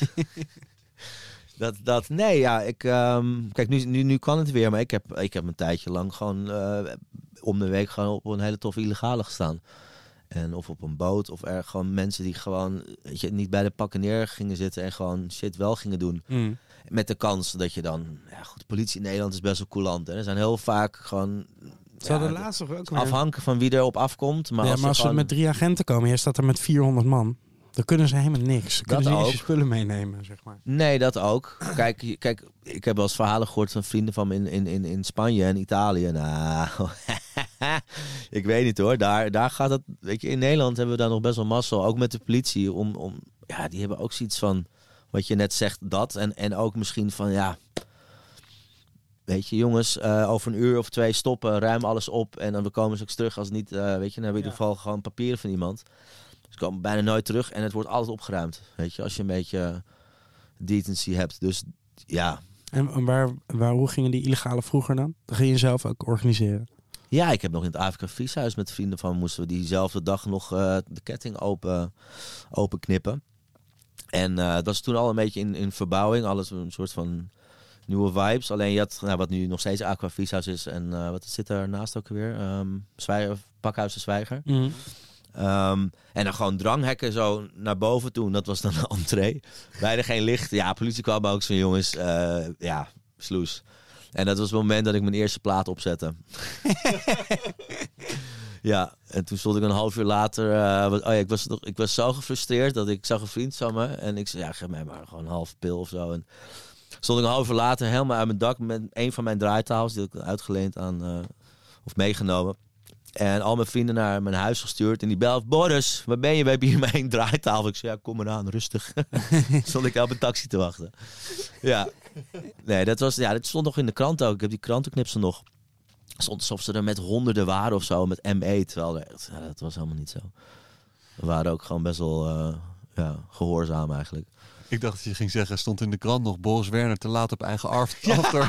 B: dat, dat, nee, ja, ik... Um, kijk, nu, nu, nu kan het weer, maar ik heb, ik heb een tijdje lang gewoon uh, om de week gewoon op een hele toffe illegale gestaan. En of op een boot, of er gewoon mensen die gewoon, weet je, niet bij de pakken neer gingen zitten en gewoon shit wel gingen doen.
C: Mm.
B: Met de kans dat je dan... Ja, goed, de politie in Nederland is best wel coulant. Hè. Er zijn heel vaak gewoon...
C: Ze hadden
B: ja,
C: laatst toch ook weer...
B: afhankelijk van wie er op afkomt. Maar
C: ja,
B: als,
C: maar als
B: ze
C: ze
B: gewoon...
C: met drie agenten komen, jij staat er met vierhonderd man. Dan kunnen ze helemaal niks. Dan kunnen
B: Dat
C: ze niet
B: ook.
C: eens je spullen meenemen, zeg maar.
B: Nee, dat ook. Kijk, je- kijk, ik heb wel eens verhalen gehoord van vrienden van me in, in, in, in Spanje en Italië. Nou, ik weet niet hoor. Daar, daar gaat het... Weet je, in Nederland hebben we daar nog best wel mazzel. Ook met de politie. Om, om, ja, die hebben ook zoiets van... Wat je net zegt, dat. En, en ook misschien van, ja... Weet je, jongens, uh, over een uur of twee stoppen, ruim alles op. En dan we komen ze ook terug als het niet, uh, weet je, dan hebben we in ieder geval gewoon papieren van iemand. Ze komen bijna nooit terug en het wordt altijd opgeruimd. Weet je, als je een beetje decency hebt. Dus ja.
C: En waar, waar, hoe gingen die illegale vroeger dan? Dat ging je zelf ook organiseren?
B: Ja, ik heb nog in het Afrika Vieshuis met vrienden van... moesten we diezelfde dag nog uh, de ketting open, open knippen. En uh, dat was toen al een beetje in, in verbouwing. Alles een soort van nieuwe vibes. Alleen je had, nou, wat nu nog steeds Aqua Vieshuis is. En uh, wat zit er naast ook weer? Um, Zwijger, Pakhuis de Zwijger.
C: Mm.
B: Um, en dan gewoon dranghekken zo naar boven toe. Dat was dan de entree. Bijna geen licht. Ja, politie kwam ook zo, jongens. Uh, ja, sloes. En dat was het moment dat ik mijn eerste plaat opzette. Ja, en toen stond ik een half uur later... Uh, oh ja, ik, was nog, ik was zo gefrustreerd dat ik zag een vriend van me. En ik zei, ja, geef mij maar gewoon een half pil of zo. En stond ik een half uur later helemaal uit mijn dak... met een van mijn draaitafels, die had ik uitgeleend aan... Uh, of meegenomen. En al mijn vrienden naar mijn huis gestuurd. En die belt, Boris, waar ben je? We hebben hier mijn draaitafel. Ik zei, ja, kom maar aan, rustig. Stond ik op een taxi te wachten. Ja. Nee, dat was, ja, dat stond nog in de krant ook. Ik heb die krantenknipsel nog. Stond alsof ze er met honderden waren of zo, met M E. Terwijl er, ja, dat was helemaal niet zo. We waren ook gewoon best wel uh, ja, gehoorzaam eigenlijk.
D: Ik dacht dat je ging zeggen, stond in de krant nog Boris Werner te laat op eigen after. Ja.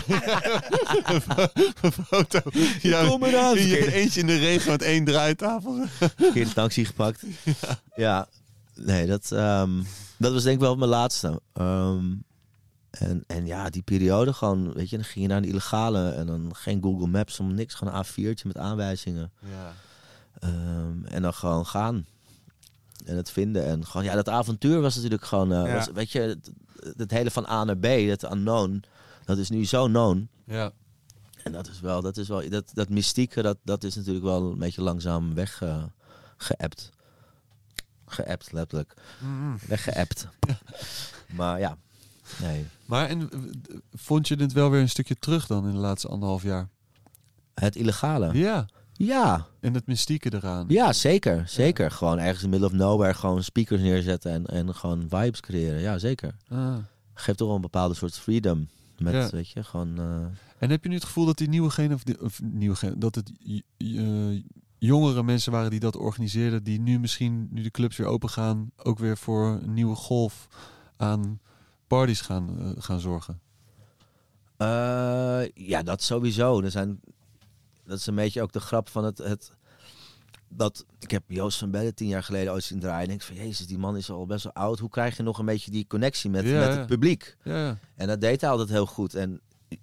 D: Een foto. Ja, kom eraan. In je eentje in de regen met één draaitafel.
B: Verkeerde taxi gepakt. Ja, ja. Nee, dat, um, dat was denk ik wel mijn laatste. Um, en, en ja, die periode gewoon, weet je, dan ging je naar de illegale en dan geen Google Maps om niks, gewoon een A viertje met aanwijzingen.
D: Ja.
B: Um, en dan gewoon gaan. En het vinden. En gewoon, ja, dat avontuur was natuurlijk gewoon... Uh,
C: ja.
B: was, weet je, het, het hele van A naar B, het unknown, dat is nu zo known.
D: Ja.
B: En dat is wel, dat is wel, dat, dat mystieke, dat, dat is natuurlijk wel een beetje langzaam weg uh, geappt. Geappt, letterlijk.
D: Mm-hmm.
B: Weggeappt. Ja. Maar ja, nee.
D: Maar en vond je dit wel weer een stukje terug dan in de laatste anderhalf jaar?
B: Het illegale?
D: Ja.
B: Ja.
D: En het mystieke eraan.
B: Ja, zeker. Zeker. Ja. Gewoon ergens in the middle of nowhere gewoon speakers neerzetten en, en gewoon vibes creëren. Ja, zeker.
D: Ah.
B: Geeft toch wel een bepaalde soort freedom. Met,
D: ja.
B: weet je, gewoon... Uh...
D: En heb je nu het gevoel dat die nieuwe gen of, die, of nieuwe gen, dat het uh, jongere mensen waren die dat organiseerden, die nu misschien, nu de clubs weer open gaan, ook weer voor een nieuwe golf aan parties gaan, uh, gaan zorgen?
B: Uh, ja, dat sowieso. Er zijn... Dat is een beetje ook de grap van het, het... dat Ik heb Joost van Bellen tien jaar geleden ooit zien draaien. En ik denk van, jezus, die man is al best wel oud. Hoe krijg je nog een beetje die connectie met,
D: ja,
B: met het publiek?
D: Ja, ja.
B: En dat deed hij altijd heel goed. En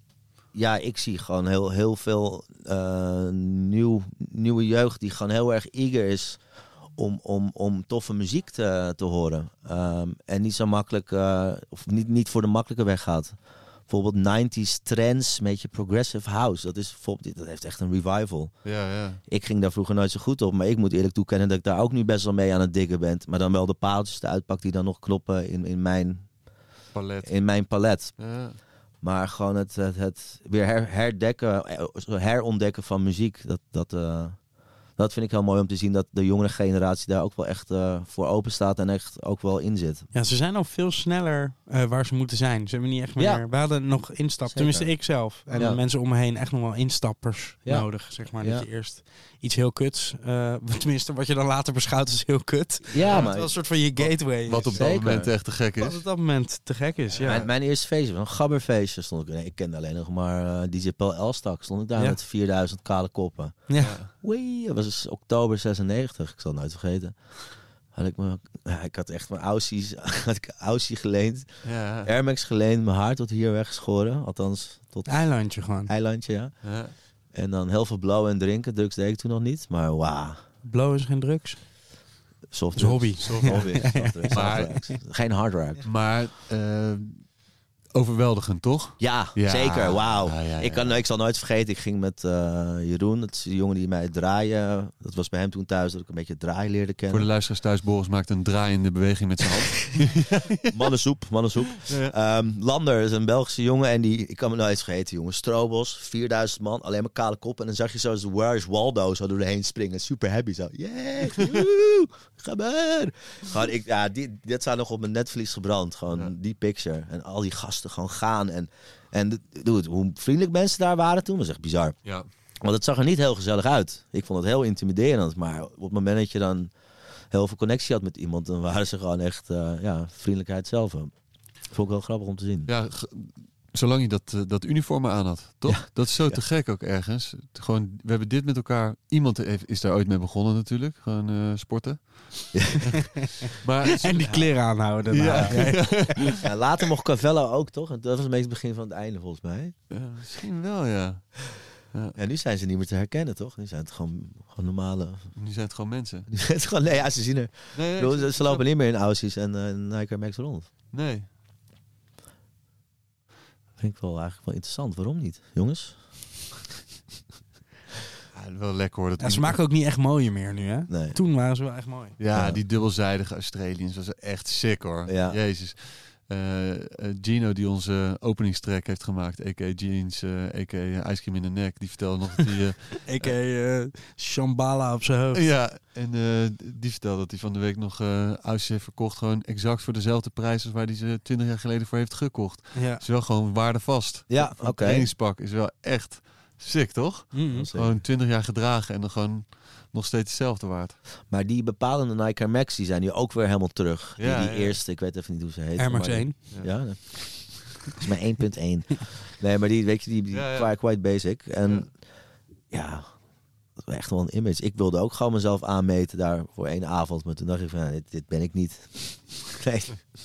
B: ja, ik zie gewoon heel, heel veel uh, nieuw, nieuwe jeugd die gewoon heel erg eager is om, om, om toffe muziek te, te horen. Um, en niet zo makkelijk, uh, of niet, niet voor de makkelijke weg gaat. Bijvoorbeeld nineties trends, een beetje progressive house. Dat is bijvoorbeeld, dat heeft echt een revival.
D: Ja, ja.
B: Ik ging daar vroeger nooit zo goed op, maar ik moet eerlijk toekennen dat ik daar ook nu best wel mee aan het diggen ben. Maar dan wel de paaltjes eruit pak die dan nog knoppen in, in mijn
D: palet.
B: In mijn palet.
D: Ja.
B: Maar gewoon het, het, het weer her, herdekken, herontdekken van muziek, dat, dat, uh, dat vind ik heel mooi om te zien dat de jongere generatie daar ook wel echt uh, voor open staat en echt ook wel in zit.
C: Ja, ze zijn al veel sneller uh, waar ze moeten zijn. Ze hebben niet echt meer... Ja. We hadden nog instap, Zeker. tenminste ik zelf. En ja. mensen om me heen echt nog wel instappers ja. nodig, zeg maar. Ja. Dat je eerst iets heel kuts, uh, tenminste wat je dan later beschouwt als heel kut.
B: Ja, maar...
C: Het was een soort van je gateway.
D: Wat, wat op Zeker. dat moment echt te gek is.
C: Wat op dat moment te gek is, ja.
B: Mijn, mijn eerste feestje, een gabberfeestje stond ik... Nee, ik kende alleen nog maar uh, D J Paul Elstak. Stond ik daar ja. met vierduizend kale koppen.
C: Ja.
B: Wee, dat was dus oktober zesennegentig. Ik zal het nooit vergeten. Had ik, me, ja, ik had echt mijn Aussies, had ik Aussie geleend.
D: Ja.
B: Air Max geleend, mijn haar tot hier weggeschoren. Althans, tot...
C: Eilandje gewoon.
B: Eilandje, ja.
D: ja.
B: En dan heel veel blowen en drinken. Drugs deed ik toen nog niet, maar wauw.
C: Blowen is geen drugs?
B: Soft
C: drugs. Hobby.
B: Soft hobby. Soft drugs.
D: Maar,
B: geen hard drugs.
D: Maar... Uh, overweldigend, toch?
B: Ja, ja. zeker. Wauw.
D: Ja, ja, ja.
B: Ik, kan, ik zal nooit vergeten, ik ging met uh, Jeroen, dat is de jongen die mij draaien. Dat was bij hem toen thuis, dat ik een beetje draai leerde kennen.
D: Voor de luisteraars thuis, Boris maakt een draaiende beweging met zijn hand.
B: Mannensoep, mannensoep. Ja. Um, Lander is een Belgische jongen en die, ik kan me nooit vergeten, jongen. Strobos, vierduizend man, alleen maar kale kop. En dan zag je zo de Where is Waldo zo door de heen springen. Super happy zo. Yeah, woehoe, ga maar. Gewoon, ik, ja, die, dit zou nog op mijn netvlies gebrand. Gewoon ja. die picture. En al die gasten gewoon gaan. En, en dude, hoe vriendelijk mensen daar waren toen, was echt bizar.
D: Ja.
B: Want het zag er niet heel gezellig uit. Ik vond het heel intimiderend. Maar op het moment dat je dan heel veel connectie had met iemand, dan waren ze gewoon echt uh, ja, vriendelijkheid zelf. Vond ik wel grappig om te zien.
D: Ja, g- Zolang je dat, uh, dat uniform maar aan had, toch?
B: Ja.
D: Dat is zo
B: Ja.
D: te gek ook ergens. Gewoon, we hebben dit met elkaar... Iemand heeft, is daar ooit mee begonnen natuurlijk. Gewoon uh, sporten. Ja. maar,
C: en die kleren aanhouden.
D: Ja.
C: Ja. Ja.
B: Ja, later mocht Cavello ook, toch? Dat was een beetje het begin van het einde, volgens mij.
D: Ja, misschien wel, ja. ja.
B: Ja, nu zijn ze niet meer te herkennen, toch? Nu zijn het gewoon, gewoon normale...
D: Nu zijn het gewoon mensen.
B: Nu zijn het gewoon... Nee, ja, ze zien er...
D: Nee, nee,
B: bedoel, ze,
D: ik-
B: ze lopen niet meer in Aussies en uh, Nike Max rond.
D: Nee.
B: Vind ik wel eigenlijk wel interessant. Waarom niet, jongens?
D: Ja, wel lekker hoor. Dat
C: Ja, ze maken ook niet echt mooier meer nu, hè?
B: Nee.
C: Toen waren ze wel echt mooi.
D: Ja,
B: Ja.
D: die dubbelzijdige Australiërs was echt sick hoor.
B: Ja.
D: Jezus. Uh, uh, Gino die onze openingstrack heeft gemaakt, a k a. Jeans, uh, a k a. Ice Cream in de nek, die vertelde nog dat hij... Uh,
C: Ik uh, Shambhala op zijn hoofd.
D: ja, en uh, die vertelde dat hij van de week nog uh, Aussies heeft verkocht, gewoon exact voor dezelfde prijs als waar hij ze twintig jaar geleden voor heeft gekocht.
C: Ja.
D: Is wel gewoon waardevast.
B: Ja,
D: Voor
B: oké.
D: een trainingspak is wel echt sick, toch?
C: Mm-hmm.
D: Gewoon twintig jaar gedragen en dan gewoon nog steeds hetzelfde waard.
B: Maar die bepalende Nike Air Max, die zijn nu ook weer helemaal terug.
D: Ja,
B: die die
D: ja.
B: eerste, ik weet even niet hoe ze heet.
C: Air Max
B: maar-
C: één.
B: Ja, dat is maar één punt één. Nee, maar die, weet je, die, die
D: Ja, ja.
B: qua quite basic. En ja, dat was echt wel een image. Ik wilde ook gewoon mezelf aanmeten daar voor één avond. Maar toen dacht ik van, ja, dit, dit ben ik niet. Nee.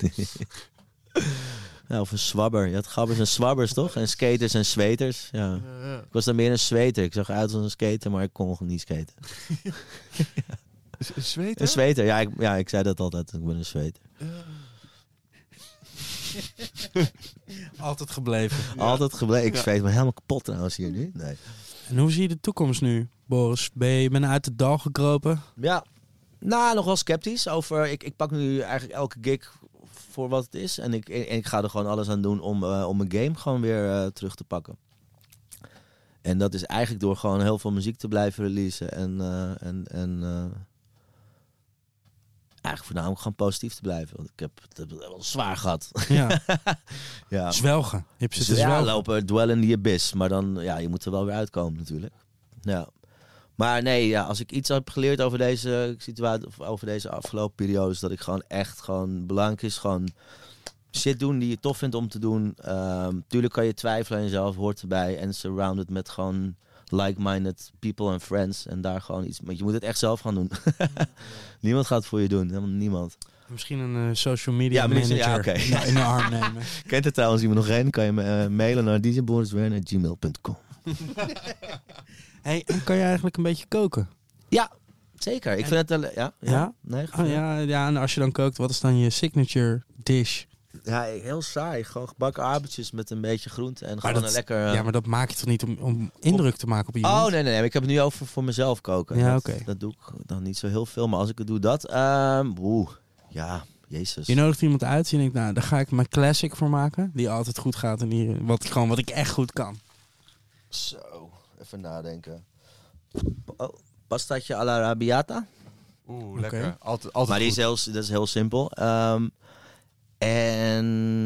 B: Ja, of een swabber. Je had gabbers en swabbers, toch? En skaters en zweters. Ja.
D: Ja, ja.
B: Ik was dan meer een zweter. Ik zag eruit als een skater, maar ik kon nog niet skaten.
D: Is- is Zweten?
B: Een zweter, ja ik, ja, ik zei dat altijd. Ik ben een zweter.
C: Altijd gebleven.
B: Altijd gebleven. Ik
D: Ja.
B: zweet me helemaal kapot trouwens hier nu. Nee.
C: En hoe zie je de toekomst nu, Boris? Ben je ben je uit het dal gekropen?
B: Ja, nou, nog wel sceptisch over. Ik, ik pak nu eigenlijk elke gig voor wat het is. En ik, en ik ga er gewoon alles aan doen om, uh, om mijn game gewoon weer uh, terug te pakken. En dat is eigenlijk door gewoon heel veel muziek te blijven releasen. En, uh, en, en uh, eigenlijk voornamelijk gewoon positief te blijven. Want ik heb het heb het wel zwaar gehad.
C: Ja.
B: Ja.
C: Zwelgen. Je hebt
B: Dus
C: zitten
B: ja,
C: zwelgen.
B: lopen dwell in the abyss. Maar dan, ja, je moet er wel weer uitkomen natuurlijk. Ja. Maar nee, ja, als ik iets heb geleerd over deze situatie, of over deze afgelopen periode, is dat ik gewoon echt gewoon belangrijk is gewoon shit doen die je tof vindt om te doen. Um, tuurlijk kan je twijfelen aan jezelf, hoort erbij. En surrounded met gewoon like-minded people and friends. En daar gewoon iets, want je moet het echt zelf gaan doen. Niemand gaat het voor je doen, helemaal niemand.
C: Misschien een uh, social media
B: Ja, maar die-
C: manager
B: ja, oké.
C: in- in de arm nemen.
B: Kent er trouwens iemand nog een? Kan je me uh, mailen naar d j boris at gmail dot com.
C: Hey, en kan je eigenlijk een beetje koken?
B: Ja, zeker. Ik vind het wel... Ja? Ja?
C: Ja?
B: Nee,
C: Oh, ja, ja, en als je dan kookt, wat is dan je signature dish?
B: Ja, heel saai. Gewoon gebakken aardappeltjes met een beetje groente en gewoon
C: dat-
B: een lekker... uh,
C: Ja, maar dat maak je toch niet om, om indruk te maken op iemand?
B: Oh, nee, nee, nee. Ik heb het nu over voor mezelf koken.
C: Ja,
B: dat,
C: oké.
B: dat doe ik dan niet zo heel veel. Maar als ik het doe, dat... Um, Oeh, ja, jezus.
C: Je nodigt iemand uit en je denkt, nou, daar ga ik mijn classic voor maken. Die altijd goed gaat en die, wat, gewoon wat ik echt goed kan.
B: Zo, even nadenken. Oh, pastaatje alla arrabbiata.
D: Oeh,
C: lekker.
D: lekker. Altijd, altijd
B: Maar die is
D: goed.
B: heel, dat is heel simpel. Um, en...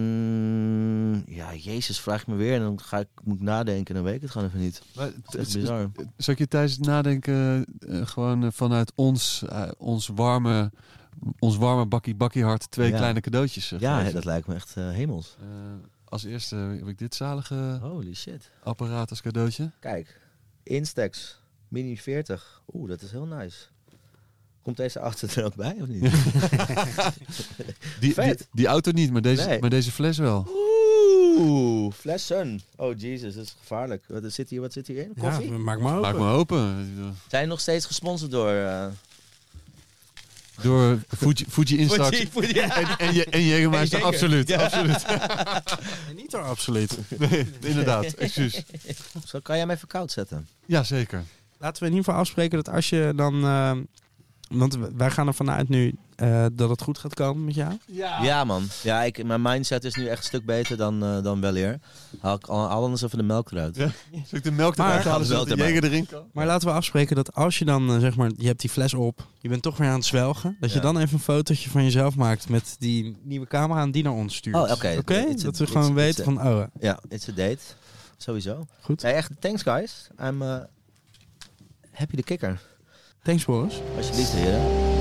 B: Ja, jezus, vraag ik me weer. En dan ga ik, moet ik nadenken en dan weet ik het gewoon even niet.
D: Maar,
B: Dat is echt bizar.
D: Zou ik je tijdens het nadenken uh, gewoon uh, vanuit ons, uh, ons warme, ons warme bakkie bakkie hart twee
B: Ja.
D: kleine cadeautjes uh,
B: Ja,
D: geven?
B: dat lijkt me echt uh, hemels.
D: Uh, als eerste heb ik dit zalige
B: Holy shit.
D: apparaat als cadeautje.
B: Kijk, Instax Mini veertig. Oeh, dat is heel nice. Komt deze auto er ook bij of niet?
D: Die,
B: Vet.
D: die, die auto niet, maar deze,
B: Nee.
D: maar deze fles wel.
B: Oeh, flessen. Oh Jesus, dat is gevaarlijk. Wat zit hier, wat zit hierin? Koffie?
C: Ja, maak maar open.
D: Maak me open.
B: Zijn we nog steeds gesponsord door... Uh...
D: Door Fuji, Fuji Instax
B: Fuji, Fuji.
D: en, en, je, en Jägermeister,
B: En Jäger.
D: absoluut.
B: Ja.
D: absoluut.
C: Nee, niet hoor, absoluut.
D: Nee, inderdaad, excuus.
B: Zo, kan jij hem even koud zetten?
D: Ja, zeker.
C: Laten we in ieder geval afspreken dat als je dan... uh, want wij gaan ervan uit nu uh, dat het goed gaat komen met jou.
B: Ja, ja man. Ja, ik, mijn mindset is nu echt een stuk beter dan, uh, dan wel eer. Haal ik al, al anders even de melk eruit.
D: Ja. Zal ik de melk
C: Maar-
D: eruit halen zodat de
B: Erbij.
D: Jäger erin kan?
C: Maar laten we afspreken dat als je dan, uh, zeg maar, je hebt die fles op, je bent toch weer aan het zwelgen, dat je
B: Ja.
C: dan even een fotootje van jezelf maakt met die nieuwe camera en die naar ons stuurt.
B: Oh, oké.
C: Oké?
B: It's a-
C: Dat we
B: it's-
C: gewoon
B: it's
C: weten
B: a-
C: van, oh,
B: Ja, it's a date. Sowieso.
C: goed.
B: Nee, echt, thanks guys. I'm uh, happy de kikker.
C: Thanks, Boris.
B: Alsjeblieft, heren.